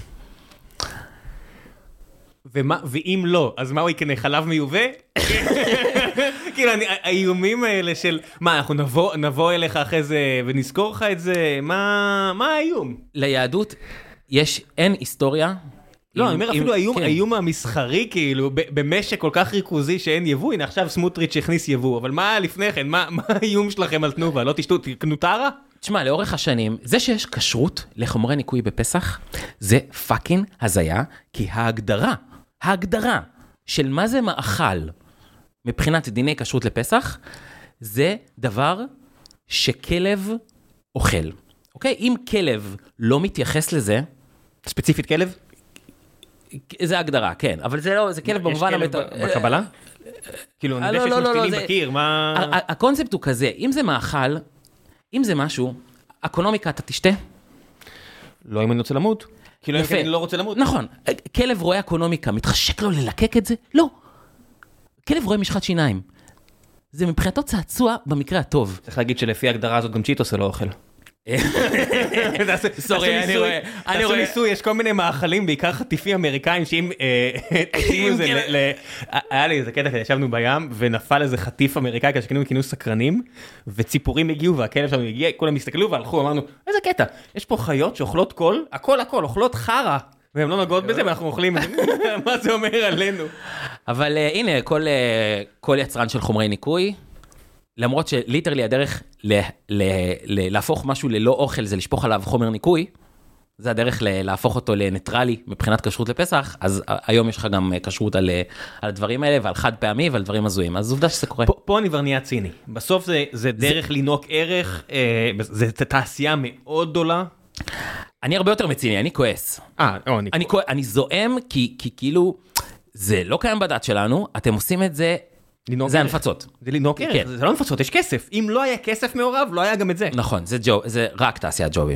ואם לא, אז מה הוא יקנה? חלב מיובא? כאילו, האיומים האלה של, מה, אנחנו נבוא אליך אחרי זה ונזכור לך את זה? מה האיום? ליהדות אין היסטוריה. לא, אני אומר אפילו האיום המסחרי, כאילו, במשק כל כך ריכוזי שאין יבוא, הנה עכשיו סמוטריץ' הכניס יבוא, אבל מה לפני כן? מה האיום שלכם על תנובה? לא תשתו, תקנו טרה? תשמע, לאורך השנים, זה שיש כשרות לחומרי ניקוי בפסח, זה פאקינג הזיה, כי ההגדרה של מה זה מאכל, מבחינת דיני כשרות לפסח, זה דבר שכלב אוכל. אוקיי? אם כלב לא מתייחס לזה, ספציפית כלב? זה הגדרה, כן, אבל זה לא, זה כלב במובן... יש כלב בקבלה? כאילו, אני יודע שיש משתינים בקיר, מה... הקונספט הוא כזה, אם זה מאכל, אם זה משהו, אקונומיקה אתה תשתה? לא אם אני רוצה למות. כאילו, אם אני לא רוצה למות. נכון, כלב רואה אקונומיקה, מתחשק לו ללקק את זה? לא. כלב רואה משחת שיניים. זה מבחינתו צעצוע במקרה הטוב. צריך להגיד שלפי ההגדרה הזאת גם צ'יטוס לא אוכל. סורי, אני רואה. תעשו ניסוי, יש כל מיני מאכלים, בעיקר חטיפי אמריקאים, שאם תשימו זה, היה לי איזה קטע, ישבנו בים, ונפל איזה חטיף אמריקאי, כשקנינו כינוס סקרנים, וציפורים הגיעו, והכלב שלנו הגיע, כולם הסתכלו והלכו, אמרנו, איזה קטע, יש פה חיות שאוכלות הכל, אוכלות חרה, והם לא נוגעות בזה, ואנחנו אוכלים, מה זה אומר עלינו? אבל הנה, כל יצרן של חומרי ניקוי, למרות שליטרלי הדרך להפוך משהו ללא אוכל, זה לשפוך עליו חומר ניקוי, זה הדרך להפוך אותו לניטרלי מבחינת כשרות לפסח, אז היום יש לך גם כשרות על הדברים האלה, ועל חד פעמי ועל דברים הזויים, אז עובדה שזה קורה. פה אני כבר נהיה ציני. בסוף זה דרך לנוק ערך, זה תעשייה מאוד גדולה. אני הרבה יותר מציני, אני כועס. אני זועם, כי כאילו, זה לא קיים בדת שלנו, אתם עושים את זה, זה הנפצות. זה לנוק ערך, זה לא הנפצות, יש כסף. אם לא היה כסף מעורב, לא היה גם את זה. נכון, זה רק תעשיית ג'ובים.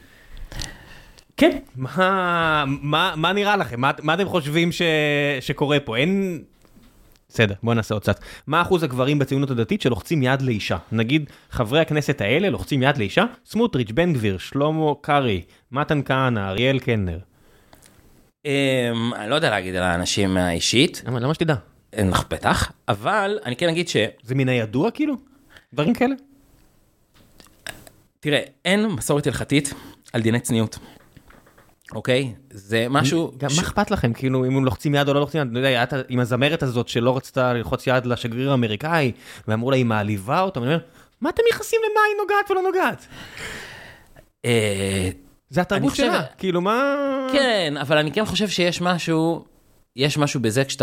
כן, מה נראה לכם? מה אתם חושבים שקורה פה? אין... בסדר, בואו נעשה עוד קצת. מה אחוז הגברים בציונות הדתית שלוחצים יד לאישה? נגיד, חברי הכנסת האלה לוחצים יד לאישה? סמוטריץ', בן גביר, שלמה קרעי, מתן כהנא, אריאל קלנר. אני לא יודע להגיד על האנשים האישית. למה שתדע? בטח, אבל אני כן אגיד זה מן הידוע כאילו? דברים כאלה? תראה, אין מסורת הלכתית על דיני צניעות. אוקיי? זה משהו... גם מה אכפת לכם? כאילו, אם הם לוחצים יד או לא לוחצים יד, אתה יודע, עם הזמרת הזאת שלא רצתה ללחוץ יד לשגריר האמריקאי, ואמרו לה, היא מעליבה אותו, אני אומר, מה אתם יחסים למה היא נוגעת ולא נוגעת? זה התרבות שלה, כאילו, מה... כן, אבל אני כן חושב שיש משהו בזה כשאתה...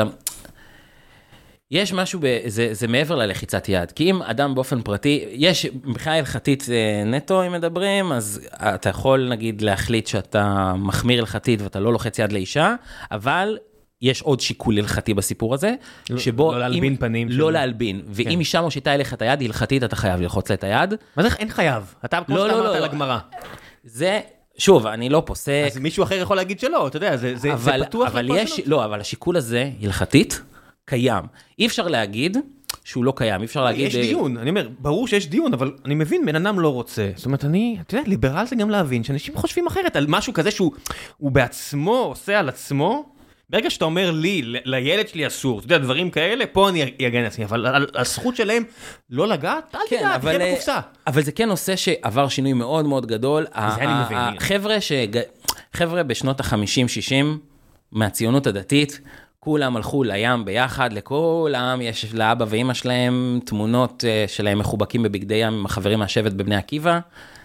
יש משהו, זה מעבר ללחיצת יד, כי אם אדם באופן פרטי, יש מבחינה הלכתית נטו אם מדברים, אז אתה יכול נגיד להחליט שאתה מחמיר הלכתית ואתה לא לוחץ יד לאישה, אבל יש עוד שיקול הלכתי בסיפור הזה, שבו... לא להלבין פנים. לא להלבין, ואם אישה מושיטה אליך את היד, הלכתית אתה חייב ללחוץ לה את היד. מה זה? אין חייב. אתה כמו שאתה אמרת על הגמרא. זה... שוב, אני לא פוסק. אז מישהו אחר יכול להגיד שלא, אתה יודע, זה פתוח לפרשנות. לא, אבל השיקול הזה, הלכתית, קיים. אי אפשר להגיד שהוא לא קיים, אי אפשר להגיד... יש דיון, אני אומר, ברור שיש דיון, אבל אני מבין, בן אדם לא רוצה. זאת אומרת, אתה יודע, ליברל זה גם להבין, שאנשים חושבים אחרת על משהו כזה שהוא בעצמו עושה על עצמו, ברגע שאתה אומר לי, לילד שלי אסור, אתה יודע, דברים כאלה, פה אני אגן עצמי, אבל על הזכות שלהם לא לגעת, אל תדעת, תחיה בקופסה. אבל זה כן נושא שעבר שינוי מאוד מאוד גדול. זה אני מבין. חבר'ה בשנות ה-50-60, מהציונות הדתית, כולם הלכו לים ביחד, לכולם יש לאבא ואמא שלהם תמונות שלהם מחובקים בבגדי ים עם החברים מהשבט בבני עקיבא,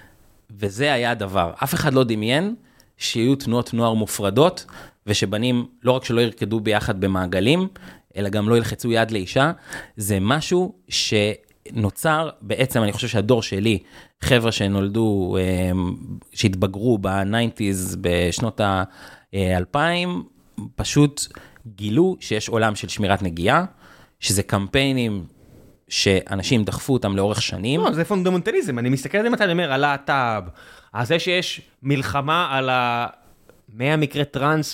וזה היה הדבר. אף אחד לא דמיין שיהיו תנועות נוער מופרדות, ושבנים לא רק שלא ירקדו ביחד במעגלים, אלא גם לא ילחצו יד לאישה. זה משהו שנוצר, בעצם אני חושב שהדור שלי, חבר'ה שנולדו, שהתבגרו ב-90s בשנות ה-2000, פשוט גילו שיש עולם של שמירת נגיעה, שזה קמפיינים שאנשים דחפו אותם לאורך שנים. לא, זה פונדמנטליזם, אני מסתכל על זה מתי, אני אומר, על הטאב, על זה שיש מלחמה על 100 מקרי טרנס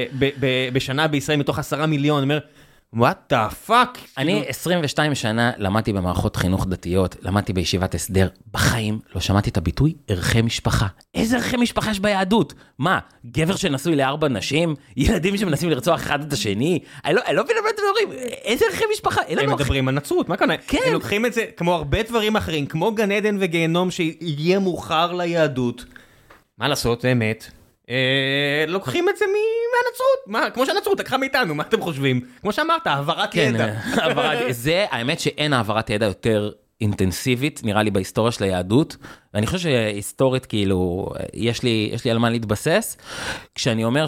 בשנה בישראל מתוך 10 מיליון, אני אומר, what the fuck? אני 22 שנה למדתי במערכות חינוך דתיות, למדתי בישיבת הסדר, בחיים לא שמעתי את הביטוי ערכי משפחה. איזה ערכי משפחה יש ביהדות? מה, גבר שנשוי ל4 נשים? ילדים שמנסים לרצוח אחד את השני? אני לא מבין מה אתם אומרים, איזה ערכי משפחה? הם מדברים על נצרות, מה כאן? הם לוקחים את זה כמו הרבה דברים אחרים, כמו גן עדן וגיהנום שיהיה מאוחר ליהדות. מה לעשות, זה אמת. לוקחים את זה מהנצרות, כמו שהנצרות לקחה מאיתנו, מה אתם חושבים? כמו שאמרת, העברת ידע. זה, האמת שאין העברת ידע יותר אינטנסיבית, נראה לי בהיסטוריה של היהדות, ואני חושב שהיסטורית כאילו, יש לי על מה להתבסס, כשאני אומר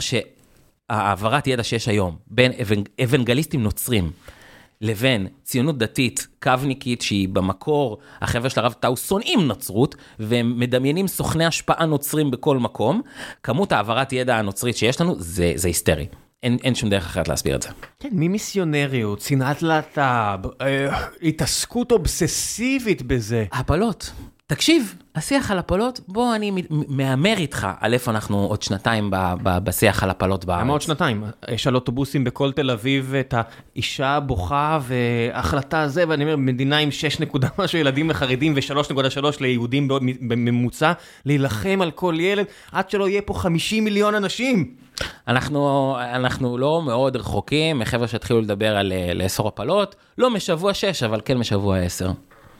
שהעברת ידע שיש היום, בין אבנגליסטים נוצרים, לבין ציונות דתית, קווניקית, שהיא במקור, החבר'ה של הרב טאו שונאים נוצרות, והם מדמיינים סוכני השפעה נוצרים בכל מקום, כמות העברת ידע הנוצרית שיש לנו, זה היסטרי. אין שום דרך אחרת להסביר את זה. כן, ממיסיונריות, צנעת להט"ב, התעסקות אובססיבית בזה. הפלות. תקשיב, השיח על הפלות, בוא אני מאמר איתך על איפה אנחנו עוד שנתיים בשיח על הפלות בארץ. למה עוד שנתיים? יש על אוטובוסים בכל תל אביב את האישה בוכה והחלטה הזה, ואני אומר, מדינה עם 6 נקודה משהו ילדים לחרדים ו3.3 ליהודים בממוצע, להילחם על כל ילד, עד שלא יהיה פה 50 מיליון אנשים. אנחנו לא מאוד רחוקים, מחבר'ה שהתחילו לדבר על לאסור הפלות, לא משבוע 6, אבל כן משבוע 10.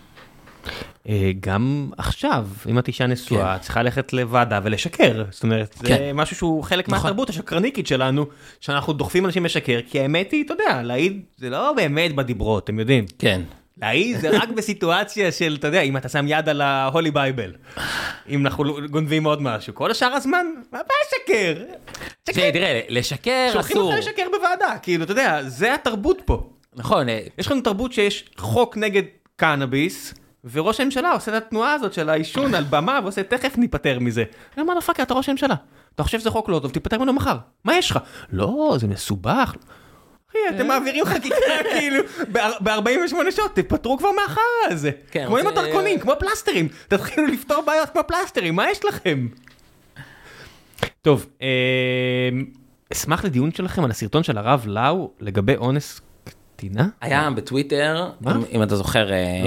גם עכשיו, אם את אישה נשואה, צריכה ללכת לוועדה ולשקר. זאת אומרת, זה משהו שהוא חלק מהתרבות השקרניקית שלנו, שאנחנו דוחפים אנשים לשקר, כי האמת היא, אתה יודע, להעיד, זה לא באמת בדיברות, אתם יודעים. כן. להעיז זה רק בסיטואציה של, אתה יודע, אם אתה שם יד על ההולי בייבל, אם אנחנו גונבים עוד משהו, כל השאר הזמן, מה שקר? תראה, לשקר אסור. שולחים אותך לשקר בוועדה, כאילו, אתה יודע, זה התרבות פה. נכון. יש לנו תרבות שיש חוק נגד קנאביס, וראש הממשלה עושה את התנועה הזאת של האישון על במה, ועושה תכף ניפטר מזה. אני אומר, פאקר, אתה ראש הממשלה. אתה חושב שזה חוק לא טוב, תיפטר ממנו מחר. מה יש לך? לא, זה מסובך. אחי, אתם מעבירים חקיקה, כאילו, ב-48 שעות, תפטרו כבר מהחר הזה. כמו עם הדרכונים, כמו פלסטרים. תתחילו לפתור בעיות כמו פלסטרים, מה יש לכם? טוב, אשמח לדיון שלכם על הסרטון של הרב לאו לגבי אונס קטינה? היה בטוויטר, אם אתה זוכר,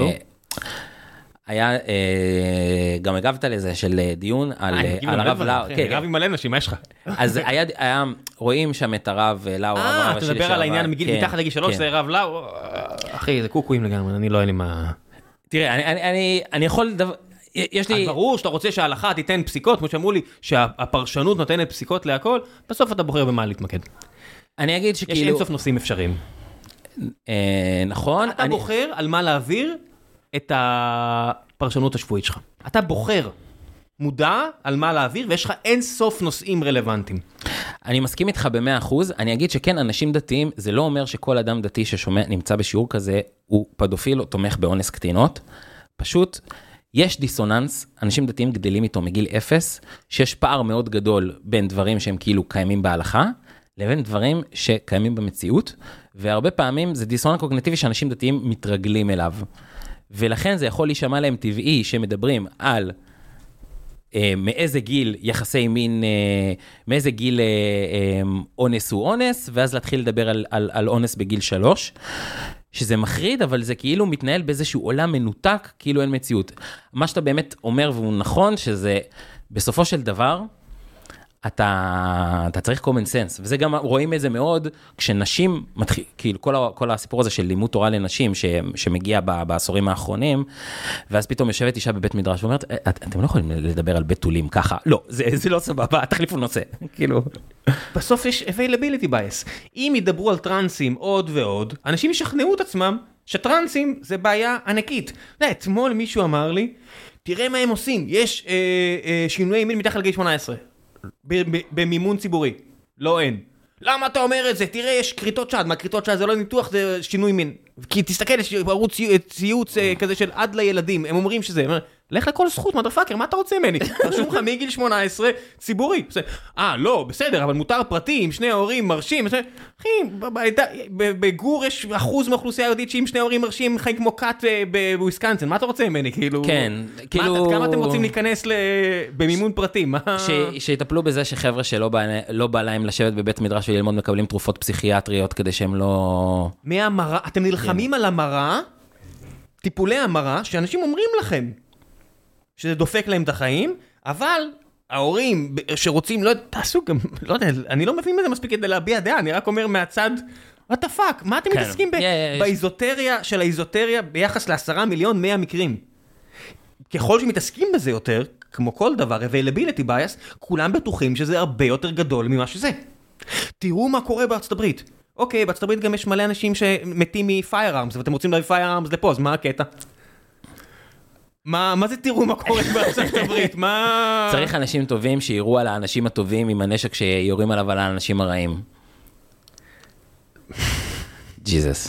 היה, גם הגבת לזה של דיון על הרב לאו. רב עם מלא נשים, מה יש לך? אז היה, רואים שם את הרב לאו. אתה מדבר על העניין מתחת לגיל 3, זה רב לאו, אחי, זה קוקויים לגמרי, אני לא אין לי מה... תראה, אני יכול... יש לי... ברור שאתה רוצה שההלכה תיתן פסיקות, כמו שאמרו לי, שהפרשנות נותנת פסיקות להכל, בסוף אתה בוחר במה להתמקד. אני אגיד שכאילו... יש אינסוף נושאים אפשריים. נכון. אתה בוחר על מה להעביר את הפרשנות השבועית שלך. אתה בוחר מודע על מה להעביר, ויש לך אינסוף נושאים רלוונטיים. אני מסכים איתך ב100%, אני אגיד שכן, אנשים דתיים, זה לא אומר שכל אדם דתי ששומע, נמצא בשיעור כזה, הוא פדופיל או תומך באונס קטינות. פשוט, יש דיסוננס, אנשים דתיים גדלים איתו מגיל 0, שיש פער מאוד גדול בין דברים שהם כאילו קיימים בהלכה, לבין דברים שקיימים במציאות, והרבה פעמים זה דיסוננס קוגניטיבי שאנשים דתיים מתרגלים אליו. ולכן זה יכול להישמע להם טבעי שמדברים על מאיזה גיל יחסי מין, מאיזה גיל אונס הוא אונס, ואז להתחיל לדבר על אונס בגיל 3, שזה מחריד, אבל זה כאילו מתנהל באיזשהו עולם מנותק, כאילו אין מציאות. מה שאתה באמת אומר, והוא נכון, שזה בסופו של דבר, אתה צריך common sense, וזה גם רואים את זה מאוד, כשנשים מתחיל, כאילו כל הסיפור הזה של לימוד תורה לנשים, שמגיע בעשורים האחרונים, ואז פתאום יושבת אישה בבית מדרש, ואומרת, אתם לא יכולים לדבר על בתולים ככה, לא, זה לא סבבה, תחליפו נושא, כאילו. בסוף יש availability bias. אם ידברו על טרנסים עוד ועוד, אנשים ישכנעו את עצמם, שטרנסים זה בעיה ענקית. אתמול מישהו אמר לי, תראה מה הם עושים, יש שינויי מין מתחת לגיל 18. במימון ציבורי. לא אין. למה אתה אומר את זה? תראה, יש קריטות שד. מה קריטות שד? זה לא ניתוח, זה שינוי מין. כי תסתכל, יש ערוץ ציוץ כזה של עד לילדים. הם אומרים שזה. לך לכל זכות, מטרפאקר, מה אתה רוצה ממני? רשום לך מגיל 18 ציבורי. לא, בסדר, אבל מותר פרטי, עם שני ההורים מרשים. אחי, בגור יש אחוז מאוכלוסייה יהודית שאם שני ההורים מרשים חיים כמו קאט בוויסקנסין. מה אתה רוצה ממני? כן, כאילו... כמה אתם רוצים להיכנס במימון פרטי? שיטפלו בזה שחבר'ה שלא בא להם לשבת בבית מדרש וללמוד מקבלים תרופות פסיכיאטריות כדי שהם לא... מהמרה, אתם נלחמים על המרה, טיפולי המרה, שאנשים אומרים לכם שזה דופק להם את החיים, אבל ההורים שרוצים, לא תעשו גם, לא יודע, אני לא מבין מה זה מספיק כדי להביע דעה, אני רק אומר מהצד, what the fuck, מה אתם מתעסקים באיזוטריה של האיזוטריה ביחס ל10 מיליון 100 מקרים? ככל שמתעסקים בזה יותר, כמו כל דבר, availability bias, כולם בטוחים שזה הרבה יותר גדול ממה שזה. תראו מה קורה בארצות הברית. אוקיי, בארצות הברית גם יש מלא אנשים שמתים מ-firearms, ואתם רוצים להביא firearms לפה, אז מה הקטע? מה זה תראו מה קורה בארצות הברית? מה... צריך אנשים טובים שיראו על האנשים הטובים עם הנשק שיורים עליו על האנשים הרעים. ג'יזוס.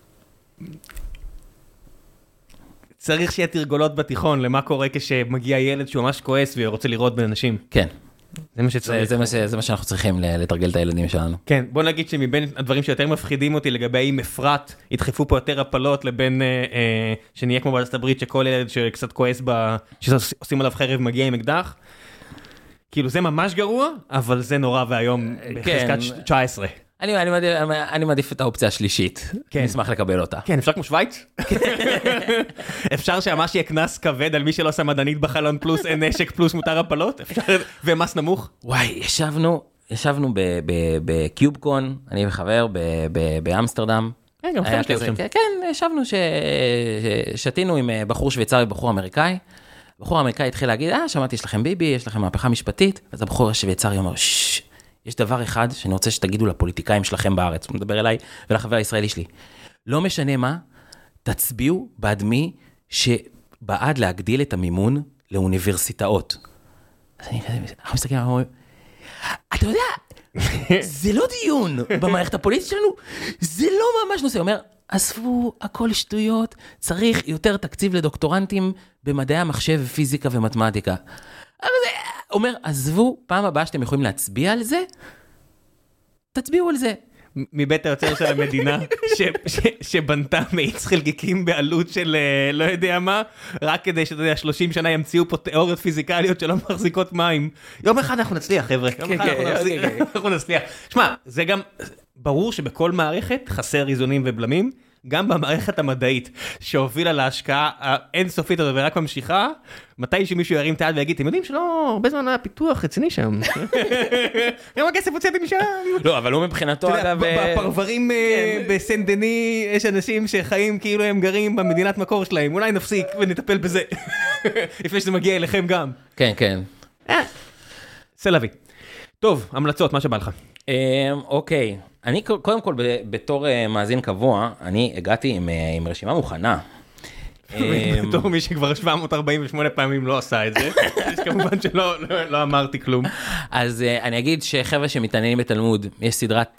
צריך שיהיה תרגולות בתיכון למה קורה כשמגיע ילד שהוא ממש כועס ורוצה לראות באנשים. כן. זה מה שצריך. זה מה שאנחנו צריכים לתרגל את הילדים שלנו. כן, בוא נגיד שמבין הדברים שיותר מפחידים אותי לגבי אם אפרת ידחפו פה יותר הפלות לבין שנהיה כמו בארצות הברית שכל ילד שקצת כועס שעושים עליו חרב מגיע עם אקדח. כאילו זה ממש גרוע, אבל זה נורא והיום בחזקת 19. אני מעדיף את האופציה השלישית. נשמח לקבל אותה. כן, אפשר כמו שוויץ? אפשר שממש יהיה כנס כבד על מי שלא עושה מדענית בחלון פלוס אין נשק פלוס מותר הפלות? ומס נמוך? וואי, ישבנו בקיובקון, אני וחבר באמסטרדם. כן, ישבנו ששתינו עם בחור שוויצרי ובחור אמריקאי. בחור האמריקאי התחיל להגיד, שמעתי, יש לכם ביבי, יש לכם מהפכה משפטית. אז הבחור השוויצרי אומר, יש דבר אחד שאני רוצה שתגידו לפוליטיקאים שלכם בארץ, הוא מדבר אליי ולחבר הישראלי שלי. לא משנה מה, תצביעו בעד מי שבעד להגדיל את המימון לאוניברסיטאות. אז אנחנו מסתכלים, אנחנו אומרים, אתה יודע, זה לא דיון במערכת הפוליטית שלנו, זה לא ממש נושא. אומר, עזבו, הכל שטויות, צריך יותר תקציב לדוקטורנטים במדעי המחשב, פיזיקה ומתמטיקה. אומר, עזבו, פעם הבאה שאתם יכולים להצביע על זה, תצביעו על זה. מבית היוצר של המדינה, שבנתה מאיץ חלקיקים בעלות של לא יודע מה, רק כדי שאתה יודע, 30 שנה ימציאו פה תיאוריות פיזיקליות שלא מחזיקות מים. יום אחד אנחנו נצליח, חבר'ה. יום אחד אנחנו נצליח. שמע, זה גם ברור שבכל מערכת חסר איזונים ובלמים, גם במערכת המדעית, שהובילה להשקעה האינסופית הזאת ורק ממשיכה, מתי שמישהו ירים את היד ויגיד, אתם יודעים שלא, הרבה זמן היה פיתוח רציני שם. כמה כסף הוצאתי משם? לא, אבל הוא מבחינתו, אגב... בפרברים בסן דני, יש אנשים שחיים כאילו הם גרים במדינת מקור שלהם, אולי נפסיק ונטפל בזה, לפני שזה מגיע אליכם גם. כן, כן. סלבי. טוב, המלצות, מה שבא לך? אוקיי. אני קודם כל, בתור מאזין קבוע, אני הגעתי עם רשימה מוכנה. בתור מי שכבר 748 פעמים לא עשה את זה, אז כמובן שלא אמרתי כלום. אז אני אגיד שחבר'ה שמתעניינים בתלמוד, יש סדרת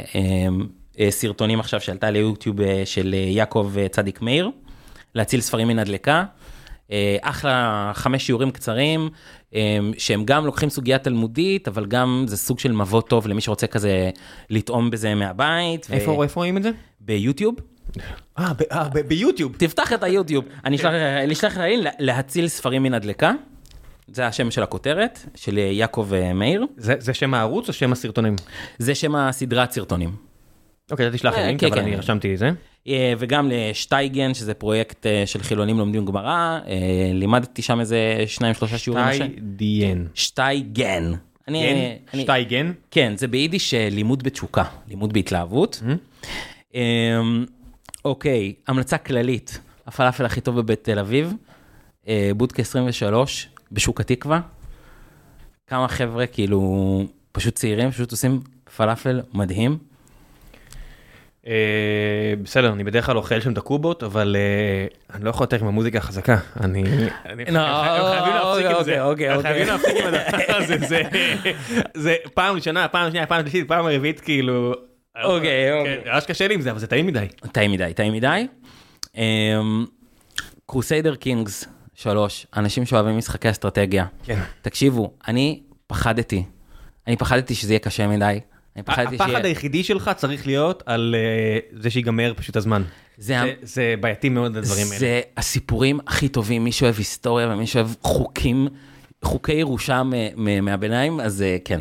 סרטונים עכשיו שעלתה ליוטיוב של יעקב צדיק מאיר, להציל ספרים מן הדלקה. אחלה 5 שיעורים קצרים, שהם גם לוקחים סוגיה תלמודית, אבל גם זה סוג של מבוא טוב למי שרוצה כזה לטעום בזה מהבית. איפה רואים את זה? ביוטיוב. ביוטיוב. תפתח את היוטיוב. אני אשלח לך להציל ספרים מן הדלקה. זה השם של הכותרת, של יעקב מאיר. זה שם הערוץ או שם הסרטונים? זה שם הסדרת סרטונים. אוקיי, אתה תשלח לינק, אבל אני רשמתי את זה. וגם לשטייגן, שזה פרויקט של חילונים לומדים גמרא, לימדתי שם איזה 2-3 שיעורים. שטייגן. שטייגן? כן, זה ביידיש לימוד בתשוקה, לימוד בהתלהבות. אוקיי, המלצה כללית, הפלאפל הכי טוב בבית תל אביב, בודקה 23, בשוק התקווה. כמה חבר'ה כאילו פשוט צעירים, פשוט עושים פלאפל מדהים. בסדר, אני בדרך כלל אוכל שם את הקובות, אבל אני לא יכול יותר עם המוזיקה החזקה. אני חייבים להפסיק עם זה. חייבים להפסיק עם הדבר הזה. זה פעם ראשונה, פעם שנייה, פעם שלישית, פעם הרביעית, כאילו... אוקיי. ממש קשה לי עם זה, אבל זה טעים מדי. טעים מדי. קרוסיידר קינגס 3, אנשים שאוהבים משחקי אסטרטגיה. תקשיבו, אני פחדתי שזה יהיה קשה מדי. הפחד היחידי שלך צריך להיות על זה שיגמר פשוט הזמן. זה בעייתי מאוד הדברים האלה. זה הסיפורים הכי טובים, מי שאוהב היסטוריה ומי שאוהב חוקי ירושה מהביניים, אז כן.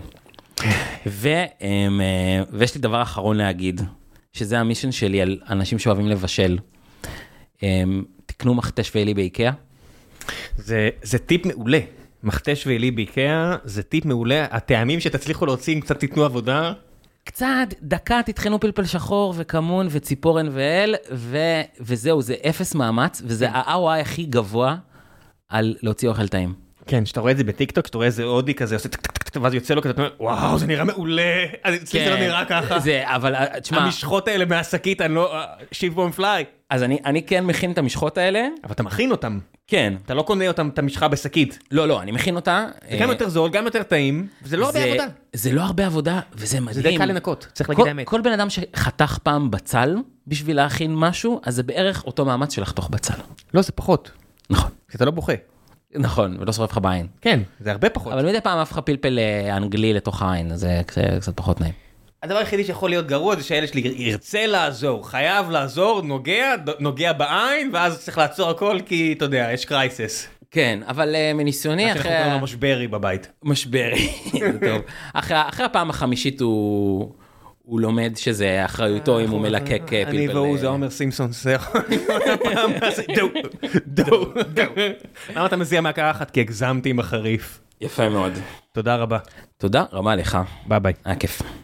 ויש לי דבר אחרון להגיד, שזה המישן שלי על אנשים שאוהבים לבשל. תקנו מחטש ואלי באיקאה. זה טיפ מעולה. מחטש ואלי באיקאה, זה טיפ מעולה. הטעמים שתצליחו להוציא, קצת תיתנו עבודה. קצת, דקה, תתחנו פלפל שחור וכמון וציפורן ואל, וזהו, זה 0 מאמץ, וזה ה-ROI הכי גבוה על להוציא אוכל טעים. כן, שאתה רואה את זה בטיקטוק, שאתה רואה איזה אודי כזה, עושה טק, ואז יוצא לו כזה, וואו, זה נראה מעולה, אצלי זה לא נראה ככה. אבל, תשמע... המשחות האלה מהשקית, אני לא... שיב בום פליי. אז אני כן מכין את המשחות האלה. אבל אתה מכין אותם. כן. אתה לא קונה אותם, את המשחה בשקית. לא, אני מכין אותה. זה גם יותר זול, גם יותר טעים, וזה לא הרבה עבודה. זה לא הרבה עבודה, וזה מדהים. זה די קל לנקות, צריך להגיד האמת. כל בן אדם שחתך פעם בצל, בשביל להכין משהו, אז זה בערך אותו מאמץ של לחתוך בצל. לא, זה פחות. נכון. כי אתה לא בוכה. נכון, ולא שורף לך בעין. כן, זה הרבה פחות. אבל מדי פעם אף לך פלפל אנגלי לתוך העין, אז זה קצת פחות נעים. הדבר היחידי שיכול להיות גרוע זה שהילד שלי ירצה לעזור, חייב לעזור, נוגע בעין, ואז צריך לעצור הכל כי, אתה יודע, יש קרייסס. כן, אבל מניסיוני אחרי... אנחנו קוראים לו משברי בבית. משברי, טוב. אחרי הפעם החמישית הוא לומד שזה אחריותו אם הוא מלקק פלפל. אני והוא זה עומר סימפסון, זה יכול להיות דו. למה אתה מזיע מהקרחת? כי הגזמתי עם החריף. יפה מאוד. תודה רבה. תודה רבה לך. ביי ביי. היה כיף.